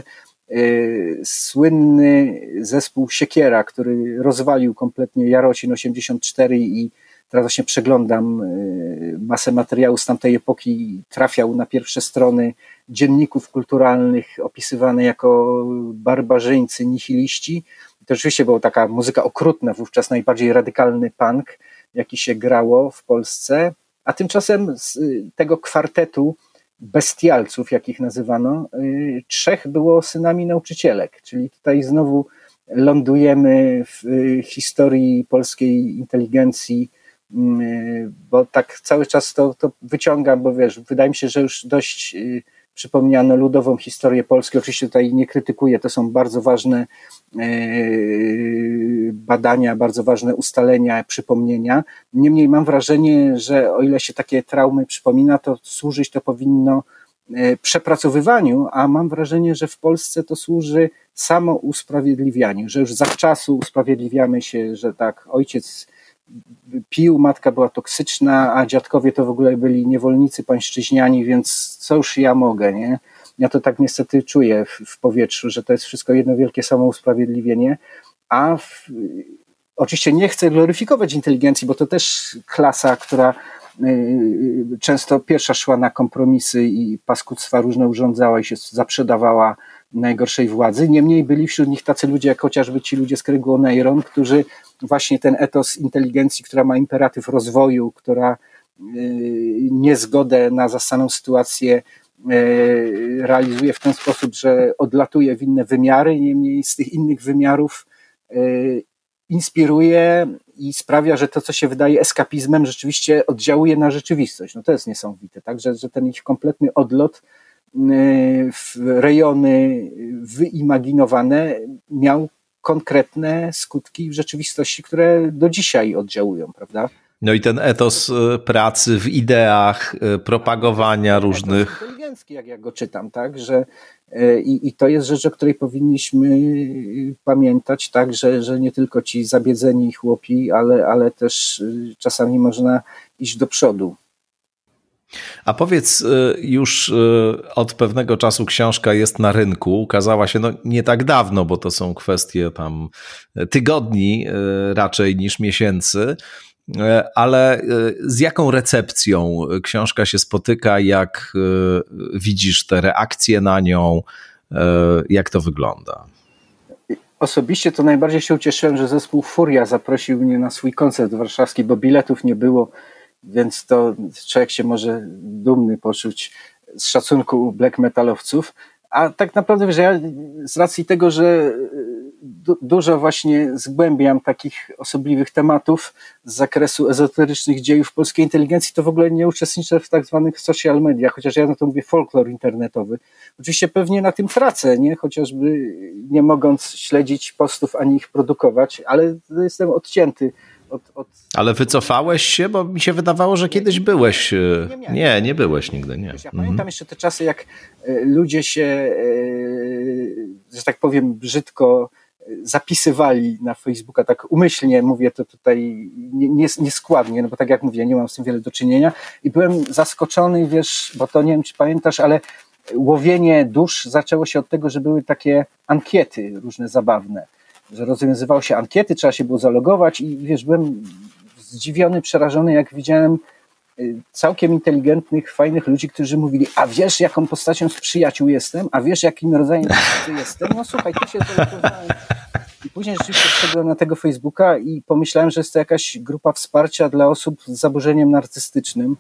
słynny zespół Siekiera, który rozwalił kompletnie Jarocin 84 i teraz właśnie przeglądam masę materiału z tamtej epoki, trafiał na pierwsze strony dzienników kulturalnych opisywane jako barbarzyńcy, nihiliści. To oczywiście była taka muzyka okrutna, wówczas najbardziej radykalny punk, jaki się grało w Polsce, a tymczasem z tego kwartetu bestialców, jakich nazywano, 3 było synami nauczycielek, czyli tutaj znowu lądujemy w historii polskiej inteligencji, bo tak cały czas to wyciągam, bo wiesz, wydaje mi się, że już dość przypomniano ludową historię Polski. Oczywiście tutaj nie krytykuję, to są bardzo ważne badania, bardzo ważne ustalenia, przypomnienia. Niemniej mam wrażenie, że o ile się takie traumy przypomina, to służyć to powinno przepracowywaniu, a mam wrażenie, że w Polsce to służy samousprawiedliwianiu, że już zawczasu usprawiedliwiamy się, że tak, ojciec pił, matka była toksyczna, a dziadkowie to w ogóle byli niewolnicy pańszczyźniani, więc co już ja mogę, nie? Ja to tak niestety czuję w powietrzu, że to jest wszystko jedno wielkie samousprawiedliwienie, a oczywiście nie chcę gloryfikować inteligencji, bo to też klasa, która często pierwsza szła na kompromisy i paskudztwa różne urządzała i się zaprzedawała najgorszej władzy. Niemniej byli wśród nich tacy ludzie, jak chociażby ci ludzie z kręgu Oneiron, którzy właśnie ten etos inteligencji, która ma imperatyw rozwoju, która niezgodę na zastaną sytuację realizuje w ten sposób, że odlatuje w inne wymiary, niemniej z tych innych wymiarów inspiruje i sprawia, że to, co się wydaje eskapizmem, rzeczywiście oddziałuje na rzeczywistość. No to jest niesamowite, tak? Że ten ich kompletny odlot w rejony wyimaginowane miał konkretne skutki w rzeczywistości, które do dzisiaj oddziałują, prawda? No i ten etos pracy w ideach, propagowania różnych... Etos inteligencki, jak ja go czytam, tak? Że i to jest rzecz, o której powinniśmy pamiętać, tak? Że nie tylko ci zabiedzeni chłopi, ale też czasami można iść do przodu. A powiedz, już od pewnego czasu książka jest na rynku, ukazała się nie tak dawno, bo to są kwestie tam tygodni raczej niż miesięcy, ale z jaką recepcją książka się spotyka, jak widzisz te reakcje na nią, jak to wygląda? Osobiście to najbardziej się ucieszyłem, że zespół Furia zaprosił mnie na swój koncert warszawski, bo biletów nie było, więc to człowiek się może dumny poczuć z szacunku black metalowców. A tak naprawdę, że ja z racji tego, że dużo właśnie zgłębiam takich osobliwych tematów z zakresu ezoterycznych dziejów polskiej inteligencji, to w ogóle nie uczestniczę w tak zwanych social mediach, chociaż ja na to mówię folklor internetowy. Oczywiście pewnie na tym tracę, nie? Chociażby nie mogąc śledzić postów ani ich produkować, ale jestem odcięty od... Ale wycofałeś się, bo mi się wydawało, że kiedyś byłeś. Nie byłeś nigdy, nie. Ja pamiętam jeszcze te czasy, jak ludzie się, że tak powiem brzydko, zapisywali na Facebooka, tak umyślnie mówię to tutaj nieskładnie, no bo tak jak mówię, nie mam z tym wiele do czynienia i byłem zaskoczony, wiesz, bo to nie wiem, czy pamiętasz, ale łowienie dusz zaczęło się od tego, że były takie ankiety różne zabawne, że rozwiązywało się ankiety, trzeba się było zalogować i wiesz, byłem zdziwiony, przerażony, jak widziałem całkiem inteligentnych, fajnych ludzi, którzy mówili, a wiesz, jaką postacią z przyjaciół jestem, a wiesz, jakim rodzajem jestem, no słuchaj, to się zalogowałem. I później rzeczywiście wszedłem na tego Facebooka i pomyślałem, że jest to jakaś grupa wsparcia dla osób z zaburzeniem narcystycznym.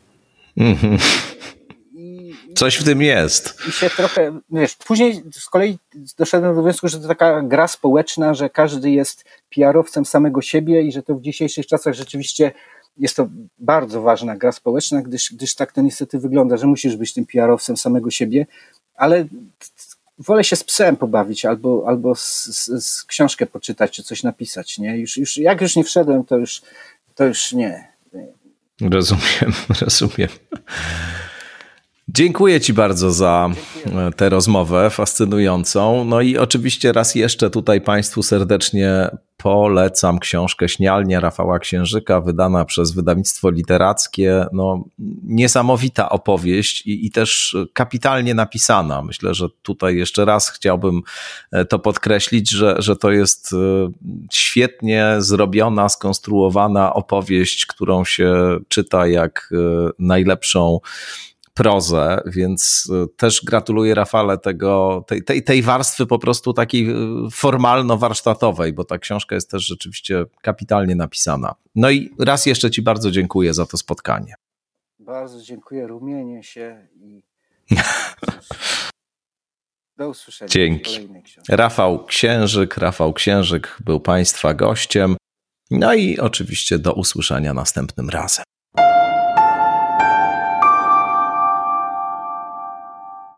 Coś w tym jest. I się trochę, wiesz, później z kolei doszedłem do wniosku, że to taka gra społeczna, że każdy jest PR-owcem samego siebie i że to w dzisiejszych czasach rzeczywiście jest to bardzo ważna gra społeczna, gdyż tak to niestety wygląda, że musisz być tym PR-owcem samego siebie, ale wolę się z psem pobawić albo z książkę poczytać, czy coś napisać, nie? Jak już nie wszedłem, to już nie. Rozumiem. Dziękuję Ci bardzo za tę rozmowę fascynującą. No i oczywiście raz jeszcze tutaj Państwu serdecznie polecam książkę Śnialnia Rafała Księżyka, wydana przez wydawnictwo literackie. No, niesamowita opowieść i też kapitalnie napisana. Myślę, że tutaj jeszcze raz chciałbym to podkreślić, że to jest świetnie zrobiona, skonstruowana opowieść, którą się czyta jak najlepszą prozę, więc też gratuluję Rafale tej warstwy po prostu takiej formalno-warsztatowej, bo ta książka jest też rzeczywiście kapitalnie napisana. No i raz jeszcze Ci bardzo dziękuję za to spotkanie. Bardzo dziękuję, rumienię się i do usłyszenia. Dzięki. Rafał Księżyk był Państwa gościem. No i oczywiście do usłyszenia następnym razem.